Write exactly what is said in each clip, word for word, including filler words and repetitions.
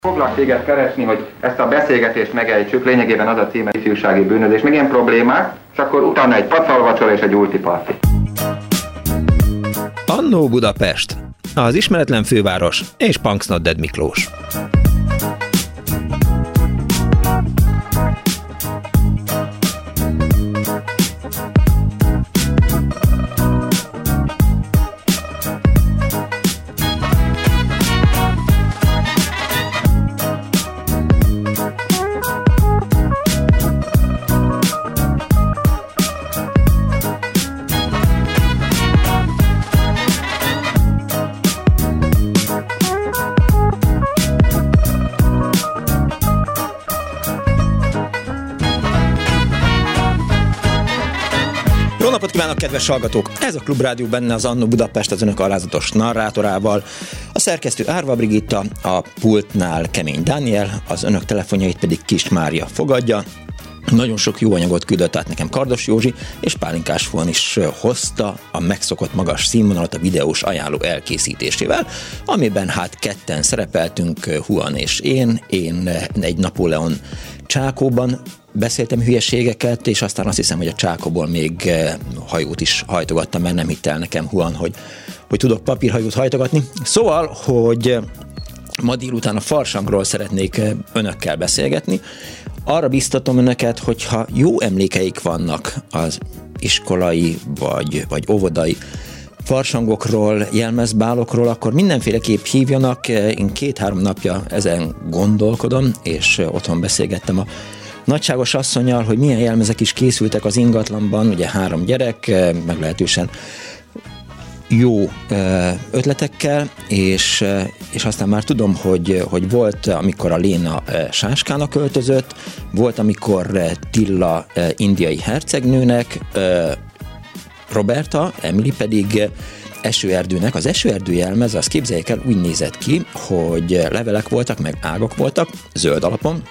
Foglak téged keresni, hogy ezt a beszélgetést megejtsük, lényegében az a címe ifjúsági bűnözés, meg ilyen problémák, és akkor utána egy pacalvacsora és egy ultiparti. Annó Budapest, az ismeretlen főváros és Punks Not Dead Miklós. Kívánok, kedves hallgatók! Ez a Klubrádió, benne az Annó Budapest az önök alázatos narrátorával, a szerkesztő Árva Brigitta, a pultnál Kemény Dániel, az önök telefonjait pedig Kis Mária fogadja. Nagyon sok jó anyagot küldött át nekem Kardos Józsi, és Pálinkás Fuan is hozta a megszokott magas színvonalat a videós ajánló elkészítésével, amiben hát ketten szerepeltünk, Juan és én, én egy Napóleon csákóban beszéltem hülyeségeket, és aztán azt hiszem, hogy a csákóból még hajót is hajtogattam, mert nem hitt el nekem Juan, hogy, hogy tudok papírhajót hajtogatni. Szóval, hogy ma délután a farsangról szeretnék önökkel beszélgetni. Arra biztatom önöket, hogyha jó emlékeik vannak az iskolai vagy, vagy óvodai farsangokról, jelmezbálokról, akkor mindenféleképp hívjanak. Én két-három napja ezen gondolkodom, és otthon beszélgettem a nagyságos asszonnyal, hogy milyen jelmezek is készültek az ingatlanban, ugye három gyerek, meglehetősen jó ötletekkel, és, és aztán már tudom, hogy, hogy volt, amikor a Léna Sáskának költözött, volt, amikor Tilla indiai hercegnőnek, Roberta, Emily pedig esőerdőnek. Az esőerdő jelmez, az képzeljék el, úgy nézett ki, hogy levelek voltak, meg ágak voltak, zöld alapon,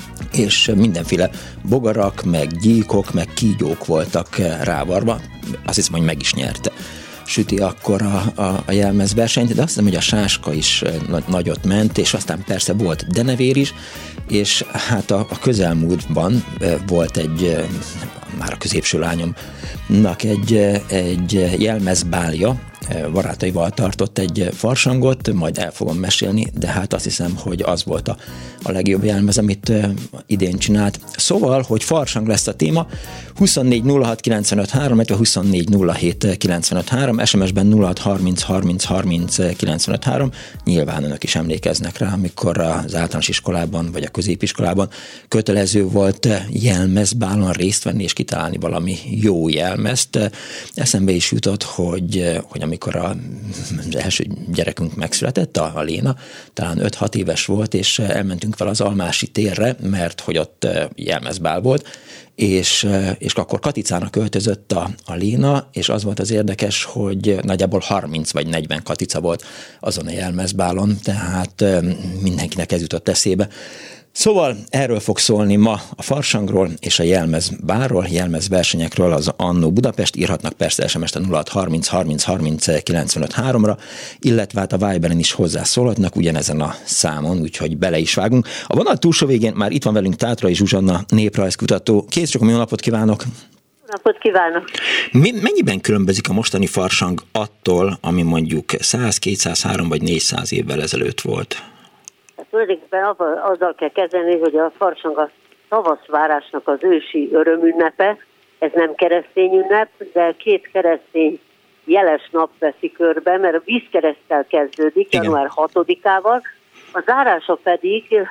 és mindenféle bogarak, meg gyíkok, meg kígyók voltak rávarva. Azt hiszem, hogy meg is nyerte Süti akkor a, a, a jelmezversenyt, de azt hiszem, hogy a Sáska is nagy, nagyot ment, és aztán persze volt denevér is, és hát a, a közelmúltban volt egy, már a középső lányomnak egy, egy jelmezbálja, barátaival tartott egy farsangot, majd el fogom mesélni, de hát azt hiszem, hogy az volt a, a legjobb jelmez, amit idén csinált. Szóval, hogy farsang lesz a téma, huszonnégy nulla hat kilencvenöt három, illetve huszonnégy nulla hét kilencvenöt három, es em es-ben nulla hat harminc harminc harminc kilencvenöt három. Nyilván önök is emlékeznek rá, amikor az általános iskolában, vagy a középiskolában kötelező volt jelmezbálon részt venni, és kitalálni valami jó jelmezt. Eszembe is jutott, hogy, hogy amikor a, az első gyerekünk megszületett, a, a Léna, talán öt-hat éves volt, és elmentünk fel az Almási térre, mert hogy ott jelmezbál volt, és, és akkor Katicának költözött a, a Léna, és az volt az érdekes, hogy nagyjából harminc vagy negyven Katica volt azon a jelmezbálon, tehát mindenkinek ez jutott eszébe. Szóval erről fog szólni ma a farsangról és a jelmezbálról, jelmezversenyekről az Annó Budapest. Írhatnak persze es em es-t a nulla hat harminc harminc harminc kilencvenöt háromra, illetve hát a Viberen is hozzászólhatnak ugyanezen a számon, úgyhogy bele is vágunk. A vonal túlsó végén már itt van velünk Tátrai Zsuzsanna, néprajzkutató. Kész csak, jó napot kívánok! Napot kívánok! Mennyiben különbözik a mostani farsang attól, ami mondjuk száz, kétszáz, három vagy négyszáz évvel ezelőtt volt? Tulajdonképpen azzal kell kezdeni, hogy a farsang a tavaszvárásnak az ősi örömünnepe, ez nem keresztény ünnep, de két keresztény jeles nap veszi körbe, mert a vízkereszttel kezdődik, igen, január hatodikával, a zárása pedig uh,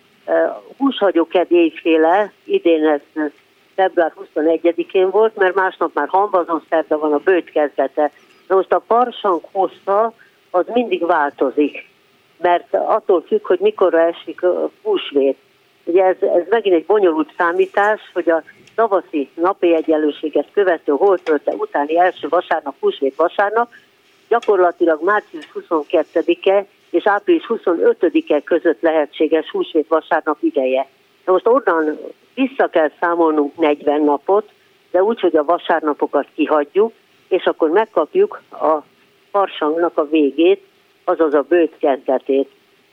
húshagyóked éjféle, idén ez február huszonegyedikén volt, mert másnap már hamvazószerda van, a bőjt kezdete. De most a farsang hossza az mindig változik, mert attól függ, hogy mikorra esik a húsvét. Ugye ez, ez megint egy bonyolult számítás, hogy a tavaszi napi egyenlőséget követő holtölte utáni első vasárnap, húsvét vasárnap, gyakorlatilag március huszonkettedike és április huszonötödike között lehetséges húsvét vasárnap ideje. Na most onnan vissza kell számolnunk negyven napot, de úgy, hogy a vasárnapokat kihagyjuk, és akkor megkapjuk a farsangnak a végét, azaz a bőjt kezdetét.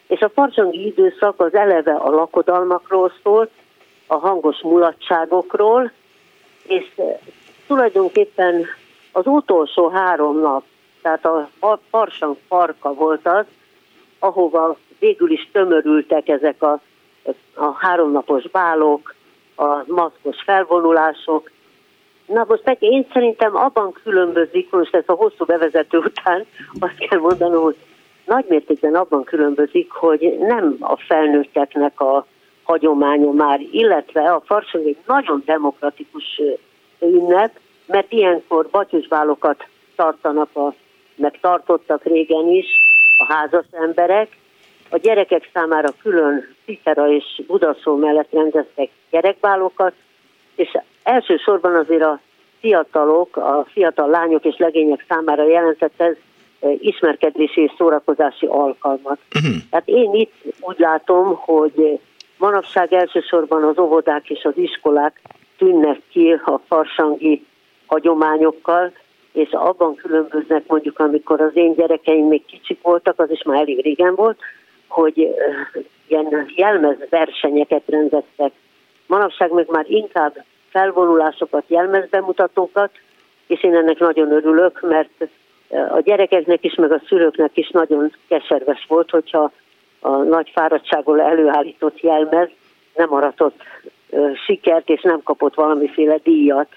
És a farsangi időszak az eleve a lakodalmakról szólt, a hangos mulatságokról, és tulajdonképpen az utolsó három nap, tehát a farsang farka volt az, ahova végül is tömörültek ezek a, a háromnapos bálok, a maszkos felvonulások. Na most meg én szerintem abban különbözik, most ez a hosszú bevezető után azt kell mondanom, hogy nagymértékben abban különbözik, hogy nem a felnőtteknek a hagyománya már, illetve a farsang egy nagyon demokratikus ünnep, mert ilyenkor batyusbálokat tartanak, a, meg tartottak régen is a házas emberek. A gyerekek számára külön Cicera és Budaszó mellett rendeztek gyerekbálokat, és elsősorban azért a fiatalok, a fiatal lányok és legények számára jelentett ez ismerkedési és szórakozási alkalmat. Uh-huh. Tehát én itt úgy látom, hogy manapság elsősorban az óvodák és az iskolák tűnnek ki a farsangi hagyományokkal, és abban különböznek mondjuk, amikor az én gyerekeim még kicsik voltak, az is már elég régen volt, hogy ilyen jelmezversenyeket rendeztek. Manapság meg már inkább felvonulásokat, jelmezbemutatókat, és én ennek nagyon örülök, mert a gyerekeknek is, meg a szülőknek is nagyon keserves volt, hogyha a nagy fáradtságból előállított jelmez nem aratott sikert, és nem kapott valamiféle díjat.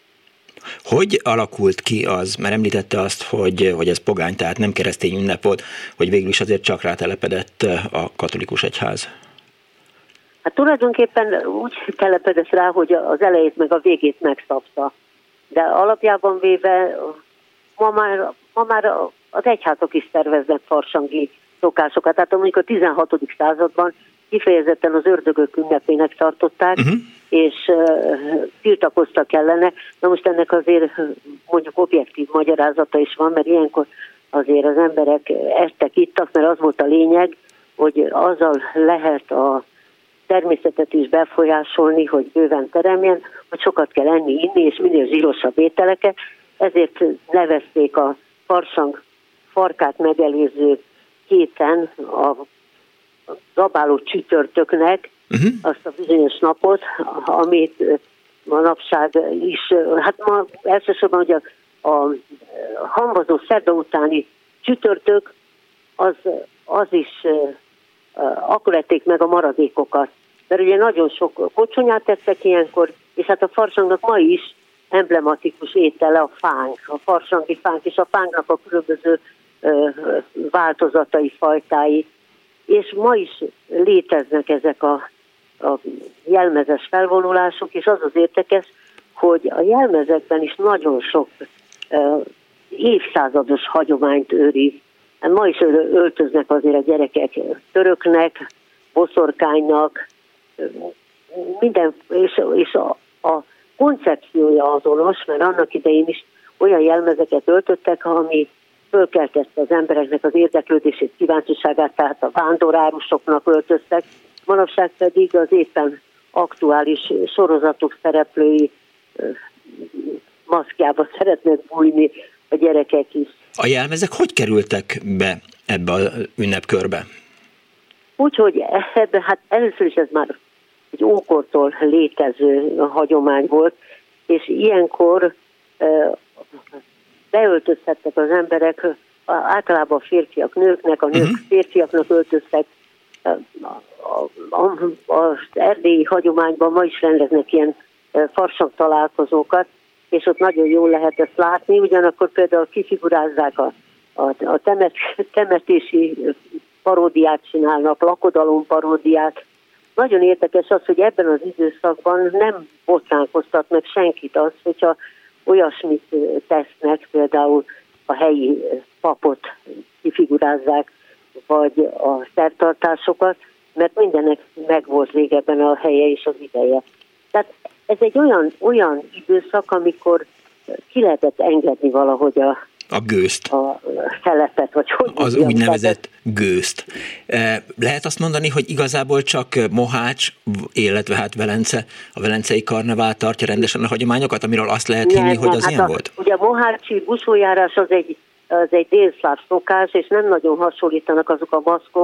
Hogy alakult ki az, mert említette azt, hogy, hogy ez pogány, tehát nem keresztény ünnep volt, hogy végül is azért csak rátelepedett a katolikus egyház? Hát tulajdonképpen úgy telepedett rá, hogy az elejét meg a végét megszabta. De alapjában véve ma már, ma már az egyházak is szerveznek farsangi szokásokat. Tehát mondjuk a tizenhatodik században kifejezetten az ördögök ünnepének tartották, uh-huh. és uh, tiltakoztak ellene. Na most ennek azért mondjuk objektív magyarázata is van, mert ilyenkor azért az emberek estek, ittak, mert az volt a lényeg, hogy azzal lehet a természetet is befolyásolni, hogy bőven teremjen, hogy sokat kell enni, inni, és minél zsírosabb ételeket. Ezért nevezték a farsang farkát megelőző héten a zabáló csütörtöknek uh-huh. azt a bizonyos napot, amit manapság is, hát ma elsősorban ugye a, a hamvazó szerda utáni csütörtök, az, az is akkor ették meg a maradékokat. Mert ugye nagyon sok kocsonyát tettek ilyenkor, és hát a farsangnak ma is emblematikus étele a fánk, a farsangi fánk, és a fánknak a különböző ö, változatai, fajtái. És ma is léteznek ezek a, a jelmezes felvonulások, és az az érdekes, hogy a jelmezekben is nagyon sok ö, évszázados hagyományt őriz. Ma is öltöznek azért a gyerekek töröknek, boszorkánynak, minden, és, és a, a koncepciója azonos, mert annak idején is olyan jelmezeket öltöttek, ami fölkeltette az embereknek az érdeklődését, kíváncsiságát, tehát a vándorárusoknak öltöztek, manapság pedig az éppen aktuális sorozatok szereplői maszkjába szeretnek bújni a gyerekek is. A jelmezek hogy kerültek be ebbe az ünnepkörbe? Úgyhogy ebben, hát először is ez már egy ókortól létező hagyomány volt, és ilyenkor e, beöltözhettek az emberek, általában a férfiak nőknek, a nők uh-huh. férfiaknak öltöztek. Az erdélyi hagyományban ma is rendeznek ilyen farsang találkozókat, és ott nagyon jól lehet ezt látni, ugyanakkor például kifigurázzák a, a, a temet, temetési paródiát csinálnak, lakodalom paródiát. Nagyon érdekes az, hogy ebben az időszakban nem botránkoztat meg senkit az, hogyha olyasmit tesznek, például a helyi papot kifigurázzák, vagy a szertartásokat, mert mindennek megvolt régebben a helye és az ideje. Tehát ez egy olyan, olyan időszak, amikor ki lehetett engedni valahogy a, a gőzt. A szelepet, vagy hogy az úgynevezett gőzt. Lehet azt mondani, hogy igazából csak Mohács, illetve hát Velence, a velencei karnevál tartja rendesen a hagyományokat, amiről azt lehet hinni, hogy az hát ilyen a, volt? Ugye a mohácsi buszójárás az egy, az egy délszláv szokás, és nem nagyon hasonlítanak azok a maszkok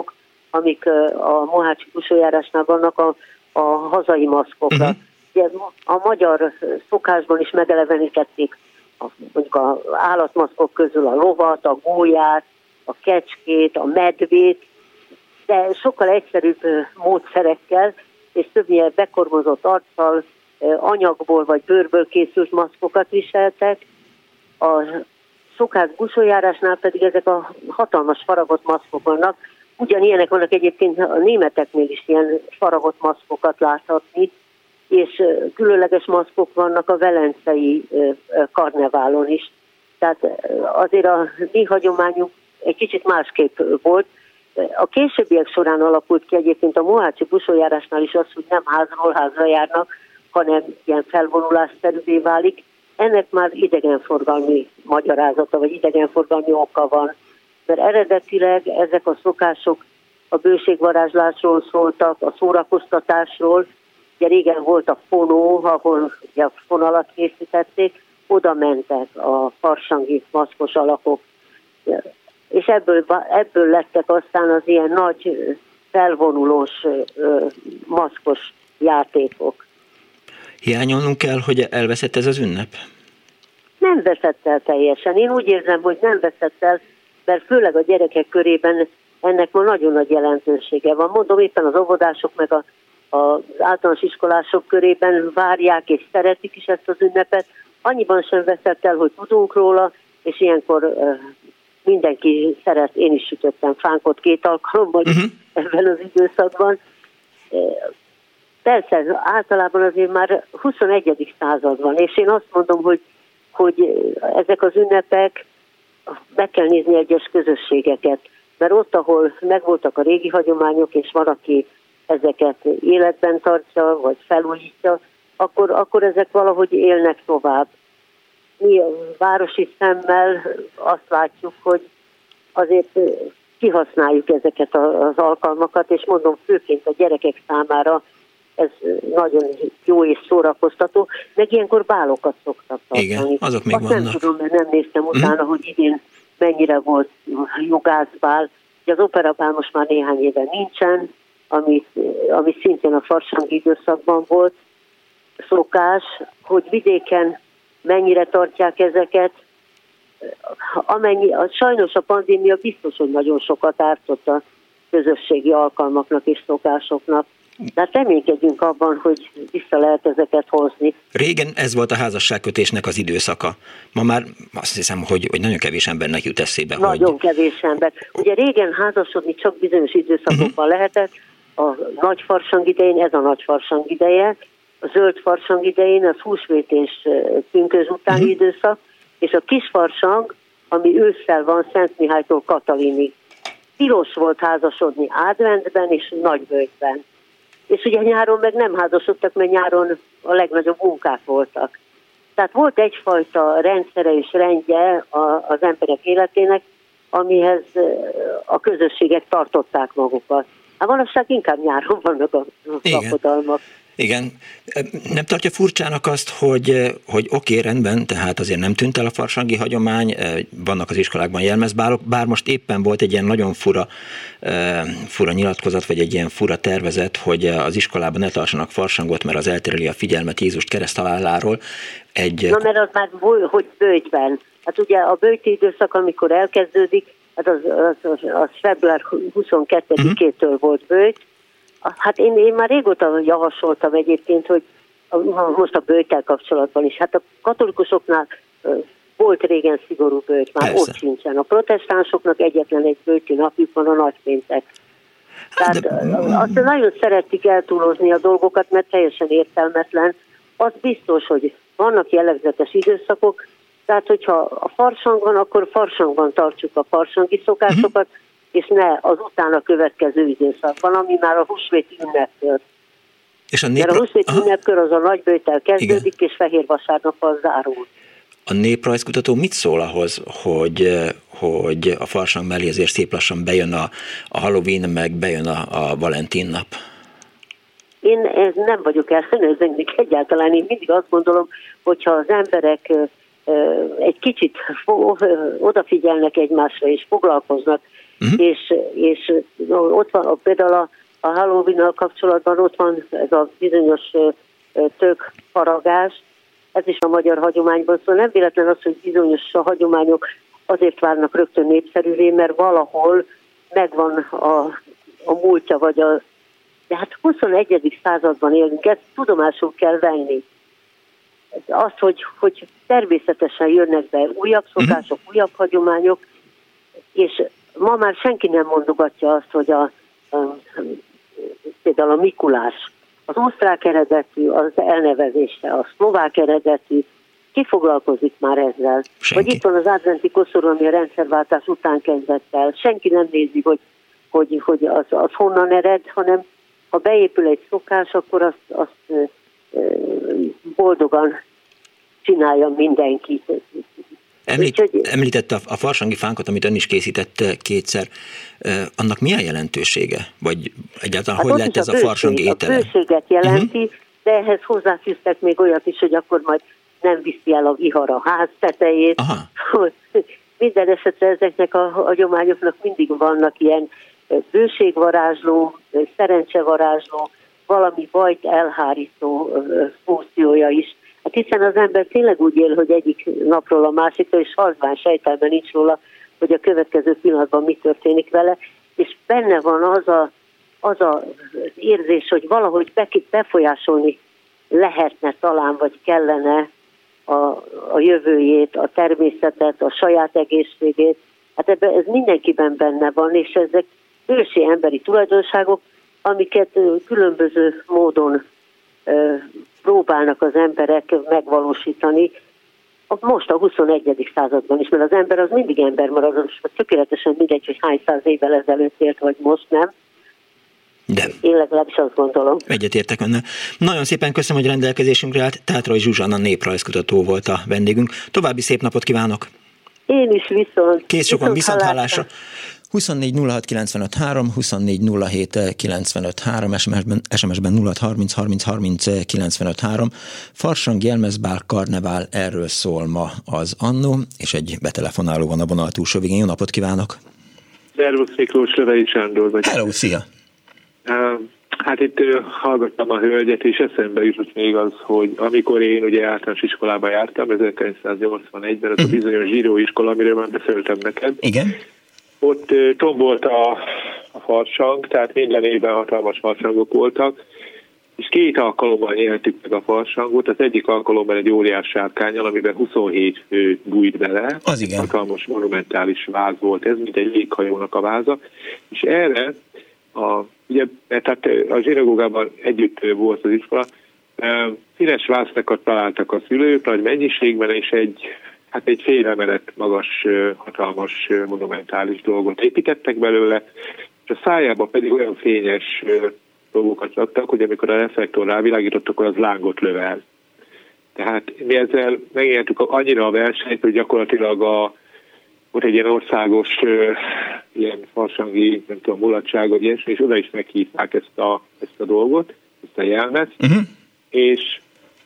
amik a mohácsi busójárásnál vannak a, a hazai maszkokra. Uh-huh. Ugye a magyar szokásban is megelevenítették a, mondjuk az állatmaszkok közül a lovat, a gólyát, a kecskét, a medvét, de sokkal egyszerűbb módszerekkel, és többnyire bekormozott arccal, anyagból vagy bőrből készült maszkokat viseltek. A szokás busójárásnál pedig ezek a hatalmas faragott maszkok vannak. Ugyanilyenek vannak egyébként a németeknél is ilyen faragott maszkokat láthatni, és különleges maszkok vannak a velencei karneválon is. Tehát azért a mi hagyományunk egy kicsit másképp volt. A későbbiek során alakult ki egyébként a mohácsi busójárásnál is az, hogy nem házról házra járnak, hanem ilyen felvonulásszerűvé válik. Ennek már idegenforgalmi magyarázata, vagy idegenforgalmi oka van. Mert eredetileg ezek a szokások a bőségvarázslásról szóltak, a szórakoztatásról. Ugye régen volt a fonó, ahol ugye a fonalat készítették, oda mentek a farsangi maszkos alakok. És ebből, ebből lettek aztán az ilyen nagy felvonulós maszkos játékok. Hiányolnunk kell, hogy elveszett ez az ünnep? Nem veszett el teljesen. Én úgy érzem, hogy nem veszett el, mert főleg a gyerekek körében ennek ma nagyon nagy jelentősége van. Mondom, éppen az óvodások meg a, az általános iskolások körében várják és szeretik is ezt az ünnepet. Annyiban sem veszett el, hogy tudunk róla, és ilyenkor uh, mindenki szeret, én is sütöttem fánkot két alkalommal uh-huh. ebben az időszakban. Persze, általában azért már huszonegyedik század van, és én azt mondom, hogy, hogy ezek az ünnepek, meg kell nézni egyes közösségeket, mert ott, ahol megvoltak a régi hagyományok, és van, aki ezeket életben tartja, vagy felújítja, akkor, akkor ezek valahogy élnek tovább. Mi a városi szemmel azt látjuk, hogy azért kihasználjuk ezeket az alkalmakat, és mondom, főként a gyerekek számára ez nagyon jó és szórakoztató, meg ilyenkor bálokat szoktak tartani. Igen, azok még azt vannak. Nem tudom, mert nem néztem utána, mm. hogy idén mennyire volt jogászbál. Az operabál most már néhány éve nincsen, ami, ami szintén a farsangi időszakban volt szokás, hogy vidéken mennyire tartják ezeket. Amennyi, sajnos a pandémia biztos, hogy nagyon sokat ártott a közösségi alkalmaknak és szokásoknak. De reménykedjünk abban, hogy vissza lehet ezeket hozni. Régen ez volt a házasságkötésnek az időszaka. Ma már azt hiszem, hogy, hogy nagyon kevés embernek jut eszébe. Nagyon hogy... kevés ember. Ugye régen házasodni csak bizonyos időszakokban uh-huh. lehetett. A nagy farsang idején, ez a nagy farsang ideje, a zöld farsang idején, az húsvét és pünkösd utáni uh-huh. időszak, és a kis farsang, ami ősszel van Szent Mihálytól Katalinig. Tilos volt házasodni adventben és nagyböjtben. És ugye nyáron meg nem házasodtak, mert nyáron a legnagyobb munkák voltak. Tehát volt egyfajta rendszere és rendje az emberek életének, amihez a közösségek tartották magukat. Hát manapság inkább nyáron vannak a lakodalmak. Igen. Nem tartja furcsának azt, hogy, hogy oké, rendben, tehát azért nem tűnt el a farsangi hagyomány, vannak az iskolákban jelmezbálok, bár most éppen volt egy ilyen nagyon fura, fura nyilatkozat, vagy egy ilyen fura tervezet, hogy az iskolában ne tartsanak farsangot, mert az eltereli a figyelmet Jézus kereszthaláláról. Egy... Na, mert az már hogy böjtben. Hát ugye a böjti időszak, amikor elkezdődik, hát az, az, az, az február huszonkettedikétől uh-huh. volt böjt. Hát én, én már régóta javasoltam egyébként, hogy most a böjttel kapcsolatban is. Hát a katolikusoknál volt régen szigorú böjt, már Persze. ott sincsen. A protestánsoknak egyetlen egy böjti napjuk van, a nagypéntek. Tehát De... azt nagyon szeretik eltúlozni a dolgokat, mert teljesen értelmetlen. Az biztos, hogy vannak jellegzetes időszakok, tehát hogyha a farsang van, akkor farsangban tartsuk a farsangi szokásokat, uh-huh. és ne az utána következő időszakban, ami már a húsvéti ünnepkör. És a népra... Mert a húsvéti Aha. ünnepkör az a nagyböjttel kezdődik, Igen. és fehér vasárnappal zárul. A néprajzkutató mit szól ahhoz, hogy, hogy a farsang mellé azért szép lassan bejön a, a Halloween, meg bejön a, a Valentin nap? Én nem vagyok ellenőrzőnek egyáltalán. Én mindig azt gondolom, hogyha az emberek egy kicsit odafigyelnek egymásra és foglalkoznak uh-huh. és, és ott van például a, a Halloween-nal kapcsolatban ott van ez a bizonyos tök faragás, ez is a magyar hagyományban, szóval nem véletlen az, hogy bizonyos a hagyományok azért válnak rögtön népszerűvé, mert valahol megvan a, a múltja, vagy a... De hát huszonegyedik században élünk, ezt tudomásul kell venni. Az, hogy, hogy természetesen jönnek be újabb szokások, uh-huh. újabb hagyományok, és ma már senki nem mondogatja azt, hogy a, a, például a Mikulás, az osztrák eredetű, az elnevezése, a szlovák eredetű, ki foglalkozik már ezzel? Senki. Vagy itt van az adventi koszorú, ami a rendszerváltás után kezdett el. Senki nem nézi, hogy, hogy, hogy az, az honnan ered, hanem ha beépül egy szokás, akkor azt, azt boldogan csinálja mindenki. Említ, említette a, a farsangi fánkot, amit ön is készített kétszer. Annak milyen jelentősége? Vagy egyáltalán hát hogy lehet ez a, a farsangi étele? A bőséget jelenti, uh-huh. de ehhez hozzáfűztek még olyat is, hogy akkor majd nem viszi el a vihar a ház tetejét. Minden esetre ezeknek a hagyományoknak mindig vannak ilyen bőségvarázsló, szerencsevarázsló, valami bajt elhárító funkciója is. Hát hiszen az ember tényleg úgy él, hogy egyik napról a másikra, és halvány sejtelmen nincs róla, hogy a következő pillanatban mi történik vele, és benne van az a, az, a, az érzés, hogy valahogy befolyásolni lehetne talán, vagy kellene a, a jövőjét, a természetet, a saját egészségét. Hát ebben ez mindenkiben benne van, és ezek ősi emberi tulajdonságok, amiket különböző módon próbálnak az emberek megvalósítani. Most a huszonegyedik században is, mert az ember az mindig ember marad, az tökéletesen mindegy, hogy hány száz évvel ezelőtt élt, vagy most nem. De. Én legalábbis azt gondolom. Egyetértek önnel. Nagyon szépen köszönöm, hogy rendelkezésünkre állt. Tátrai Zsuzsanna néprajzkutató volt a vendégünk. További szép napot kívánok! Én is viszont. Kész sokan, viszont hallásra. huszonnégy nulla hat kilencvenöt három, huszonnégy nulla hét kilencvenöt három, es em es-ben, es em es-ben nulla hat harminc harminc harminc kilencvenöt három. Farsang jelmezbál karnevál, erről szól ma az Annó, és egy betelefonáló van a vonal túlsó végén. Jó napot kívánok! Szervusz Miklós, Lövei Sándor vagy. Hello, szia! Uh, hát itt uh, hallgattam a hölgyet, és eszembe jutott még az, hogy amikor én ugye általános iskolába jártam, ezerkilencszáznyolcvanegyben, az uh-huh. a bizonyos zsidóiskola, amiről már beszéltem neked. Igen. Ott uh, tombolt a, a farsang, tehát minden évben hatalmas farsangok voltak, és két alkalommal nyertük meg a farsangot. Az egyik alkalommal egy óriás sárkánnyal, amiben huszonhét fő bújt bele. Az igen. Hatalmas monumentális váz volt ez, mint egy léghajónak a váza. És erre, a, ugye, tehát a zsinagógában együtt volt az iskola, színes vásznakat találtak a szülők nagy mennyiségben, és egy hát egy fél emelet magas, hatalmas, monumentális dolgot építettek belőle, és a szájába pedig olyan fényes dolgokat raktak, hogy amikor a reflektor rávilágított, akkor az lángot lövel. Tehát mi ezzel megnyertük annyira a versenyt, hogy gyakorlatilag a, volt egy ilyen országos ilyen farsangi, nem tudom, mulatság, vagy ilyesmi, és oda is meghívták ezt a, ezt a dolgot, ezt a jelmet, uh-huh. és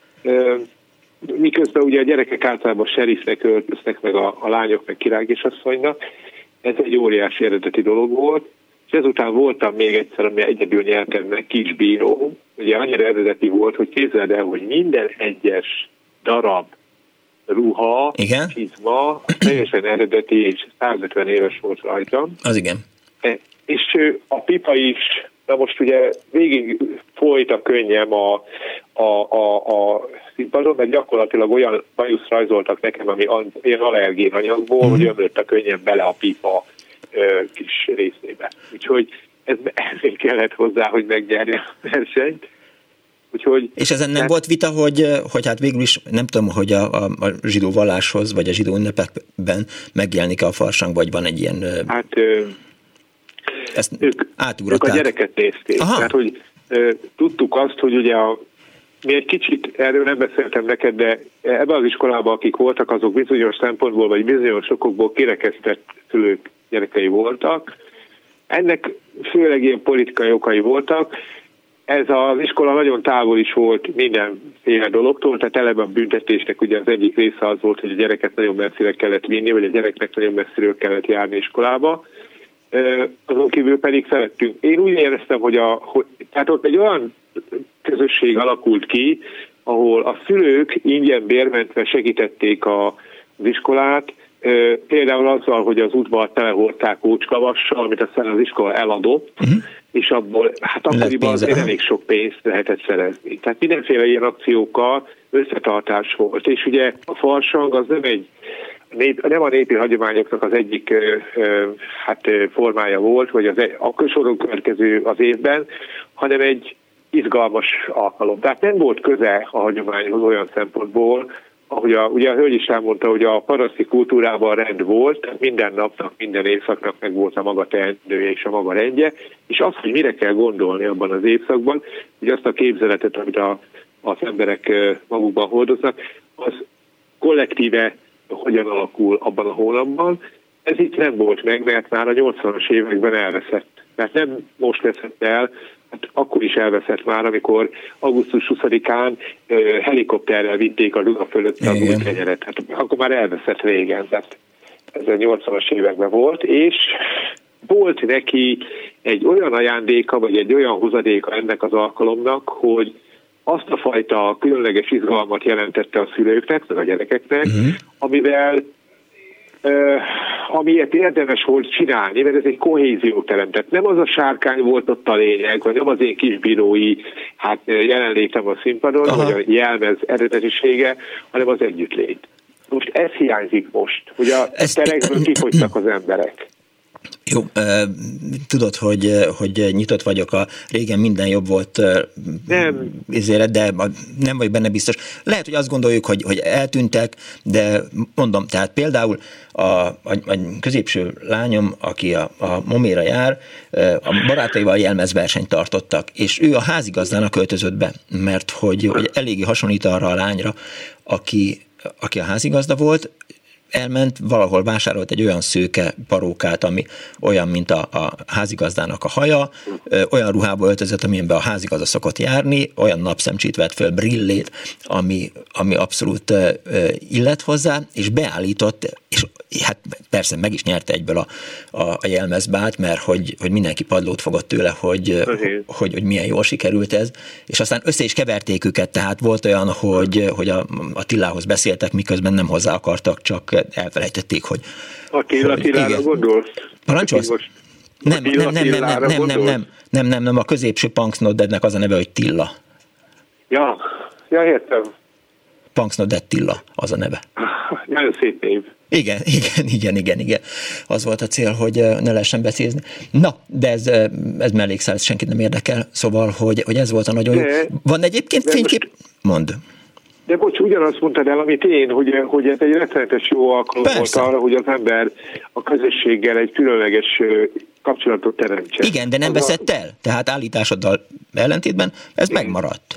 miközben ugye a gyerekek általában serifnek öltöztek, meg a, a lányok, meg királykisasszonynak, ez egy óriási eredeti dolog volt, és ezután voltam még egyszer, ami egyedül nyertem meg, kisbíró, ugye annyira eredeti volt, hogy képzeld el, hogy minden egyes darab ruha, igen? csizma, teljesen eredeti, és százötven éves volt rajtam. Az igen. E, és a pipa is, na most ugye végig folyt a könnyem a, a, a, a színpadon, mert gyakorlatilag olyan bajuszt rajzoltak nekem, ami ilyen allergén anyagból, uh-huh. hogy ömlött a könnyem bele a pipa ö, kis részébe. Úgyhogy ez ezért kellett hozzá, hogy megnyerje a versenyt. Úgyhogy, és ezen nem hát, volt vita, hogy, hogy hát végül is nem tudom, hogy a, a, a zsidó valláshoz, vagy a zsidó ünnepekben megjelenik a farsang, vagy van egy ilyen... Hát ö, ezt ők, ők a gyereket nézték. Aha. Tehát, hogy ö, tudtuk azt, hogy ugye a, mi egy kicsit, erről nem beszéltem neked, de ebben az iskolában, akik voltak, azok bizonyos szempontból, vagy bizonyos okokból kirekesztett szülők gyerekei voltak. Ennek főleg ilyen politikai okai voltak. Ez az iskola nagyon távol is volt mindenféle dologtól, tehát eleve a büntetésnek ugye az egyik része az volt, hogy a gyereket nagyon messzire kellett vinni, vagy a gyereknek nagyon messziről kellett járni iskolába. azon kívül pedig szerettünk. Én úgy éreztem, hogy, a, hogy tehát ott egy olyan közösség alakult ki, ahol a szülők ingyen bérmentve segítették a, az iskolát, például azzal, hogy az udvar telehordták ócskavassal, amit aztán az iskola eladott, uh-huh. és abból, hát akkoriban azért elég sok pénzt lehetett szerezni. Tehát mindenféle ilyen akciókkal összetartás volt. És ugye a farsang az nem egy Nép, nem a népi hagyományoknak az egyik ö, ö, hát, formája volt, vagy az, a soron következő az évben, hanem egy izgalmas alkalom. Tehát nem volt köze a hagyományhoz olyan szempontból, ahogy a, ugye a hölgy is elmondta, hogy a paraszti kultúrában rend volt, tehát minden napnak, minden évszaknak meg volt a maga teendője és a maga rendje, és az, hogy mire kell gondolni abban az évszakban, hogy azt a képzeletet, amit a, az emberek magukban hordoznak, az kollektíve hogyan alakul abban a hónapban. Ez itt nem volt meg, mert már a nyolcvanas években elveszett. Mert nem most veszett el, hát akkor is elveszett már, amikor augusztus huszadikán uh, helikopterrel vitték a Duna fölött a új kenyeret. Hát akkor már elveszett régen, tehát ez a nyolcvanas években volt, és volt neki egy olyan ajándéka, vagy egy olyan hozadéka ennek az alkalomnak, hogy azt a fajta különleges izgalmat jelentette a szülőknek, meg a gyerekeknek, uh-huh. amivel uh, amiért érdemes volt csinálni, mert ez egy kohéziót teremtett. Nem az a sárkány volt ott a lényeg, vagy nem az én kisbírói hát, jelenlétem a színpadon, uh-huh. vagy a jelmez eredetisége, hanem az együttlét. Most ez hiányzik most, hogy a ezt... terekből kifogytak az emberek. Jó, tudod, hogy, hogy nyitott vagyok, a régen minden jobb volt, nem. Ezért, de nem vagy benne biztos. Lehet, hogy azt gondoljuk, hogy, hogy eltűntek, de mondom, tehát például a, a, a középső lányom, aki a, a Moméra jár, a barátaival jelmezversenyt tartottak, és ő a házigazdának költözött be, mert hogy, hogy eléggé hasonlít arra a lányra, aki, aki a házigazda volt, elment, valahol vásárolt egy olyan szőke parókát, ami olyan, mint a, a házigazdának a haja, ö, olyan ruhába öltözött, amilyenben a házigazda szokott járni, olyan napszemcsét vett föl, brillét, ami, ami abszolút ö, illet hozzá, és beállított, és hát persze meg is nyerte egyből a, a, a jelmezbát, mert hogy, hogy mindenki padlót fogott tőle, hogy, hogy, hogy, hogy milyen jól sikerült ez, és aztán össze is keverték őket, tehát volt olyan, hogy, hogy a Attilához beszéltek, miközben nem hozzá akartak, csak elfelejtették, hogy... Attila Attilára gondolsz? Parancsolsz? Nem, nem, nem, nem, nem, nem, nem, nem, nem, nem, nem, a középső Punksnoddednek az a neve, hogy Tilla. Ja, ja, értem. Punksnodded Tilla, az a neve. Nagyon szép név. Igen, igen, igen, igen, igen. Az volt a cél, hogy ne lehessen becézni. Na, de ez, ez mellékszál, ez senkit nem érdekel, szóval, hogy, hogy ez volt a nagyon de, jó. Van egyébként fénykép? Mondd. De bocs, ugyanazt mondtad el, amit én, hogy, hogy ez egy rettenetes jó alkalom volt arra, hogy az ember a közösséggel egy különleges kapcsolatot teremtsen. Igen, de nem az veszett el. Tehát állításoddal ellentétben ez igen. megmaradt.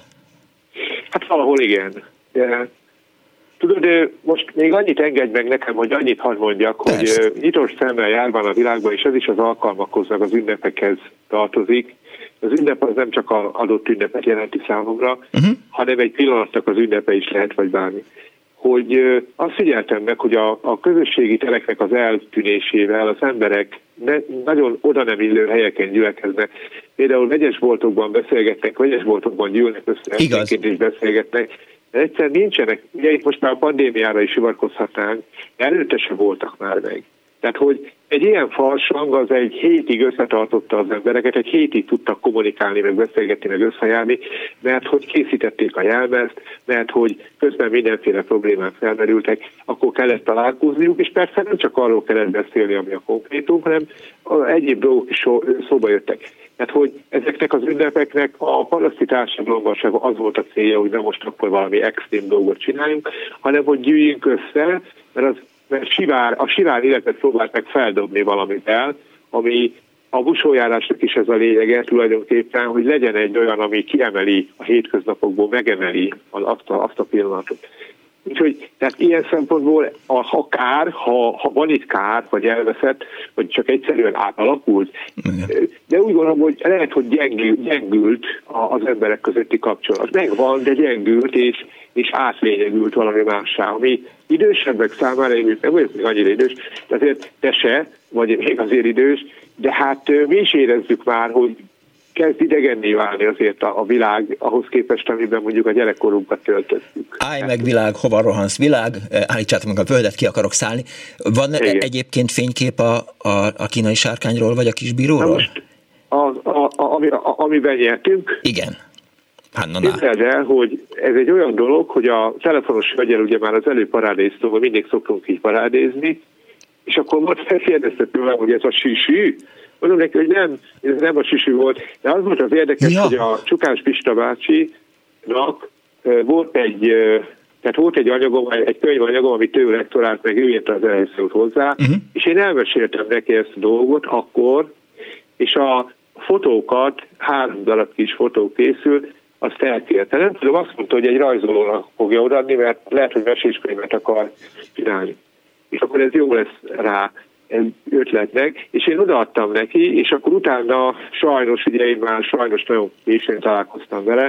Hát valahol igen. De, tudod, most még annyit engedj meg nekem, hogy annyit hadd mondjak, persze. hogy nyitott szemmel jár van a világban, és ez is az alkalmakhoz, az ünnepekhez tartozik. Az ünnep az nem csak az adott ünnepet jelenti számomra, uh-huh. hanem egy pillanatnak az ünnepe is lehet, vagy bármi. Hogy azt figyeltem meg, hogy a, a közösségi tereknek az eltűnésével az emberek ne, nagyon oda nem illő helyeken gyülekeznek. Például vegyesboltokban beszélgetnek, vegyesboltokban gyűlnek össze, esténként is beszélgetnek, de egyszerűen nincsenek, ugye itt most már a pandémiára is hivatkozhatnánk, előtte se voltak már meg. Tehát, hogy egy ilyen farsang az egy hétig összetartotta az embereket, egy hétig tudtak kommunikálni, meg beszélgetni, meg összejárni, mert hogy készítették a jelmezt, mert hogy közben mindenféle problémák felmerültek, akkor kellett találkozniuk, és persze nem csak arról kellett beszélni, ami a konkrétum, hanem egyéb dolgok is szóba jöttek. Tehát, hogy ezeknek az ünnepeknek a paraszti társadalomban sem az volt a célja, hogy nem most akkor valami extrém dolgot csináljunk, hanem hogy gyűjjünk össze, mert az mert sivár, a sivár életet próbálták feldobni valamit el, ami a busójárásnak is ez a lényege tulajdonképpen, hogy legyen egy olyan, ami kiemeli a hétköznapokból, megemeli azt a, azt a pillanatot. Úgyhogy tehát ilyen szempontból, ha kár, ha, ha van itt kár, vagy elveszett, vagy csak egyszerűen átalakult, de úgy gondolom, hogy lehet, hogy gyengült, gyengült az emberek közötti kapcsolat. Megvan, de gyengült, és, és átlényegült valami mássá, ami idősebbek számára, én nem vagyok még annyira idős, de azért te se, vagy még azért idős, de hát mi is érezzük már, hogy kezd idegenné válni azért a, a világ, ahhoz képest, amiben mondjuk a gyerekkorunkat töltöttük. Állj meg világ, hova rohansz világ, állítsátok meg a földet, ki akarok szállni. Van igen. egyébként fénykép a, a, a kínai sárkányról, vagy a kisbíróról? Na most, a, a, a, ami, a, amiben nyertünk. Igen. Képzeld el, hogy ez egy olyan dolog, hogy a telefonos hölgyel ugye már az előparádéztól, hogy mindig szoktunk így parádézni, és akkor most felkérdezte tőlem, hogy ez a sisű. Mondom neki, hogy nem, ez nem a sisű volt, de az volt az érdekes, ja. hogy a Csukás Pista bácsinak volt egy, tehát volt egy anyagom, egy könyvanyagom, amit ő lektorált, meg ő írta az előszót hozzá, uh-huh. és én elmeséltem neki ezt a dolgot akkor, és a fotókat, három darab kis fotó készült, azt elkérte. Nem tudom, azt mondta, hogy egy rajzolónak fogja odaadni, mert lehet, hogy meséskönyvet akar csinálni. És akkor ez jó lesz rá ötletnek, és én odaadtam neki, és akkor utána sajnos, ugye én már sajnos nagyon későn találkoztam vele,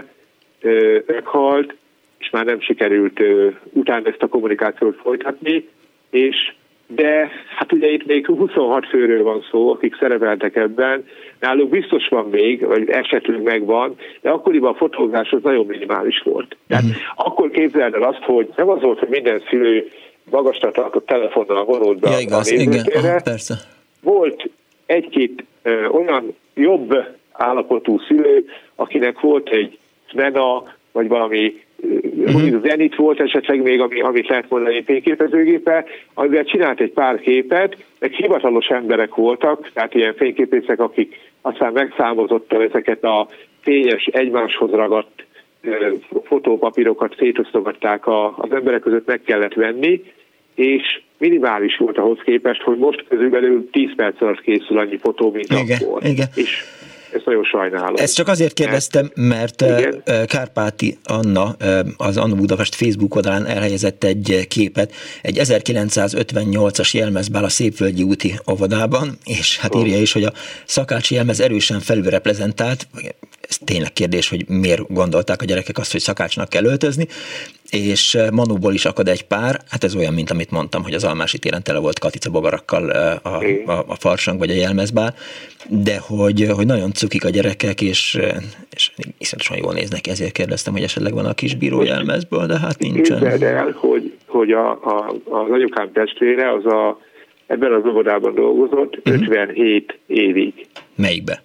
meghalt, és már nem sikerült utána ezt a kommunikációt folytatni, és de hát ugye itt még huszonhat főről van szó, akik szerepeltek ebben, náluk biztos van még, vagy esetleg megvan, de akkoriban a fotózás az nagyon minimális volt. Tehát mm. akkor képzeld el azt, hogy nem az volt, hogy minden szülő magasra tartott telefonnal vonult be ja, a nézőtérre. Persze. Volt egy-két ö, olyan jobb állapotú szülő, akinek volt egy Smena, vagy valami uh-huh. Zenit volt esetleg még, ami, amit lehet mondani fényképezőgépe, amivel csinált egy pár képet, meg hivatalos emberek voltak, tehát ilyen fényképészek, akik aztán megszámozottan ezeket a fényes, egymáshoz ragadt ö, fotópapírokat szétosztogatták a, az emberek között, meg kellett venni, és minimális volt ahhoz képest, hogy most közülbelül tíz perc alatt készül annyi fotó, mint igen, akkor. Igen. És ezt nagyon sajnálom. Ezt csak azért kérdeztem, mert igen. Kárpáti Anna az Anna Budapest Facebook oldalán elhelyezett egy képet, egy ezerkilencszázötvennyolcas jelmezbál a Szépvölgyi úti óvodában, és hát írja is, hogy a szakácsi jelmez erősen felülreprezentált, ez tényleg kérdés, hogy miért gondolták a gyerekek azt, hogy szakácsnak kell öltözni, és Manóból is akad egy pár, hát ez olyan, mint amit mondtam, hogy az Almási téren tele volt katica bogarakkal a, a, a farsang vagy a jelmezbál, de hogy, hogy nagyon cukik a gyerekek, és, és iszonyatosan jól néznek, ezért kérdeztem, hogy esetleg van a kisbíró jelmezből, de hát nincsen. Képzeld el, hogy, hogy a, a, az anyukám testvére az a, ebben az óvodában dolgozott uh-huh. ötvenhét évig. Melyikbe?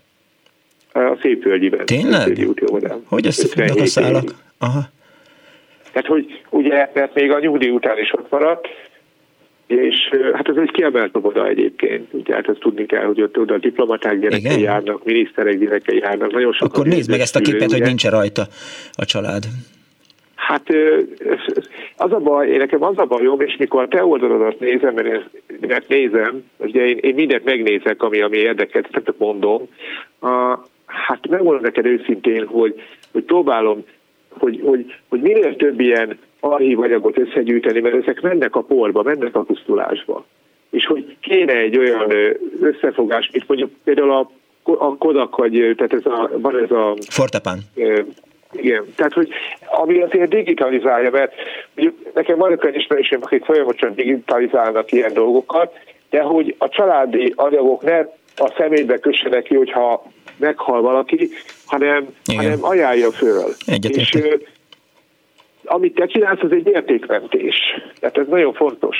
A Szépvölgyiben. Tényleg? Hogy összefüggnek a szálak? Aha. Tehát, hogy ugye, mert még a nyugdíj után is ott maradt, és hát ez egy kiemelt óvoda egyébként. Tehát ezt tudni kell, hogy ott oda diplomaták gyerekei igen? járnak, miniszterek gyerekei járnak. Nagyon sokan. Akkor nézd meg ezt a képet, ugye? Hogy nincs rajta a család. Hát az a baj, én nekem az a bajom, és mikor a te oldaladat nézem, mert én, mert nézem, ugye én, én mindent megnézek, ami, ami érdekel, tehát mondom, a, hát megmondom neked őszintén, hogy, hogy próbálom, hogy, hogy, hogy minél több ilyen archív anyagot összegyűjteni, mert ezek mennek a porba, mennek a pusztulásba. És hogy kéne egy olyan összefogás, mint mondjuk például a, a Kodak, vagy tehát ez a, van ez a... Fortepan. Igen, tehát hogy ami azért digitalizálja, mert nekem van olyan ismerősém, akik folyamatosan digitalizálnak ilyen dolgokat, de hogy a családi anyagok ne a személybe kössenek ki, hogyha meghal valaki, hanem, hanem ajánlja föl. És ö, amit te csinálsz, az egy értékmentés. Tehát ez nagyon fontos.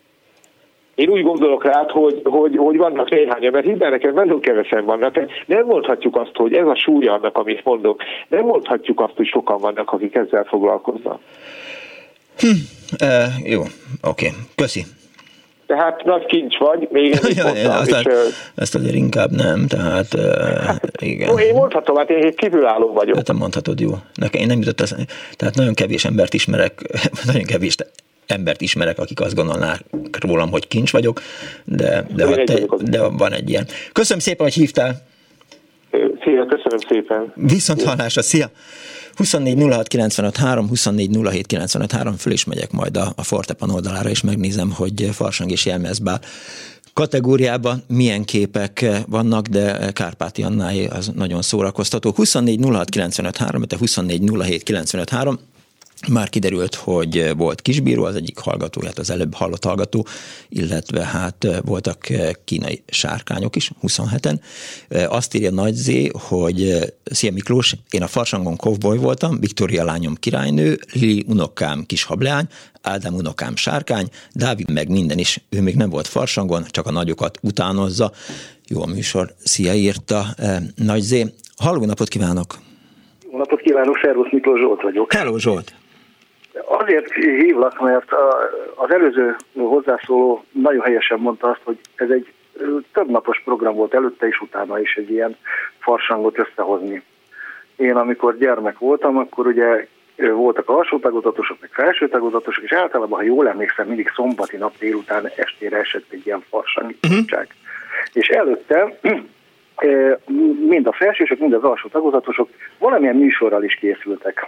Én úgy gondolok rá, hogy, hogy, hogy vannak néhányan, mert hidd el nekem, nagyon kevesen vannak. Nem mondhatjuk azt, hogy ez a súlya annak, amit mondok. Nem mondhatjuk azt, hogy sokan vannak, akik ezzel foglalkoznak. Hm, e, jó, oké. Köszi. Tehát nagy kincs vagy, még egy ja, mondtam, azt, és, ezt azért inkább nem, tehát hát, igen. Jó, én mondhatom, hát én egy kívülálló vagyok. Hát mondhatod, jó. Nekem én nem jutott ez, tehát nagyon kevés embert ismerek, nagyon kevés embert ismerek, akik azt gondolnák rólam, hogy kincs vagyok, de, de, de, te, de van egy ilyen. Köszönöm szépen, hogy hívtál. Szia, köszönöm szépen. Viszont hallásra, szia! huszonnégy nulla hat kilencvenöt három, huszonnégy nulla hét kilencvenöt három, föl is megyek majd a, a Fortepan oldalára, és megnézem, hogy farsang és jelmezbál kategóriában milyen képek vannak, de Kárpáti Annáé az nagyon szórakoztató. huszonnégy nulla hat kilencvenöt három, te huszonnégy nulla hét kilencvenöt három. Már kiderült, hogy volt kisbíró, az egyik hallgató, hát az előbb hallott hallgató, illetve hát voltak kínai sárkányok is, huszonheten. Azt írja Nagy Zé, hogy szia Miklós, én a Farsangon kovboly voltam, Viktória lányom királynő, Lili unokám kis hableány, Ádám unokám sárkány, Dávid meg minden is, ő még nem volt Farsangon, csak a nagyokat utánozza. Jó a műsor, szia, írta Nagy Zé. Halló, napot kívánok! Jó napot kívánok, szervusz, Miklós Zsolt vagyok. Hello, Zsolt! Azért hívlak, mert az előző hozzászóló nagyon helyesen mondta azt, hogy ez egy több napos program volt előtte és utána is egy ilyen farsangot összehozni. Én amikor gyermek voltam, akkor ugye voltak alsó tagozatosok, meg felső tagozatosok, és általában, ha jól emlékszem, mindig szombati nap délután estére esett egy ilyen farsangi bizottság. Uh-huh. És előtte mind a felsősök, mind az alsó tagozatosok valamilyen műsorral is készültek.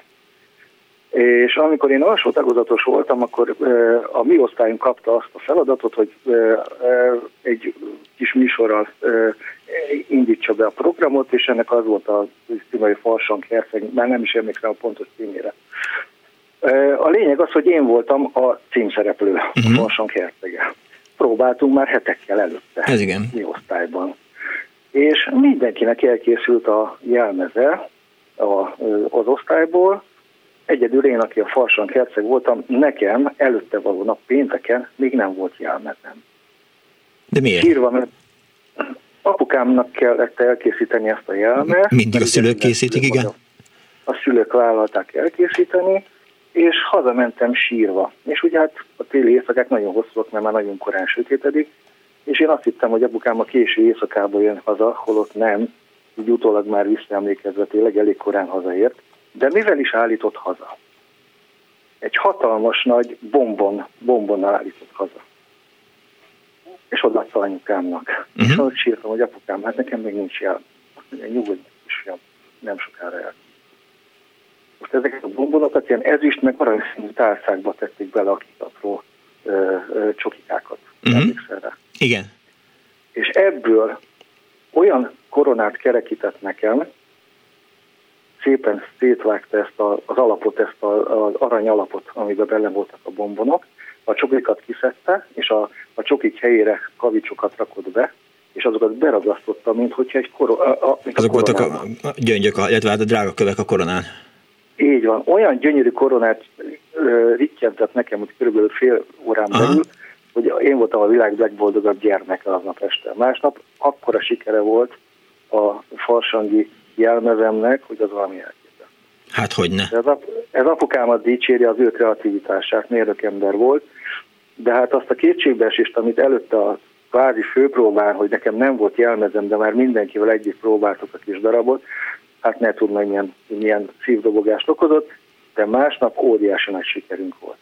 És amikor én alsó tagozatos voltam, akkor a mi osztályunk kapta azt a feladatot, hogy egy kis műsorral indítsa be a programot, és ennek az volt a címai Farsang herceg, már nem is emlékszem a pontos címére. A lényeg az, hogy én voltam a címszereplő, uh-huh. a Farsang hercege. Próbáltunk már hetekkel előtte. Ez igen. Mi osztályban. És mindenkinek elkészült a jelmeze az osztályból. Egyedül én, aki a Farsang herceg voltam, nekem előtte való nap pénteken még nem volt jelmezem. De miért? Sírva, mert apukámnak kellett elkészíteni ezt a jelmezt. Mindig a szülők készítik, igen? A, a szülők vállalták elkészíteni, és hazamentem sírva. És ugye hát a téli éjszakák nagyon hosszúak, mert már nagyon korán sötétedik, és én azt hittem, hogy apukám a késő éjszakába jön haza, holott nem, így utólag már visszaemlékezve tényleg elég korán hazaért. De mivel is állított haza? Egy hatalmas nagy bombon, bombonnal állított haza. És odaadta anyukámnak. Uh-huh. És ott sírtam, hogy apukám, hát nekem még nincs jel. Nyugodj is, nem sokára el. Most ezeket a bombonokat ilyen ezüst, meg aranyszínű tálcákba tették bele a kitatról csokikákat. Uh-huh. Igen. És ebből olyan koronát kerekített nekem, szépen szétvágta ezt a, az alapot, ezt a, az arany alapot, amiben benne voltak a bombonok, a csokikat kiszedte, és a, a csokik helyére kavicsokat rakott be, és azokat beragasztotta, mint hogyha egy koro, a, a, Azok voltak a, a gyöngyök, illetve a drága kövek a koronán. Így van. Olyan gyönyörű koronát ö, rittyentett nekem, hogy körülbelül fél órán belül, hogy én voltam a világ legboldogabb gyermeke aznap este. Másnap akkora sikere volt a farsangi jelmezemnek, hogy az valami elképzel. Hát hogyne. Ez, ez apukámat dicséri, az ő kreativitását, mérnökember volt, de hát azt a kétségbeesést, amit előtte a kvázi főpróbán, hogy nekem nem volt jelmezem, de már mindenkivel együtt próbáltuk a kis darabot, hát ne tud meg milyen, milyen szívdobogást okozott, de másnap óriási nagy sikerünk volt.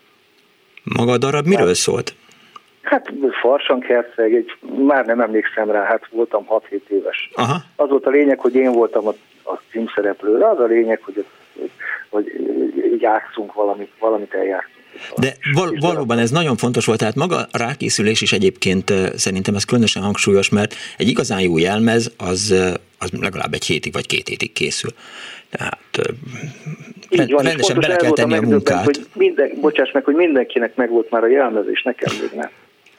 Maga a darab miről hát, szólt? Hát Farsang herceg, egy, már nem emlékszem rá, hát voltam hat-hét éves. Aha. Az volt a lényeg, hogy én voltam a, a címszereplő, az a lényeg, hogy, hogy játszunk valamit, valamit eljátszunk. De val- valóban ez nagyon fontos volt, tehát maga a rákészülés is egyébként szerintem ez különösen hangsúlyos, mert egy igazán jó jelmez az, az legalább egy hétig vagy két hétig készül. Tehát így van, rendesen bele kell tenni a munkát. Hogy minden, bocsáss meg, hogy mindenkinek megvolt már a jelmezés, nekem még nem.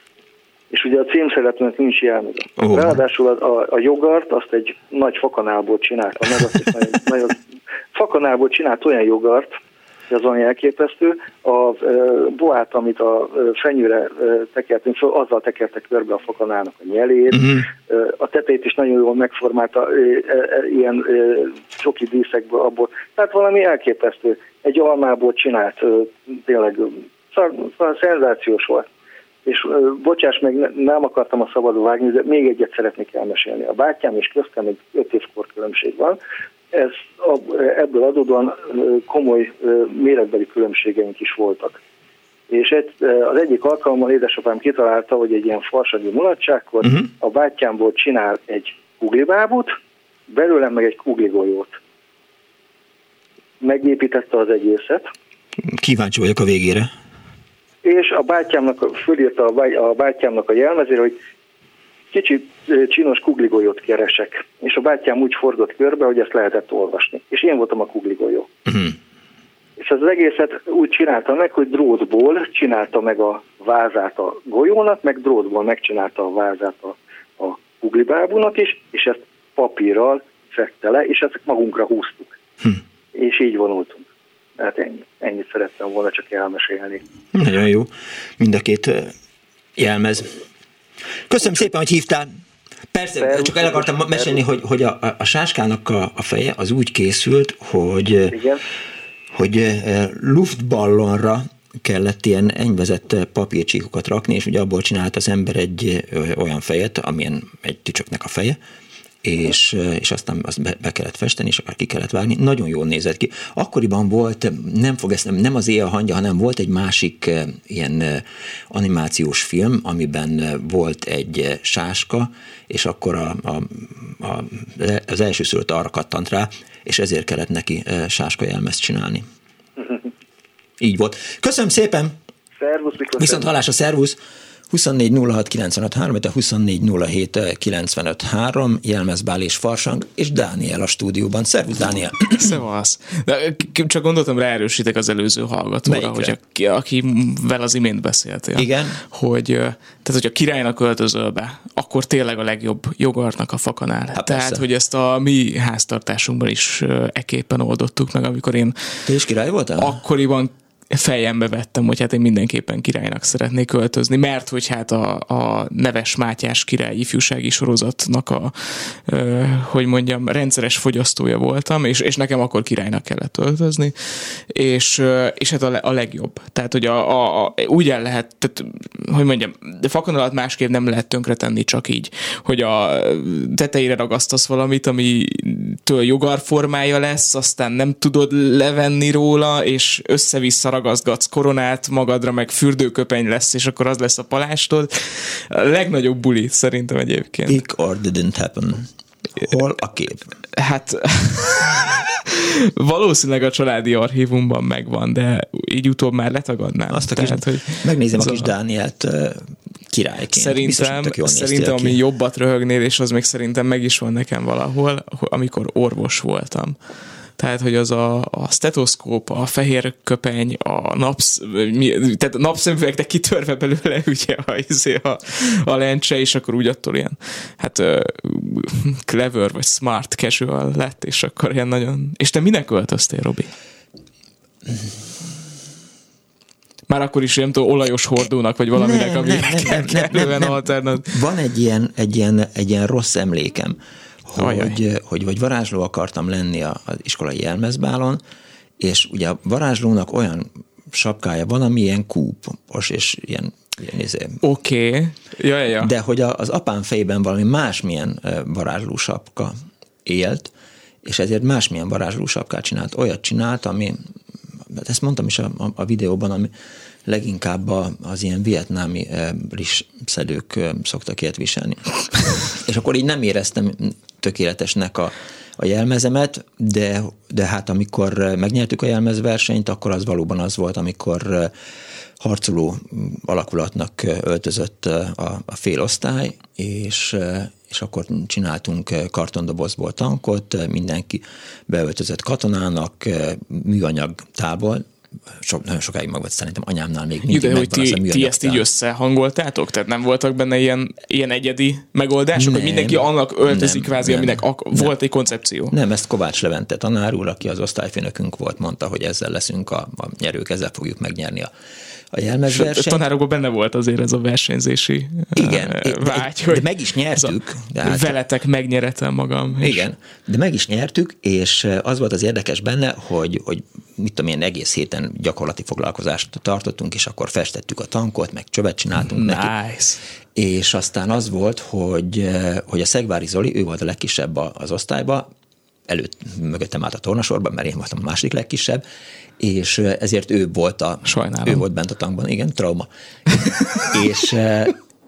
És ugye a címszereplőnek nincs jelmeze. Oh. Ráadásul a, a, a jogart azt egy nagy fakanálból csináltam, meg azt is nagyon, nagyon fakanálból csinált olyan jogart, az olyan elképesztő. A e, boát, amit a fenyőre tekertünk föl, azzal tekerte körbe a fakanálnak a nyelét. Uh-huh. A tetejét is nagyon jól megformálta, e, e, ilyen e, csoki díszekből abból. Tehát valami elképesztő. Egy almából csinált, e, tényleg szar, szar, szenzációs volt. És e, bocsáss meg, nem akartam a szabadba vágni, de még egyet szeretnék elmesélni. A bátyám és köztem egy öt évkor különbség van. Ez, ebből adódóan komoly méretbeli különbségeink is voltak. És egy, az egyik alkalommal édesapám kitalálta, hogy egy ilyen farsangi mulatságkor uh-huh. a bátyámból csinál egy kuglibábút, belőlem meg egy kugligolyót. Megépítette az egészet. Kíváncsi vagyok a végére. És a bátyámnak, fölírta a bátyámnak a jelmezére, hogy kicsit csinos kugligolyót keresek. És a bátyám úgy fordult körbe, hogy ezt lehetett olvasni. És én voltam a kugligolyó. Uh-huh. És És az egészet úgy csinálta meg, hogy drótból csinálta meg a vázát a golyónak, meg drótból megcsinálta a vázát a, a uglibábúnak is, és ezt papírral fekte le, és ezt magunkra húztuk. Hm. És így vonultunk. Hát ennyi. Ennyit szerettem volna csak elmesélni. Nagyon jó. Mind a két jelmez. Köszönöm szépen, hogy hívtál. Persze, Szervusz, csak el akartam mesélni, hogy, hogy a, a sáskának a, a feje az úgy készült, hogy, igen. hogy luftballonra kellett ilyen enyvezett papírcsíkokat rakni, és ugye abból csinált az ember egy olyan fejet, amilyen egy tücsöknek a feje, és, és aztán azt be, be kellett festeni, és akár ki kellett vágni. Nagyon jól nézett ki. Akkoriban volt, nem fog ezt, nem az Éjjel hangja, hanem volt egy másik ilyen animációs film, amiben volt egy sáska, és akkor a, a, a, az elsőszülött arra kattant rá, és ezért kellett neki sáska jelmezt csinálni. Így volt. Köszönöm szépen! Szervusz, Miklós! Viszont hallásra, szervusz! huszonnégy nulla hat kilencvenöt három, a huszonnégy nulla hét kilencvenöt három, Jelmezbál és Farsang, és Dániel a stúdióban. Szervusz, Dániel! Szevasz! De csak gondoltam, ráerősítek az előző hallgatóra, hogy aki, akivel az imént beszéltél. Igen? Hogy, tehát, hogy a királynak költözöl be, akkor tényleg a legjobb jogartnak a fakanál. Hát tehát, persze. Hogy ezt a mi háztartásunkban is eképpen oldottuk meg, amikor én... Te is király voltál? Akkoriban fejembe vettem, hogy hát én mindenképpen királynak szeretnék költözni, mert hogy hát a, a Neves Mátyás király ifjúsági sorozatnak a, ö, hogy mondjam, rendszeres fogyasztója voltam, és, és nekem akkor királynak kellett költözni, és, és hát a, a legjobb. Tehát, hogy a, a, a, úgy el lehet, tehát, hogy mondjam, de fakanalat másképp nem lehet tönkretenni csak így, hogy a tetejére ragasztasz valamit, amitől jogarformája lesz, aztán nem tudod levenni róla, és össze-vissza ragaszgatsz koronát magadra, meg fürdőköpeny lesz, és akkor az lesz a palástod. A legnagyobb buli szerintem egyébként. It or didn't happen. Hol a kép? Hát valószínűleg a családi archívumban megvan, de így utóbb már letagadnám. Azt a kis, Tehát, hogy megnézem a kis Dánielt uh, királyként. Szerintem, szerintem ami jobbat röhögnél, és az még szerintem meg is van nekem valahol, amikor orvos voltam. Tehát, hogy az a, a stetoszkóp, a fehér köpeny, a napsz, mi, tehát a napszemüvegnek kitörve belőle ugye a, a, a lencse, és akkor úgy attól ilyen hát uh, clever vagy smart casual lett, és akkor ilyen nagyon... És te minek költöztél, Robi? Már akkor is, nem tudom, olajos hordónak, vagy valaminek, ami kellően alternat. Van egy ilyen, egy, ilyen, egy ilyen rossz emlékem, hogy, hogy vagy varázsló akartam lenni az iskolai jelmezbálon, és ugye a varázslónak olyan sapkája van, ami ilyen kúpos, és ilyen, ilyen izé. Oké. Okay. Ja, ja. De hogy az apám fejében valami másmilyen varázsló sapka élt, és ezért másmilyen varázsló sapkát csinált. Olyat csinált, ami, ezt mondtam is a, a, a videóban, ami leginkább az ilyen vietnámi rizsszedők szoktak ilyet viselni. És akkor így nem éreztem tökéletesnek a, a jelmezemet, de, de hát amikor megnyertük a jelmezversenyt, akkor az valóban az volt, amikor harcoló alakulatnak öltözött a, a félosztály, és, és akkor csináltunk kartondobozból tankot, mindenki beöltözött katonának, műanyag tálból, So, nagyon sokáig meg volt, szerintem anyámnál még mindig de hogy ti, ti ezt így összehangoltátok? Tehát nem voltak benne ilyen, ilyen egyedi megoldások, nem, hogy mindenki annak öltözik nem, kvázi, nem, aminek ak- nem, volt egy koncepció? Nem, ezt Kovács Levente tanár úr, aki az osztályfőnökünk volt, mondta, hogy ezzel leszünk a, a nyerők, ezzel fogjuk megnyerni a, a jelmezversenyt. A tanárokban benne volt azért ez a versenyzési igen, vágy, de, de meg is nyertük. De hát, veletek megnyeretem magam. Igen, de meg is nyertük, és az volt az érdekes benne, hogy, hogy mit tudom én, egész héten gyakorlati foglalkozást tartottunk, és akkor festettük a tankot, meg csövet csináltunk nice. neki. És aztán az volt, hogy, hogy a Szegvári Zoli, ő volt a legkisebb az osztályba, előtt mögöttem állt a tornasorban, mert én voltam a második legkisebb, és ezért ő volt, a, ő volt bent a tankban, igen, trauma. és,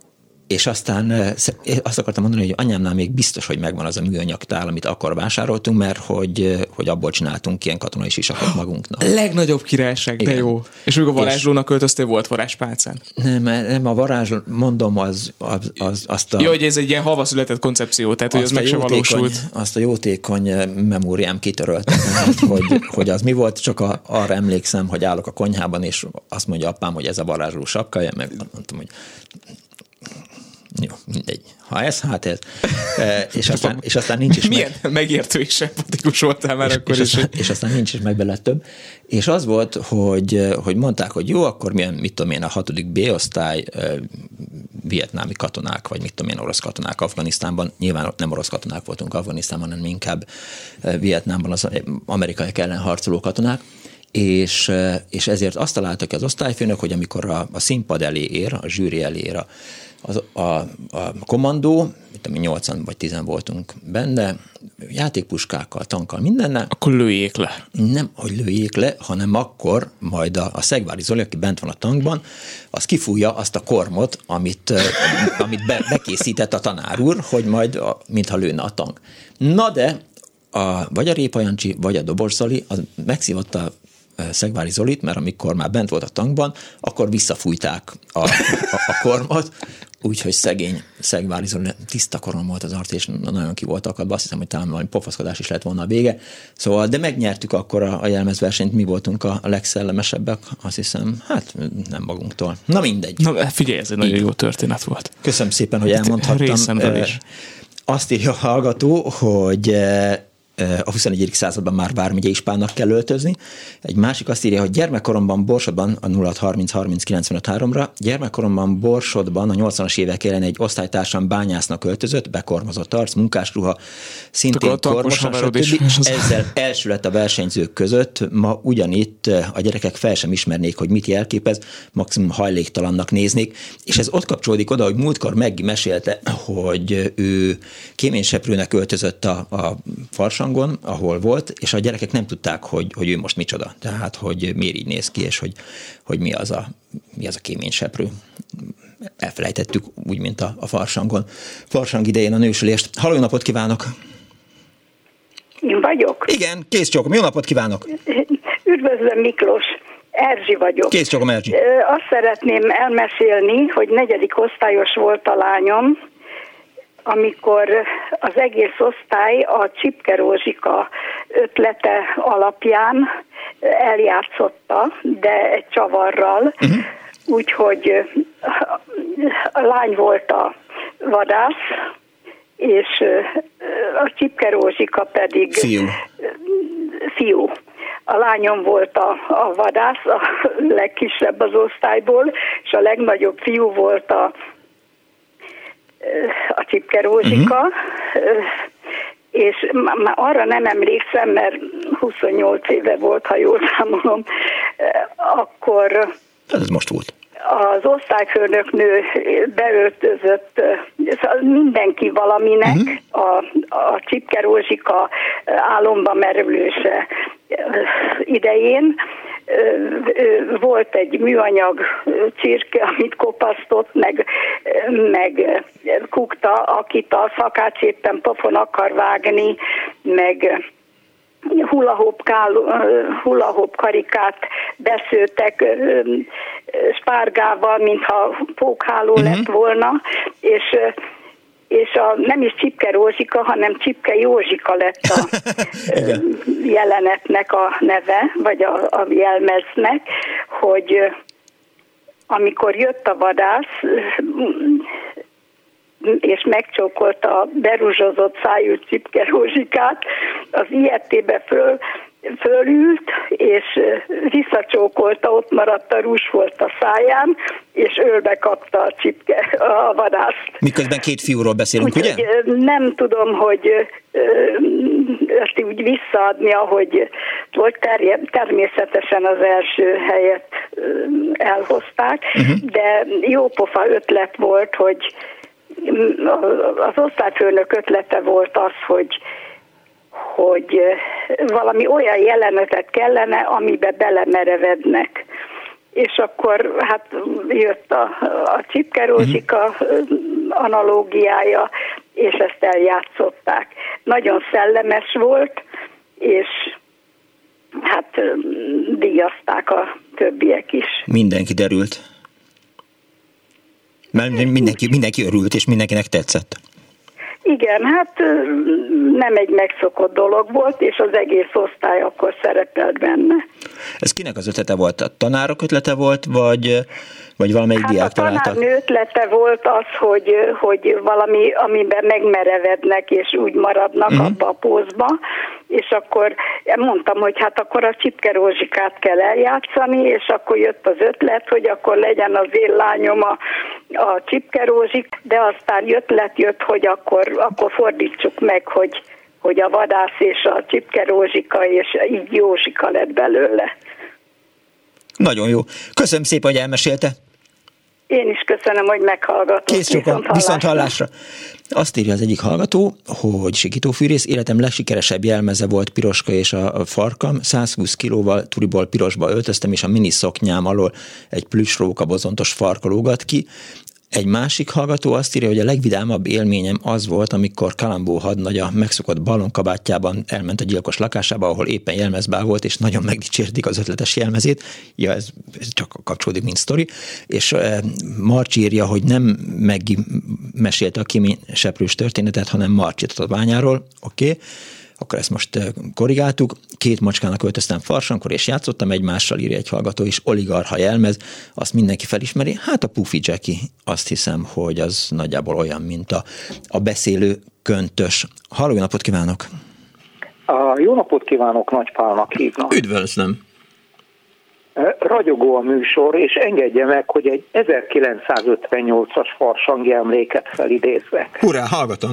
és aztán azt akartam mondani, hogy anyámnál még biztos, hogy megvan az a műanyag tál, amit akkor vásároltunk, mert hogy, hogy abból csináltunk ilyen katonai sisakot magunknak. Legnagyobb királyság, de igen. Jó. És amikor varázslónak költöztél, volt varázspálcán? Nem, nem a varázs, mondom, az, az, az azt a... Jó, hogy ez egy ilyen halva született koncepció, tehát hogy az meg sem valósult. Azt a jótékony memóriám kitörölte, tehát, hogy, hogy az mi volt, csak a, arra emlékszem, hogy állok a konyhában, és azt mondja apám, hogy ez a varázsló sapkája, meg mondtam, hogy jó, mindegy. Ha ez, hát ez. E, és, aztán, és aztán nincs is milyen meg... megértő és empatikus voltál már és, akkor és is. Aztán, és aztán nincs is meg bele több. És az volt, hogy, hogy mondták, hogy jó, akkor milyen, mit tudom én, a hatodik B-osztály vietnámi katonák, vagy mit tudom én, orosz katonák Afganisztánban. Nyilván ott nem orosz katonák voltunk Afganisztánban, hanem inkább Vietnámban az amerikai ellen harcoló katonák. És, és ezért azt találta ki az osztályfőnök, hogy amikor a, a színpad elé ér, a zsűri elé ér a, a, a, a kommandó, mit tudom, nyolcan vagy tizen voltunk benne, játékpuskákkal, tankkal, mindennel. Akkor lőjék le. Nem, hogy lőjék le, hanem akkor majd a, a Szegvári Zoli, aki bent van a tankban, az kifújja azt a kormot, amit, amit be, bekészített a tanár úr, hogy majd, a, mintha lőne a tank. Na de, a, vagy a Répa Jancsi, vagy a Dobos Zoli, az megszívatta Szegvári Zolit, mert amikor már bent volt a tankban, akkor visszafújták a, a, a kormot, úgyhogy szegény Szegvári Zoli tiszta korom volt az arc, és nagyon ki volt akadva, azt hiszem, hogy talán valami pofaszkodás is lett volna a vége. Szóval, de megnyertük akkor a, a jelmezversenyt, mi voltunk a, a legszellemesebbek, azt hiszem, hát nem magunktól. Na mindegy. Na figyelj, ez egy nagyon jó történet volt. Köszönöm szépen, hogy elmondhattam. Részemről is. Azt írja a hallgató, hogy a huszonegyedik században már vármegye ispánnak kell öltözni. Egy másik azt írja, hogy gyermekkoromban Borsodban a nulla hat harminc harminc kilencvenöt háromra, gyermekkoromban Borsodban a nyolcvanas évek elején egy osztálytársam bányásznak öltözött, bekormozott arc, munkásruha, szintén kormosan, stb. És ezzel első lett a versenyzők között. Ma ugyanitt a gyerekek fel sem ismernék, hogy mit jelképez, maximum hajléktalannak néznék. És ez ott kapcsolódik oda, hogy múltkor Meggi mesélte, hogy ő kéményseprőnek öltözött a, a Farsangon, ahol volt, és a gyerekek nem tudták, hogy, hogy ő most micsoda. Tehát, hogy miért így néz ki, és hogy, hogy mi az a, mi az a kéményseprő. Elfelejtettük úgy, mint a, a Farsangon. Farsang idején a nősülést. Halló, jó napot kívánok! Én vagyok? Igen, kész csókom. Jó napot kívánok! Üdvözlöm, Miklós! Erzsi vagyok. Kész csókom, Erzsi. Azt szeretném elmesélni, hogy negyedik osztályos volt a lányom, amikor az egész osztály a Csipke Rózsika ötlete alapján eljátszotta, de egy csavarral, uh-huh. Úgyhogy a lány volt a vadász, és a Csipke Rózsika pedig fiú. fiú. A lányom volt a, a vadász, a legkisebb az osztályból, és a legnagyobb fiú volt a a Csipke Rózsika, uh-huh. És már arra nem emlékszem, mert huszonnyolc éve volt, ha jól számolom, akkor ez most volt. Az osztályfőnöknő beöltözött mindenki valaminek, uh-huh. a, a Csipke Rózsika álomba merülése idején. Volt egy műanyag csirke, amit kopasztott, meg, meg kukta, akit a szakács éppen pofon akar vágni, meg hula-hop karikát beszőtek spárgával, mintha pókháló uh-huh. lett volna, és és a, nem is Csipke Rózsika, hanem Csipke Józsika lett a jelenetnek a neve, vagy a, a jelmeznek, hogy amikor jött a vadász, és megcsókolta a berúzsozott szájú Csipke Rózsikát, az ilyettébe föl, fölült, és visszacsókolta, ott maradt a rúzs volt a száján, és ölbe kapta a Csipke, a vadászt. Miközben két fiúról beszélünk, úgy, ugye? Nem tudom, hogy ezt úgy visszaadni, ahogy volt, természetesen az első helyet elhozták, uh-huh. de jópofa ötlet volt, hogy az osztályfőnök ötlete volt az, hogy hogy valami olyan jelenetet kellene, amiben belemerevednek. és akkor hát jött a, a Csipke Rózsika analógiája, és ezt eljátszották. Nagyon szellemes volt, és hát díjazták a többiek is. Mindenki derült. Mert mindenki, mindenki örült, és mindenkinek tetszett. Igen, hát nem egy megszokott dolog volt, és az egész osztály akkor szerepelt benne. Ez kinek az ötlete volt? A tanárok ötlete volt, vagy, vagy valamelyik hát diák találta? A tanárnő ötlete volt az, hogy, hogy valami, amiben megmerevednek, és úgy maradnak uh-huh. abba a pózba, és akkor mondtam, hogy hát akkor a Csipke Rózsikát kell eljátszani, és akkor jött az ötlet, hogy akkor legyen az én lányom a, a Csipke Rózsik, de aztán ötlet jött, hogy akkor, akkor fordítsuk meg, hogy, hogy a vadász és a Csipke Rózsika, és így Józsika lett belőle. Nagyon jó. Köszönöm szépen, hogy elmesélte. Én is köszönöm, hogy meghallgatott. Kész viszont, viszont hallásra. Azt írja az egyik hallgató, hogy Sikítófűrész életem legsikeresebb jelmeze volt Piroska és a farkam. százhúsz kilóval turiból pirosba öltöztem, és a mini szoknyám alól egy plüssróka bozontos farka lógat ki. Egy másik hallgató azt írja, hogy a legvidámabb élményem az volt, amikor Kalambó hadnagy a megszokott ballonkabátjában elment a gyilkos lakásába, ahol éppen jelmezbál volt, és nagyon megdicsérték az ötletes jelmezét. Ja, ez, ez csak kapcsolódik, mint sztori. És uh, Marcsi írja, hogy nem Meggi mesélte a kéményseprős történetet, hanem Marcsi tatabányáról. Oké. Okay. Akkor ezt most korrigáltuk. Két macskának öltöztem farsankor, és játszottam egymással, írja egy hallgató, és oligarcha jelmez, azt mindenki felismeri. Hát a Puffy Jackie, azt hiszem, hogy az nagyjából olyan, mint a, a beszélő köntös. Halló, jó napot kívánok! A jó napot kívánok, Nagy Pálnak hívnak. Üdvözlöm! Ragyogó a műsor, és engedje meg, hogy egy ezerkilencszázötvennyolcas farsangi emléket felidézzek. Hurrá, hallgatom!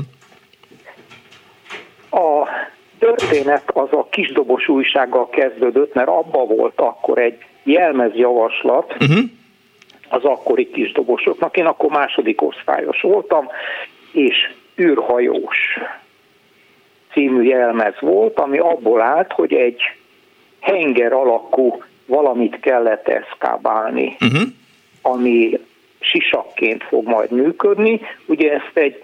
A történet az a kisdobos újsággal kezdődött, mert abba volt akkor egy jelmezjavaslat uh-huh. az akkori kisdobosoknak. Én akkor második osztályos voltam, és űrhajós című jelmez volt, ami abból állt, hogy egy henger alakú valamit kellett eszkábálni, uh-huh. ami sisakként fog majd működni. Ugye ezt egy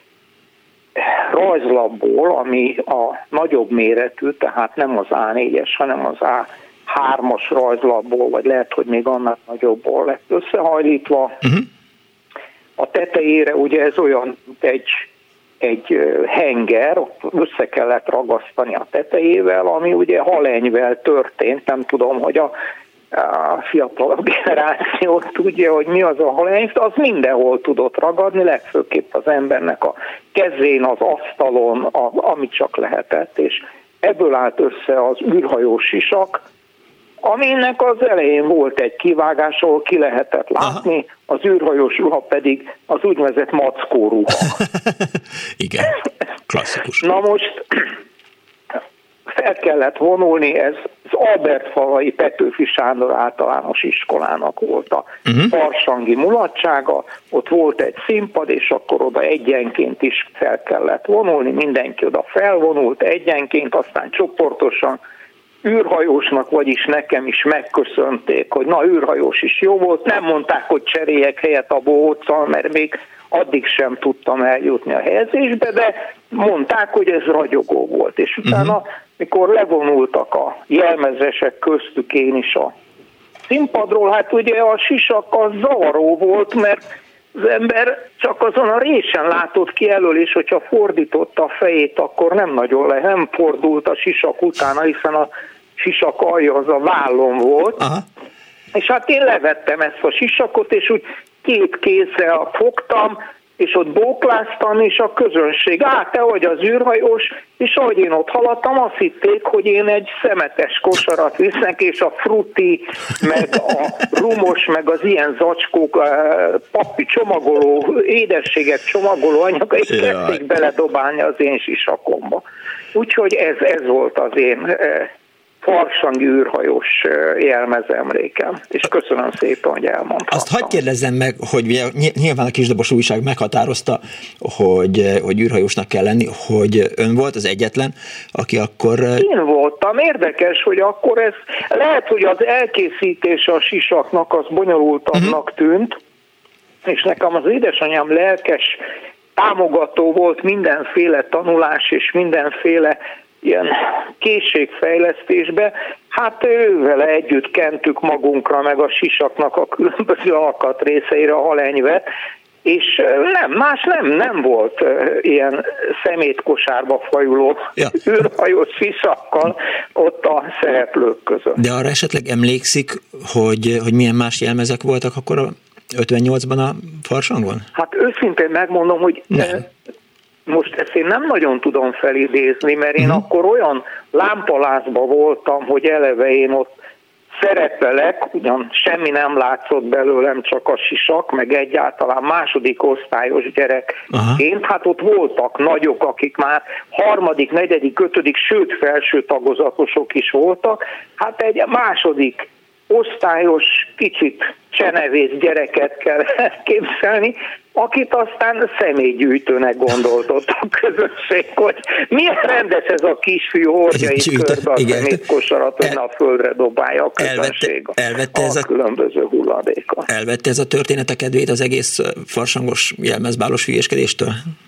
rajzlapból, ami a nagyobb méretű, tehát nem az á négyes, hanem az á hármas rajzlapból, vagy lehet, hogy még annál nagyobbból lett összehajlítva. Uh-huh. A tetejére ugye ez olyan, mint egy, egy henger, össze kellett ragasztani a tetejével, ami ugye halenyvel történt, nem tudom, hogy a a fiatalabb generáció tudja, hogy mi az a haleny, az mindenhol tudott ragadni, legfőképp az embernek a kezén, az asztalon, a, amit csak lehetett, és ebből állt össze az űrhajós sisak, aminek az elején volt egy kivágás, ahol ki lehetett látni, aha. Az űrhajós ruha pedig az úgynevezett mackó ruha. Igen, klasszikus. Na most fel kellett vonulni, ez az Albertfalvai Petőfi Sándor általános iskolának volt a uh-huh. farsangi mulatsága, ott volt egy színpad, és akkor oda egyenként is fel kellett vonulni, mindenki oda felvonult egyenként, aztán csoportosan űrhajósnak, vagyis nekem is megköszönték, hogy na, űrhajós is jó volt, nem mondták, hogy cseréljek helyet a bohóccal, mert még addig sem tudtam eljutni a helyezésbe, de mondták, hogy ez ragyogó volt. És utána, uh-huh. mikor levonultak a jelmezesek, köztük én is a színpadról, hát ugye a sisak az zavaró volt, mert az ember csak azon a résen látott ki elől, és hogyha fordította a fejét, akkor nem nagyon le, nem fordult a sisak utána, hiszen a sisak alja az a vállon volt. Aha. És hát én levettem ezt a sisakot, és úgy két kézzel fogtam, és ott bókláztam, és a közönség, á, te vagy az űrhajós, és ahogy én ott haladtam, azt hitték, hogy én egy szemetes kosarat visznek, és a fruti, meg a rumos, meg az ilyen zacskók, papi csomagoló, édességek csomagoló anyagait kezdték beledobálni az én sisakomba. Úgyhogy ez, ez volt az én farsangi űrhajós jelmezemlékem. És köszönöm szépen, hogy elmondhattam. Azt hadd kérdezzem meg, hogy nyilván a Kisdobos újság meghatározta, hogy, hogy űrhajósnak kell lenni, hogy ön volt az egyetlen, aki akkor... Én voltam. Érdekes, hogy akkor ez lehet, hogy az elkészítése a sisaknak az bonyolultabbnak uh-huh. tűnt, és nekem az édesanyám lelkes támogató volt mindenféle tanulás és mindenféle ilyen készségfejlesztésbe, hát vele együtt kentük magunkra, meg a sisaknak a különböző alkatrészeire a halenyvet, és nem, más nem, nem volt ilyen szemétkosárba fajuló ja. űrhajós sisakkal ott a szereplők között. De arra esetleg emlékszik, hogy, hogy milyen más jelmezek voltak akkor a ötvennyolcban a Farsangon? Hát őszintén megmondom, hogy nem. Most ezt én nem nagyon tudom felidézni, mert én uh-huh. akkor olyan lámpalázba voltam, hogy eleve én ott szerepelek, ugyan semmi nem látszott belőlem, csak a sisak, meg egyáltalán második osztályos gyerekként. Uh-huh. Hát ott voltak nagyok, akik már harmadik, negyedik, ötödik, sőt felső tagozatosok is voltak. Hát egy második osztályos, kicsit csenevész gyereket kell képzelni, akit aztán személygyűjtőnek gondolt ott a közösség, hogy milyen rendes ez a kisfiú hordja itt körbe a szemétkosarat, hogy el, a földre dobálja a közönség elvette, elvette ez a, a különböző hulladéka. Elvette ez a történet a kedvét az egész farsangos jelmezbálos hülyéskedéstől?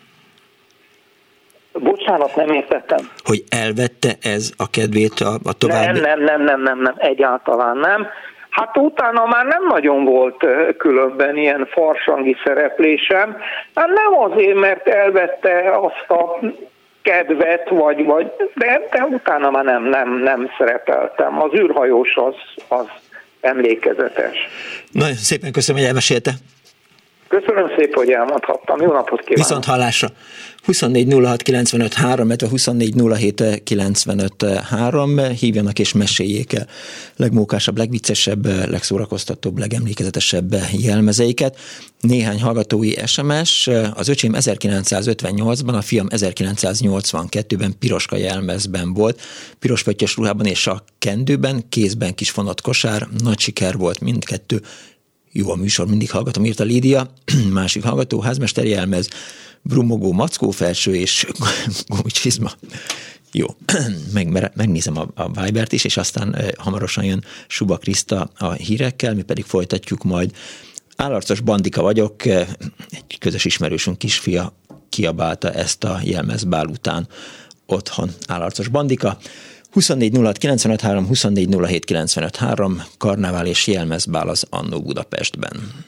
Bocsánat, nem értettem. Hogy elvette ez a kedvét a, a további... Nem, nem, nem, nem, nem, nem, egyáltalán nem. Hát utána már nem nagyon volt különben ilyen farsangi szereplésem. Hát nem azért, mert elvette azt a kedvet, vagy, vagy de, de utána már nem, nem, nem szerepeltem. Az űrhajós az, az emlékezetes. Nagyon szépen köszönöm, hogy elmesélte. Köszönöm szépen, hogy elmondhattam. Jó napot kívánok! Viszont hallásra! huszonnégy nulla hat kilencvenöt három, illetve huszonnégy nulla hét kilencvenöt három. Hívjanak és meséljék el legmókásabb, legviccesebb, legszórakoztatóbb, legemlékezetesebb jelmezeiket. Néhány hallgatói es em es. Az öcsém ezerkilencszázötvennyolcban, a fiam ezerkilencszáznyolcvankettőben piroska jelmezben volt, piros pöttyös ruhában és a kendőben, kézben kis fonott kosár, nagy siker volt mindkettő. Jó a műsor, mindig hallgatom, írta Lídia. Másik hallgató, házmester jelmez, brumogó mackó felső és gumicsizma. Jó, Meg, megnézem a, a Vibert is, és aztán e, hamarosan jön Suba Kriszta a hírekkel, mi pedig folytatjuk majd. Állarcos Bandika vagyok, egy közös ismerősünk kisfia kiabálta ezt a jelmezbál után otthon. Állarcos Bandika. huszonnégy nulla hat kilencvenöt három, huszonnégy nulla hét kilencvenöt három, karnevál és jelmezbál az Annó Budapestben.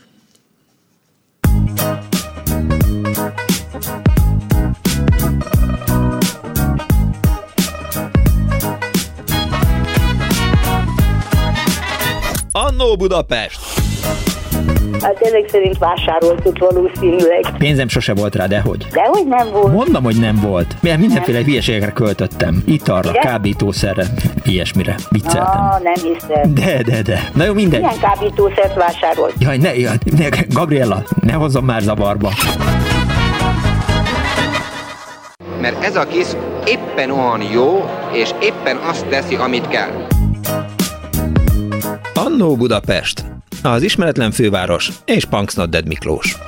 Annó Budapest! Hát ezek szerint vásároltuk valószínűleg. Pénzem sose volt rá, dehogy? Dehogy nem volt. Mondom, hogy nem volt. Mert mindenféle hülyeségekre költöttem. Italra, igen? Kábítószerre, ilyesmire. Vicceltem. Ah, nem hiszem. De, de, de. Na jó, mindegy. Milyen kábítószert vásárolt? Jaj, ne, jaj, ne, Gabriella, ne hozzon már zavarba. Mert ez a kis éppen olyan jó, és éppen azt teszi, amit kell. Annó Budapest, az ismeretlen főváros és Punksnodded Miklós.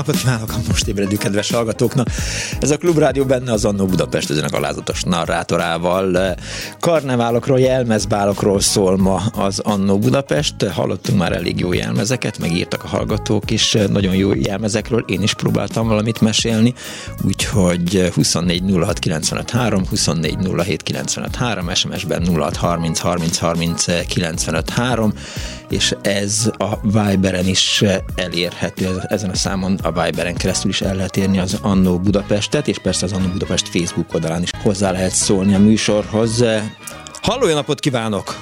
napot kívánok a most ébredő kedves hallgatóknak! Ez a Klubrádió, benne az Annó Budapest az önök alázatos narrátorával. Karneválokról, jelmezbálokról szól ma az Annó Budapest. Hallottunk már elég jó jelmezeket, megírtak a hallgatók is nagyon jó jelmezekről. Én is próbáltam valamit mesélni, úgyhogy huszonnégy nulla hat kilencvenöt három, huszonnégy nulla hét kilencvenöt három, es em es-ben nulla hat harminc harminc harminc kilencvenöt három, és ez a Viberen is elérhető, ezen a számon a Viberen keresztül is el lehet érni az Annó Budapestet, és persze az Annó Budapest Facebook oldalán is hozzá lehet szólni a műsorhoz. Halló, jó napot kívánok!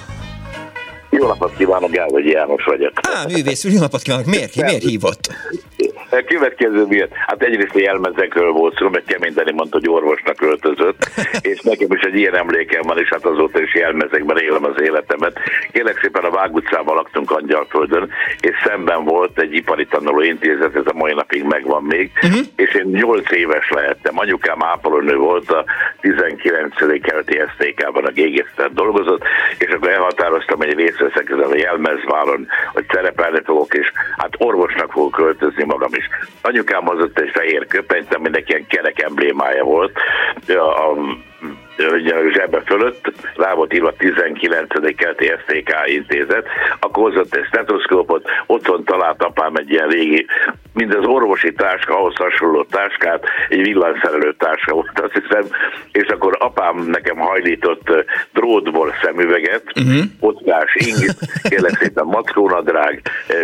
Jó napot kívánok, Gálvölgyi János vagyok. Á, művész, jó napot kívánok! Miért, miért hívott? Következő miért? Hát egyrészt a jelmezekről volt szó, mert Kemény Dani mondta, hogy orvosnak öltözött, és nekem is egy ilyen emlékem van, és hát azóta is jelmezekben élem az életemet. Kérlek szépen, a Vág utcában laktunk Angyalföldön, és szemben volt egy ipari tanuló intézet, ez a mai napig megvan még, uh-huh. és én nyolc éves lehettem. Anyukám ápolónő volt, a tizenkilencedik keleti es té ká-ban a Gégészten dolgozott, és akkor elhatároztam, hogy részt veszek ezen a jelmezválon, hogy szerepelni fogok, és hát orvosnak fogok költözni magam is. Anyukám hozott egy fehér köpenyt, aminek ilyen kerek emblémája volt a, a zsebe fölött, rá volt írva tizenkilencedik keleti es té ká intézet, akkor hozott egy stetoszkópot, otthon talált apám egy ilyen régi, mind az orvosi táska, ahhoz hasonló táskát, egy villanyszerelő táska volt, azt hiszem, és akkor apám nekem hajlított drótból szemüveget, uh-huh. ockás ingit, kérlek szépen mackónadrág,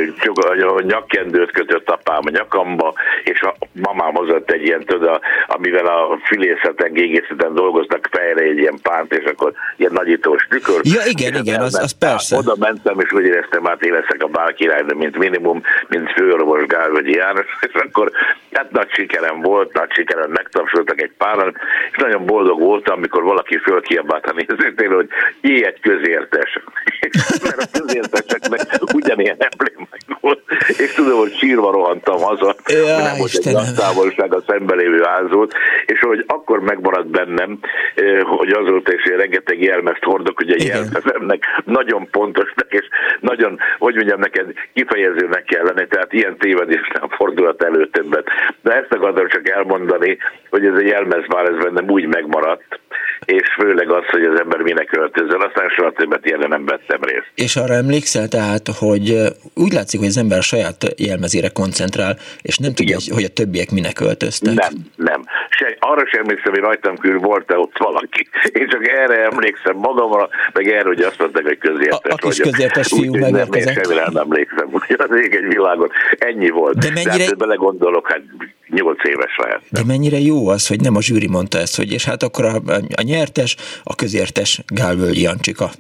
nyakkendőt kötött apám a nyakamba, és a mamám hozott egy ilyen, tudod, amivel a filészeten, gégészeten dolgoznak, fejre egy ilyen pánt, és akkor ilyen nagyítós tükör. Ja, igen, igen, az, az persze. Oda mentem, és úgy éreztem, hát én leszek a bálkirály, de mint minimum, mint főorvos Gálvölgyi János, és akkor hát nagy sikerem volt, nagy sikerem megtapsoltak egy páran, és nagyon boldog voltam, amikor valaki fölkiabált a nézőtől, hogy jé, egy közértes. Mert a közérteseknek ugyanilyen emblémák volt, és tudom, hogy sírva rohantam haza, ja, nem volt egy nagy távolság a szembelévő házról, és hogy akkor megmaradt bennem, hogy azóta is én rengeteg jelmezt hordok, ugye jelmezemnek nagyon pontosnak, és nagyon, hogy mondjam, neked kifejezőnek kell lenni, tehát ilyen tévedés nem fordulhat elő többet. De ezt akarom csak elmondani, hogy ez a jelmez már ez bennem úgy megmaradt, és főleg az, hogy az ember minek öltözön, aztán soha többet ilyen nem vettem részt. És arra emlékszel tehát, hogy úgy látszik, hogy az ember a saját jelmezére koncentrál, és nem tudja, igen, hogy a többiek minek öltöztek. Nem, nem. Se, arra sem emlékszem, hogy rajtam kívül volt-e ott valaki. Én csak erre emlékszem magamra, meg erre, hogy azt mondták, hogy közértes a, a kis közértes fiú megérkezett. Én semmire nem emlékszem, hogy az ég egy világon ennyi volt. De mennyire... De hát belegondolok, hát nyolc éves lehet. De mennyire jó az, hogy nem a zsűri mondta ezt, hogy és hát akkor a, a nyertes, a közértes Gálvölgyi Jancsika.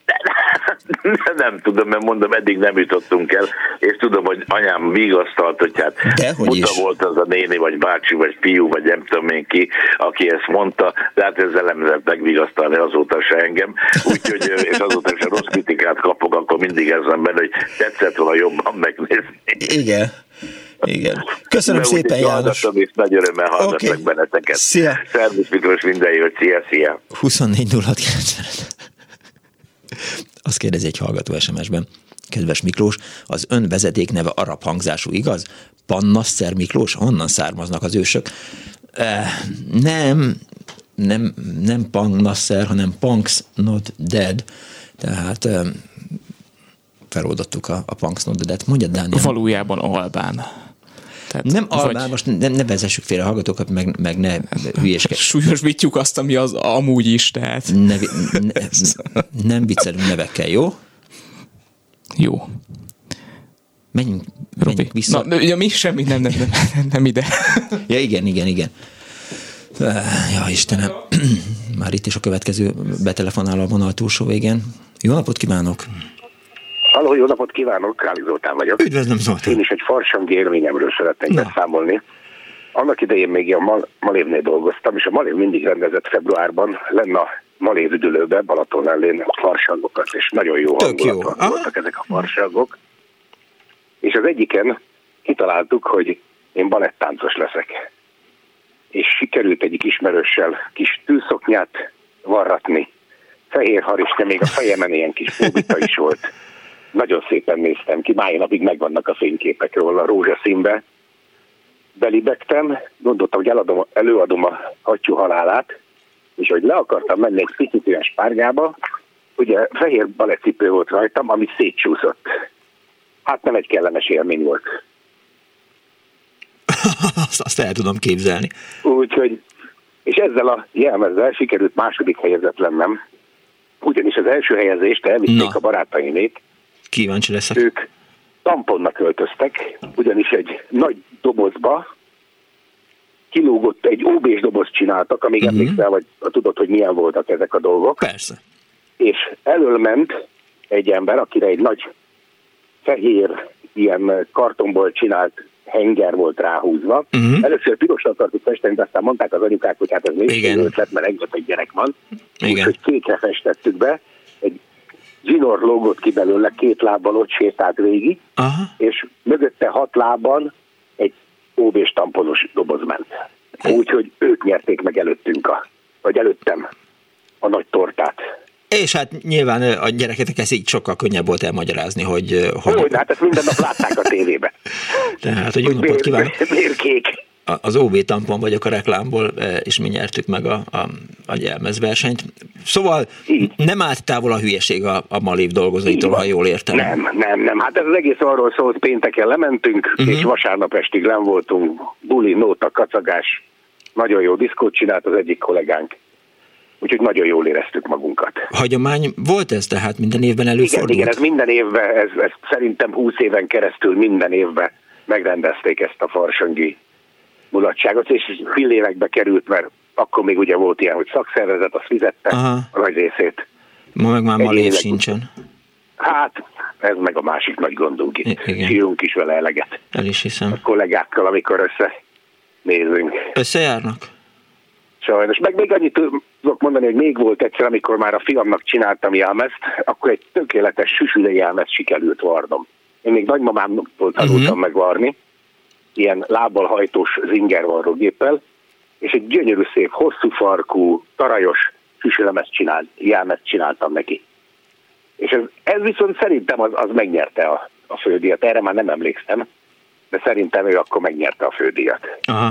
Nem, nem tudom, mert mondom, eddig nem jutottunk el, és tudom, hogy anyám vigasztalt, hogy hát buta volt az a néni, vagy bácsi, vagy fiú, vagy nem tudom én ki, aki ezt mondta, de hát ezzel nem lehet megvigasztalni azóta se engem, úgyhogy, és azóta se rossz kritikát kapok, akkor mindig ezen benne, hogy tetszett volna jobban megnézni. Igen. Igen. Köszönöm de szépen, János. És nagy örömmel hallgatlak okay. benneteket. Szia. Szervusz Miklós, minden jót, szia, szia. huszonnégy nulla hat kilencvenöt. Azt kérdezi egy hallgató es em es-ben. Kedves Miklós, az ön vezeték neve arab hangzású, igaz? Pannasser Miklós? Honnan származnak az ősök? Eh, nem, nem, nem Pannasser, hanem Punks Not Dead. Tehát eh, feloldottuk a, a Punks Not Dead-et. Mondja, Dániel. Valójában albán. Tehát nem albán, vagy... most ne, ne vezessük félre a hallgatókat, meg, meg ne hülyeskedjünk. Súlyosbítjuk azt, ami az amúgy is, tehát. Ne, ne, nem viccelünk nevekkel, jó? Jó. Menjünk, menjünk vissza. Na, ja, mi semmi, nem, nem, nem, nem ide. Ja, igen, igen, igen. Ja, Istenem. Már itt is a következő betelefonál a vonal túlsó végén. Jó napot kívánok! Halló, jó napot kívánok, Káli Zoltán vagyok. Üdvözlöm, Zoltán. Én is egy farsangi élményemről szeretnék Na. beszámolni. Annak idején még a Mal- Malévnél dolgoztam, és a Malév mindig rendezett februárban lenne a Malév üdülőbe, Balaton ellén farsangokat, és nagyon jó hangulatban voltak ezek a farsangok. És az egyiken kitaláltuk, hogy én balettáncos leszek. És sikerült egyik ismerőssel kis tűzszoknyát varratni, fehér harisnya, még a fejemen ilyen kis fóbita is volt. Nagyon szépen néztem ki, máj napig megvannak a fényképek róla, rózsaszínbe. belibegtem, gondoltam, hogy eladom, előadom a hattyú halálát, és hogy le akartam menni egy picit olyan spárgába, ugye fehér balettcipő volt rajtam, ami szétcsúszott. Hát nem egy kellemes élmény volt. azt, azt el tudom képzelni. Úgyhogy, és ezzel a jelmezzel sikerült második helyezett lennem, ugyanis az első helyezést elvitték Na. a barátaimét. Kíváncsi leszek. Ők tamponnak költöztek, ugyanis egy nagy dobozba kilógott, egy ó bés dobozt csináltak, amíg uh-huh. emlékszel, vagy tudod, hogy milyen voltak ezek a dolgok. Persze. És elől ment egy ember, akire egy nagy fehér, ilyen kartonból csinált henger volt ráhúzva. Uh-huh. Először pirosra akartuk festeni, de aztán mondták az anyukák, hogy hát ez még ötlet, mert egy gyerek van. Úgyhogy kékre festettük be, egy zsinór lógott ki belőle, két lábbal ott sétált végig, uh-huh. és mögötte hat lábban egy ó bés tamponos doboz ment. Úgyhogy ők nyerték meg előttünk, a, vagy előttem a nagy tortát. És hát nyilván a gyerekeknek ez így sokkal könnyebb volt elmagyarázni, hogy... hogy... Hogy, hát ezt minden nap látták a tévébe. Tehát, hogy jó napot kívánok. Miért kék? Az ó bé tampon vagyok a reklámból, és mi nyertük meg a, a, a jelmezversenyt. Szóval így. Nem állt távol a hülyeség a, a Malév dolgozóitól, ha jól értem. Nem, nem, nem. Hát ez az egész arról szól, hogy pénteken lementünk, uh-huh. és vasárnap estig len voltunk, buli, nóta, kacagás. Nagyon jó diszkót csinált az egyik kollégánk. Úgyhogy nagyon jól éreztük magunkat. Hagyomány volt ez, tehát minden évben előfordult? Igen, igen, ez minden évben, ez, ez szerintem húsz éven keresztül minden évben megrendezték ezt a farsangi mulatságot, és fillérekbe került, mert akkor még ugye volt ilyen, hogy szakszervezet, azt fizette Aha. a nagy részét. Ma meg már Malév sincsen. Hát, ez meg a másik nagy gondunk itt. Sírunk is vele eleget. El is hiszem. A kollégákkal, amikor összenézünk. Összejárnak? Sajnos. Meg még annyit tudok mondani, hogy még volt egyszer, amikor már a fiamnak csináltam jelmezt, akkor egy tökéletes süsüle jelmezt sikerült varnom. Én még nagymamámtól tanultam uh-huh. megvarni, ilyen lábbal hajtós zingervarrógéppel, és egy gyönyörű szép, hosszú farkú, tarajos süsülemezt csinált, jelmezt csináltam neki. És ez, ez viszont szerintem az, az megnyerte a, a fődíjat. Erre már nem emlékszem, de szerintem ő akkor megnyerte a fődíjat. Aha.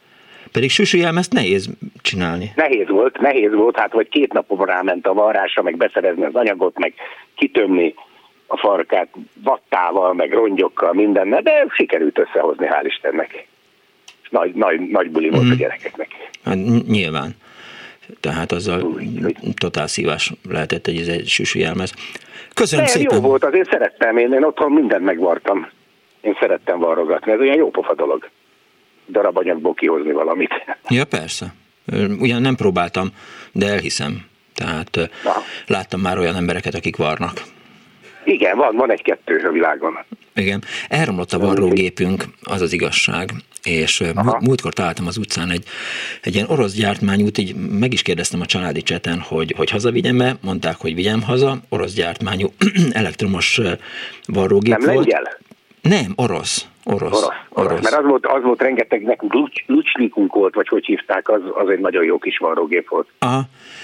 Pedig süsüjelmezt nehéz csinálni. Nehéz volt, nehéz volt, hát vagy két napon ráment a varrásra, meg beszerezni az anyagot, meg kitömni a farkát vattával, meg rongyokkal, mindennel, de sikerült összehozni, hál' Istennek. Nagy, nagy, nagy buli volt mm. a gyerekeknek. Hát, nyilván. Tehát azzal úgy, totál szívás lehetett egy, egy süsüjelmez. Köszönöm de szépen. Jó volt, azért szerettem, én, én otthon mindent megvartam. Én szerettem varrogatni, ez olyan jó pofa dolog. Darabanyagból kihozni valamit. Ja, persze. Ugyan nem próbáltam, de elhiszem. Tehát Na. láttam már olyan embereket, akik varnak. Igen, van, van egy-kettő a világon. Igen. Elromlott a varrógépünk, az az igazság, és Aha. múltkor találtam az utcán egy, egy ilyen orosz gyártmányút, így meg is kérdeztem a családi cseten, hogy, hogy hazavigyem-e, mondták, hogy vigyem haza, orosz gyártmányú elektromos varrógép nem volt. Nem lengyel? Nem, orosz. Orosz, orosz, orosz. orosz. Mert az volt, az volt rengeteg, nekünk lucs, lucsnikunk volt, vagy hogy hívták, az, az egy nagyon jó kis varrógép volt. Aha.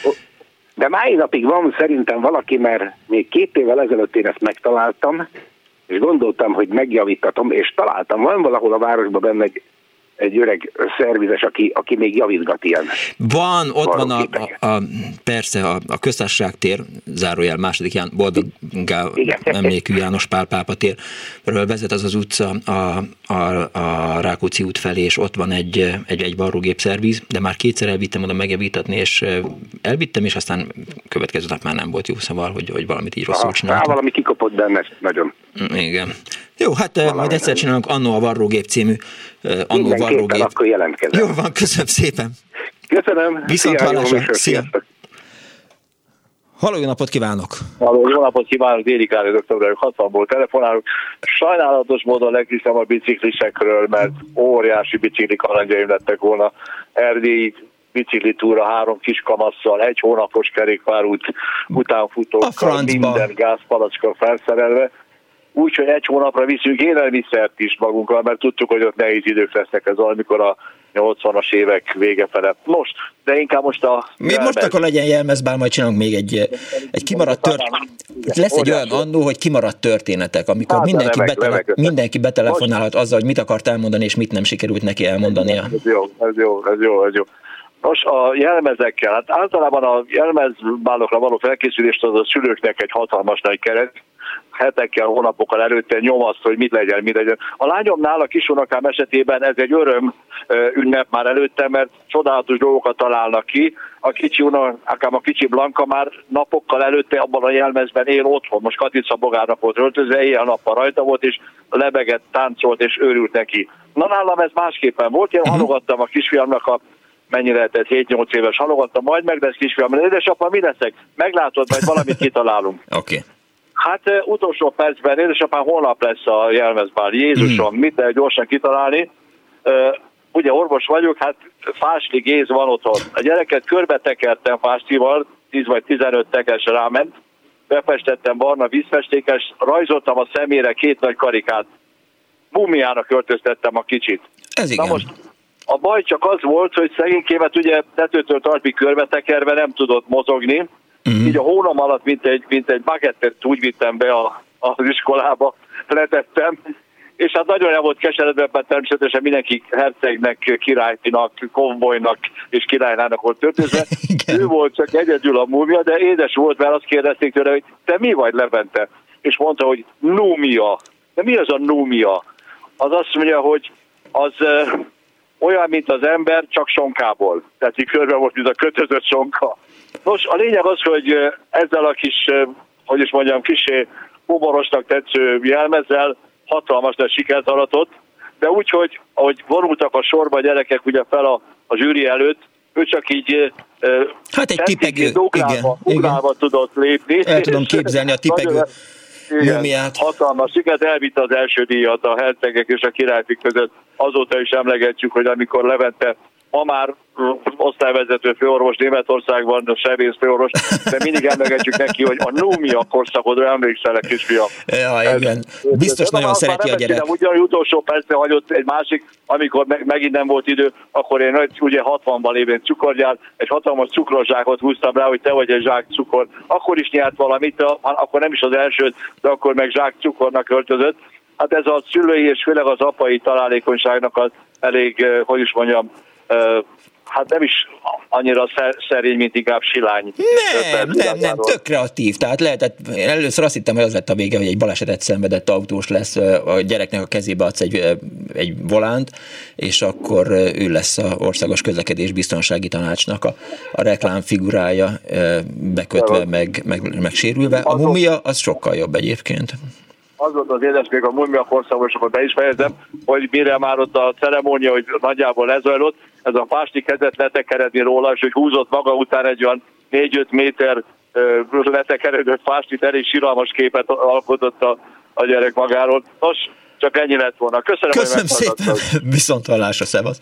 De máig napig van szerintem valaki, mert még két évvel ezelőtt én ezt megtaláltam, és gondoltam, hogy megjavítatom, és találtam, van valahol a városban benne egy, egy öreg szervizes, aki, aki még javítgat ilyen. Van, ott van a, a, a, persze a, a Köztársaság tér, zárójel második Ján, boldoggá emlékű János Pál pápa térről vezet az az utca a, a, a Rákóczi út felé, és ott van egy, egy, egy varrógép szerviz, de már kétszer elvittem oda megjavítatni, és elvittem, és aztán következő nap már nem volt jó, szóval, hogy, hogy valamit így rosszul csináltam. Valami kikapott benne, nagyon. Igen. Jó, hát valami majd egyszer csinálunk Annó a varrógép című Annó varrógép. Akkor jelentkezem. Jó van, köszönöm szépen. Köszönöm. Viszont hallásra. Szia. Halló, jó napot kívánok! Halló, jó napot kívánok, Déli Károly doktor vagyok, hatvanból telefonálok. Sajnálatos módon legviszem a biciklisekről, mert óriási bicikli kalandjaim lettek volna. Erdélyi biciklitúra három kis kamasszal, egy hónapos kerékpárút utánfutókkal, minden gázpalacska felszerelve. Úgyhogy egy hónapra viszünk élelmiszert is magunkkal, mert tudtuk, hogy ott nehéz idők lesznek ez, amikor a nyolcvanas évek vége fele. Most, de inkább most a... Mi most akkor legyen jelmezbál, majd csinálunk még egy, egy kimaradt történet. Lesz egy olyan annó, hogy kimaradt történetek, amikor hát, mindenki, remek, betele, remek. mindenki betelefonálhat azzal, hogy mit akart elmondani, és mit nem sikerült neki elmondania. Ez jó, ez jó, ez jó, ez jó. Nos, a jelmezekkel, hát általában a jelmezbálokra való felkészülést az a szülőknek egy hatalmas nagy keret, hetekkel, hónapokkal előtte nyomaszt, hogy mit legyen, mit legyen. A lányomnál, a kisunokám esetében ez egy öröm ünnep már előtte, mert csodálatos dolgokat találnak ki. A kicsi unokám, a kicsi Blanka már napokkal előtte abban a jelmezben él otthon. Most Katica Bogárnak volt öltözve, éjjel-nappal rajta volt, és lebegett, táncolt, és őrült neki. Na nálam ez másképpen volt, én halogattam a kisfiamnak a mennyire lehetett, hét-nyolc éves, halogattam, majd meg lesz kisfiam, édesapa, mi leszek? Meglátod, majd valamit kitalálunk. Oké. Okay. Hát utolsó percben, édesapám, holnap lesz a jelmezbál. Jézusom, mm. mit lehet gyorsan kitalálni? Uh, ugye orvos vagyok, hát fásli géz van otthon. A gyereket körbe tekertem fástival, tíz vagy tizenöt tekes ráment, befestettem barna vízfestékes, rajzoltam a szemére két nagy karikát. Mumiának öltöztettem a kicsit. Ez igen. Na most a baj csak az volt, hogy szegénykémet ugye tetőtől talpig körbetekerve nem tudott mozogni, uh-huh. így a hónom alatt, mint egy, mint egy bagettet úgy vittem be a, az iskolába, letettem, és hát nagyon el volt keseredve, mert természetesen mindenki hercegnek, királynak, konvojnak és királynának volt történetve. Ő volt csak egyedül a múmia, de édes volt, mert azt kérdezték tőle, hogy te mi vagy, Levente? És mondta, hogy númia. De mi az a númia? Az azt mondja, hogy az... olyan, mint az ember, csak sonkából. Tehát így körben volt, mint a kötözött sonka. Nos, a lényeg az, hogy ezzel a kis, hogy is mondjam, kisé humorosnak tetsző jelmezzel hatalmas nagy sikert aratott, de úgy, hogy ahogy vonultak a sorba a gyerekek ugye fel a, a zsűri előtt, ő csak így hát egy tipegő, ugrálva, igen, ugrálva igen. tudott lépni. El tudom képzelni a tipegő mumiát. Hatalmas sikert, elvitte az első díjat a hercegek és a királyfik között. Azóta is emlegetjük, hogy amikor Levente ma már osztályvezető főorvos Németországban, a sebész főorvos, de mindig emlegetjük neki, hogy a númia korszakodra emlékszel, kisfiam. Ja, igen. Biztos de nagyon szereti a gyerek. Ugyan utolsó percre hagyott egy másik, amikor meg, megint nem volt idő, akkor én ugye hatvanban lévén cukorgyár, egy hatalmas cukrozsákot húztam rá, hogy te vagy egy zsák cukor. Akkor is nyert valamit, akkor nem is az elsőt, de akkor meg zsák cukornak öltözött. Hát ez a szülői és főleg az apai találékonyságnak az elég, hogy is mondjam, hát nem is annyira szerény, mint inkább silány. Nem, nem, nem, tök kreatív. Tehát lehetett, először azt hittem, hogy az lett a vége, hogy egy balesetet szenvedett autós lesz, a gyereknek a kezébe adsz egy, egy volánt, és akkor ő lesz az Országos Közlekedés Biztonsági Tanácsnak a, a reklámfigurája bekötve, meg, meg, meg sérülve. A mumia az sokkal jobb egyébként. Az volt az édes még a mumia korszakban, és akkor be is fejezem, hogy mire már ott a ceremónia, hogy nagyjából lezajlott, ez a fásti kezdett letekeredni róla, és hogy húzott maga után egy olyan négy-öt méter uh, letekeredett fástit, elég siralmas képet alkotott a, a gyerek magáról. Nos, csak ennyi lett volna. Köszönöm, Köszönöm szépen, viszont hallásra, szevasz.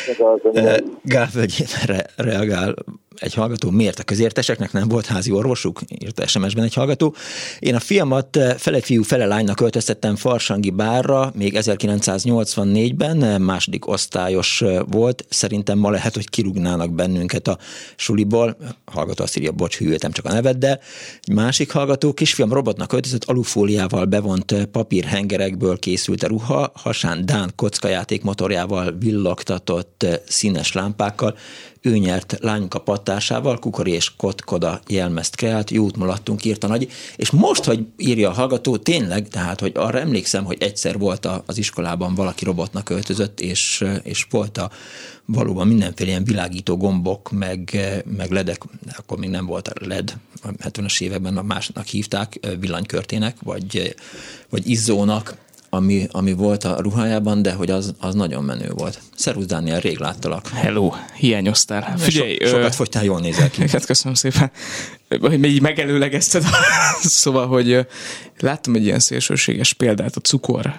Gálvölgyén re- reagál egy hallgató, miért a közérteseknek nem volt házi orvosuk? Írta es em es-ben egy hallgató. Én a fiamat fele fiú, fele lánynak öltöztettem Farsangi bárra, még ezerkilencszáznyolcvannégyben, második osztályos volt. Szerintem ma lehet, hogy kirúgnának bennünket a suliból. A hallgató azt írja, bocs, hűltem csak a neveddel. Egy másik hallgató, kisfiam robotnak öltözött, alufóliával bevont papírhengerekből készült a ruha, hasán Dán kockajáték motorjával villogtatott színes lámpákkal. Ő nyert lányka pattásával, Kukori és Kotkoda jelmezt kreált, jót mulattunk, írta Nagy. És most, hogy írja a hallgató, tényleg, tehát, hogy arra emlékszem, hogy egyszer volt az iskolában valaki robotnak öltözött, és, és volt a valóban mindenféle ilyen világító gombok, meg, meg ledek, akkor még nem volt a led, a hetvenes években a másodnak hívták, villanykörtének, vagy, vagy izzónak, Ami, ami volt a ruhájában, de hogy az, az nagyon menő volt. Szervusz Dániel, rég láttalak. Hello, hiányoztál. Figyelj, so, sokat fogytál, jól nézel ki. Hát köszönöm szépen. Hogy így megelőlegezted. Szóval, hogy láttam egy ilyen szélsőséges példát a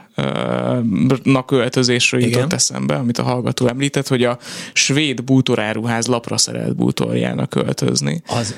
cukornak öltözésről jutott eszembe, amit a hallgató említett, hogy a svéd bútoráruház lapra szerelt bútorjának öltözni. Az...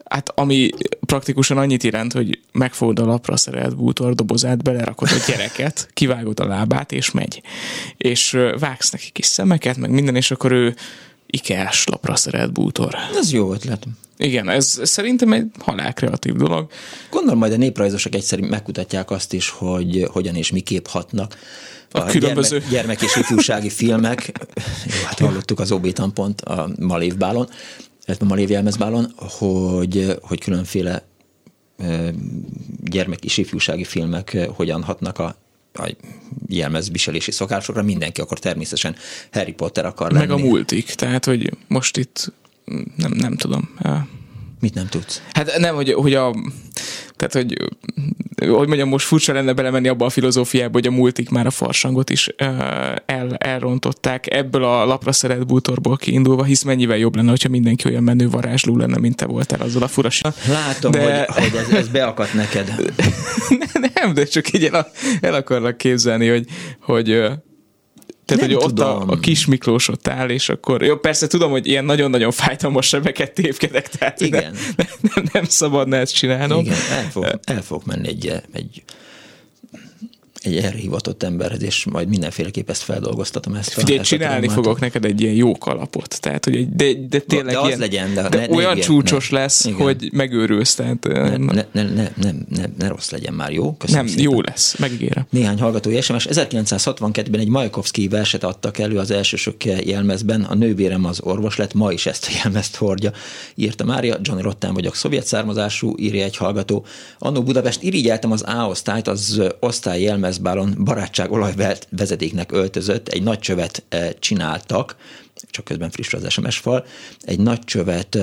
Hát ami praktikusan annyit jelent, hogy megfogod a lapra szerelt bútor dobozát, belerakod a gyereket, kivágod a lábát, és megy. És vágsz neki kis szemeket, meg minden, és akkor ő ikás lapra szerelt bútor. Ez jó ötlet. Igen, ez szerintem egy halál kreatív dolog. Gondolom majd a néprajzosok egyszer megkutatják azt is, hogy hogyan és miképp hatnak a, a különböző gyermek, gyermek és ifjúsági filmek. Jó, hát hallottuk az o bé tampont a Malévbálon, a Malév jelmezbálon, hogy, hogy különféle gyermek és ifjúsági filmek hogyan hatnak a a jelmezviselési szokásokra, mindenki akkor természetesen Harry Potter akar lenni. Meg a multik, tehát hogy most itt nem, nem tudom. Mit nem tudsz? Hát nem, hogy, hogy a tehát, hogy, hogy mondjam, most furcsa lenne belemenni abba a filozófiába, hogy a multik már a farsangot is el, elrontották ebből a lapra szerelt bútorból kiindulva, hisz mennyivel jobb lenne, hogyha mindenki olyan menő varázsló lenne, mint te voltál azzal a furasin. Látom, de... hogy, hogy ez, ez beakadt neked. Nem, de csak így el, el akarlak képzelni, hogy, hogy tehát, nem hogy ott tudom. a, a kis Miklós ott áll, és akkor... Jó, persze tudom, hogy ilyen nagyon-nagyon fájdalmas sebeket tépkedek, tehát igen. Nem, nem, nem szabadna ezt csinálnom. Igen, el fog, el fog menni egy, egy, egy erre hivatott emberhez, és majd mindenféleképp ezt feldolgoztatom. Ezt a, Figyelj, ezt csinálni fogok neked egy ilyen jó kalapot, tehát, hogy egy, de, de tényleg de az ilyen, legyen, de, de ne, olyan ne, csúcsos ne, lesz, igen. hogy megőrülsz. Tehát, ne, ne, ne, ne, ne, ne, ne rossz legyen már, jó? Köszönöm nem, szépen. jó lesz, megígérem. Néhány hallgatói es em es. ezerkilencszázhatvankettőben egy Majakovszkij verset adtak elő az elsősök jelmezben. A nővérem az orvos lett, ma is ezt a jelmezt hordja. Írta Mária, Johnny Rotten vagyok, szovjet származású, írja egy hallgató. Annó Budapest, irigyeltem az A osztályt, az osztály jelmezbálon barátság olajvezetéknek öltözött, egy nagy csövet csináltak, csak közben friss az es em es fal, egy nagy csövet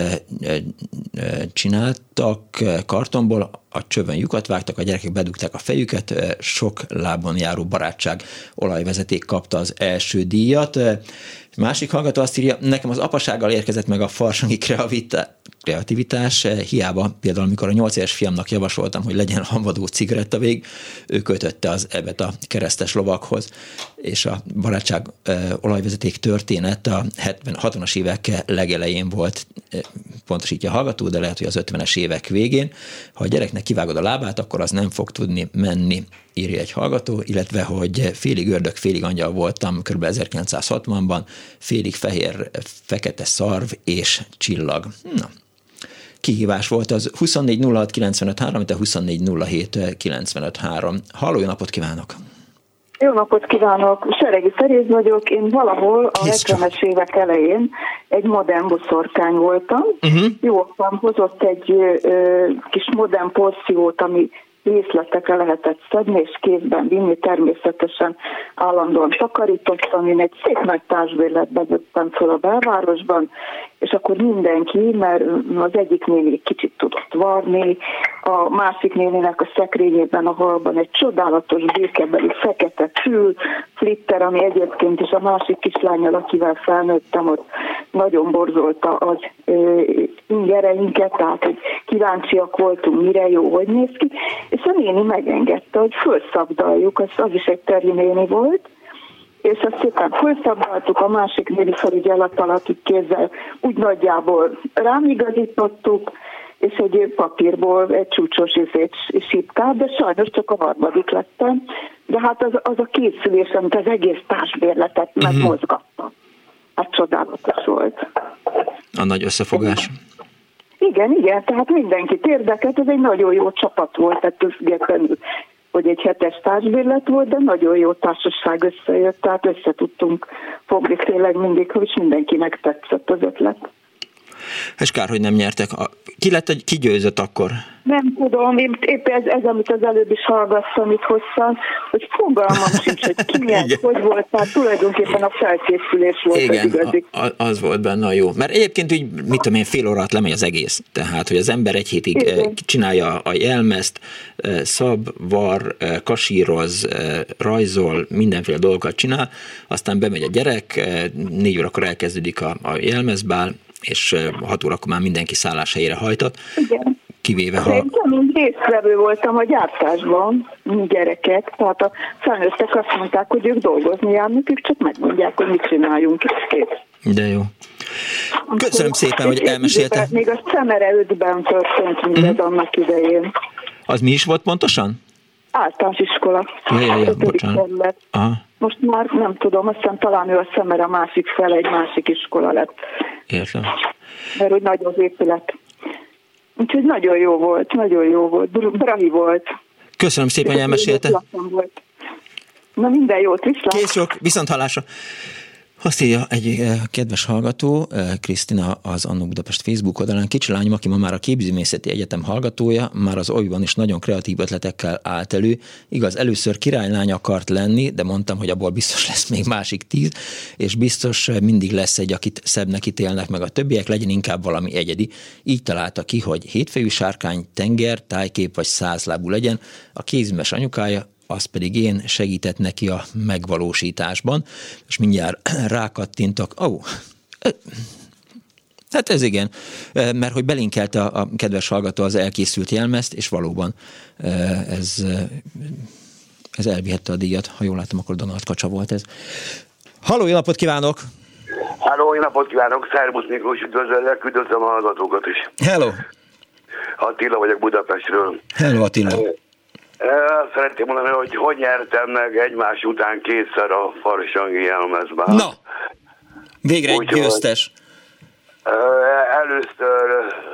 csináltak kartonból, a csövön lyukat vágtak, a gyerekek bedugták a fejüket, sok lábon járó barátság olajvezeték kapta az első díjat. Másik hallgató azt írja, nekem az apasággal érkezett meg a farsangi kreativitás, hiába például, amikor a nyolc éves fiamnak javasoltam, hogy legyen hamvadó cigarettavég, ő kötötte az ebet a keresztes lovakhoz, és a barátság olajvezeték történet a hetven, hatvanas évek legelején volt, pontosítja a hallgató, de lehet, hogy az ötvenes évek végén. Ha a gyereknek kivágod a lábát, akkor az nem fog tudni menni, írja egy hallgató, illetve, hogy félig ördög, félig angyal voltam kb. ezerkilencszázhatvanban, félig fehér, fekete szarv és csillag. Na, kihívás volt az huszonnégy nulla hat kilencvenöt három, mint a huszonnégy nulla hét kilencvenöt három. Halló, jó napot kívánok! Jó napot kívánok! Seregi Feréz vagyok. Én valahol a hetvenes évek elején egy modern boszorkány voltam. Uh-huh. Jó, hozott egy ö, kis modern porciót, ami részletekre lehetett szedni, és kézben vinni, természetesen állandóan takarítottam. Én egy szép nagy társbérletbe jöttem föl a belvárosban, és akkor mindenki, mert az egyik néni kicsit tudott varni, a másik néninek a szekrényében, ahol van egy csodálatos békebeli fekete tül, flitter, ami egyébként is a másik kislányal, akivel felnőttem, ott nagyon borzolta az ingereinket, tehát hogy kíváncsiak voltunk, mire jó, hogy néz ki, és a néni megengedte, hogy fölszabdaljuk, az, az is egy teri néni volt, és azt szépen fölszabdaltuk, a másik néni felügyelet alatt kézzel úgy nagyjából rám igazítottuk, és egy papírból egy csúcsos izét sípkát, de sajnos csak a harmadik lettem. De hát az, az a készülés, amit az egész társbérletet uh-huh. megmozgatta. Hát csodálatos volt. A nagy összefogás. Igen, igen, tehát mindenkit érdekelt, ez egy nagyon jó csapat volt, tehát függetlenül, hogy egy hetes társbérlet volt, de nagyon jó társaság összejött, tehát össze tudtunk fogni tényleg mindig, hogy mindenkinek tetszett az ötlet. És kár, hogy nem nyertek. Ki lett, ki győzött akkor? Nem tudom, én épp ez, ez, amit az előbb is hallgattam itt hosszan, hogy fogalmam sincs, hogy ki nyert, hogy volt, tehát tulajdonképpen a felkészülés volt. Igen, az igazi. A, az volt benne a jó. Mert egyébként úgy, mit tudom én, fél órát lemegy az egész. Tehát, hogy az ember egy hétig Igen. csinálja a jelmezt, szab, var, kasíroz, rajzol, mindenféle dolgokat csinál, aztán bemegy a gyerek, négy órakor elkezdődik a, a jelmezbál, és hat órakor már mindenki szálláshelyére hajtott. Igen. Kivéve, ha... Én mind résztvevő voltam a gyártásban, mi gyerekek, tehát a felnőttek azt mondták, hogy ők dolgozni járnak, ők csak megmondják, hogy mit csináljunk, és kész. De jó. Köszönöm szépen, hogy elmesélte. Még a Szemere ötben történt mindez uh-huh. annak idején. Az mi is volt pontosan? Általános iskola. Ja, ja, ja, bocsánat. Most már nem tudom, azt hiszem talán ő a Szemere a másik fele, egy másik iskola lett. Értem. Mert hogy nagy az épület. Úgyhogy nagyon jó volt, nagyon jó volt. Brahi volt. Köszönöm szépen, hogy elmesélte. Na minden jót, viszlát. Kész sok, viszont hallásra. Azt írja egy kedves hallgató, Krisztina az Annó Budapest Facebook oldalán: kicsi lányom, aki ma már a Képzőművészeti Egyetem hallgatója, már az olyban is nagyon kreatív ötletekkel állt elő. Igaz, először királylány akart lenni, de mondtam, hogy abból biztos lesz még másik tíz, és biztos mindig lesz egy, akit szebbnek ítélnek meg a többiek, legyen inkább valami egyedi. Így találta ki, hogy hétfejű sárkány, tenger, tájkép vagy százlábú legyen. A kézműves anyukája, az pedig én, segített neki a megvalósításban, és mindjárt rákattintok. Ó, oh, hát ez igen, mert hogy belinkelte a, a kedves hallgató az elkészült jelmezt, és valóban ez, ez elvihette a díjat. Ha jól látom, akkor Donald Kacsa volt ez. Halló, jó napot kívánok! Halló, jó napot kívánok! Szervusz Miklós, üdvözöllek, üdvözlöm a hallgatókat is. Hello! Attila vagyok Budapestről. Hello, Attila! Szeretném mondani, hogy hogy nyertem meg egymás után kétszer a farsangi jelmezben. Na! Végre egy győztes. Először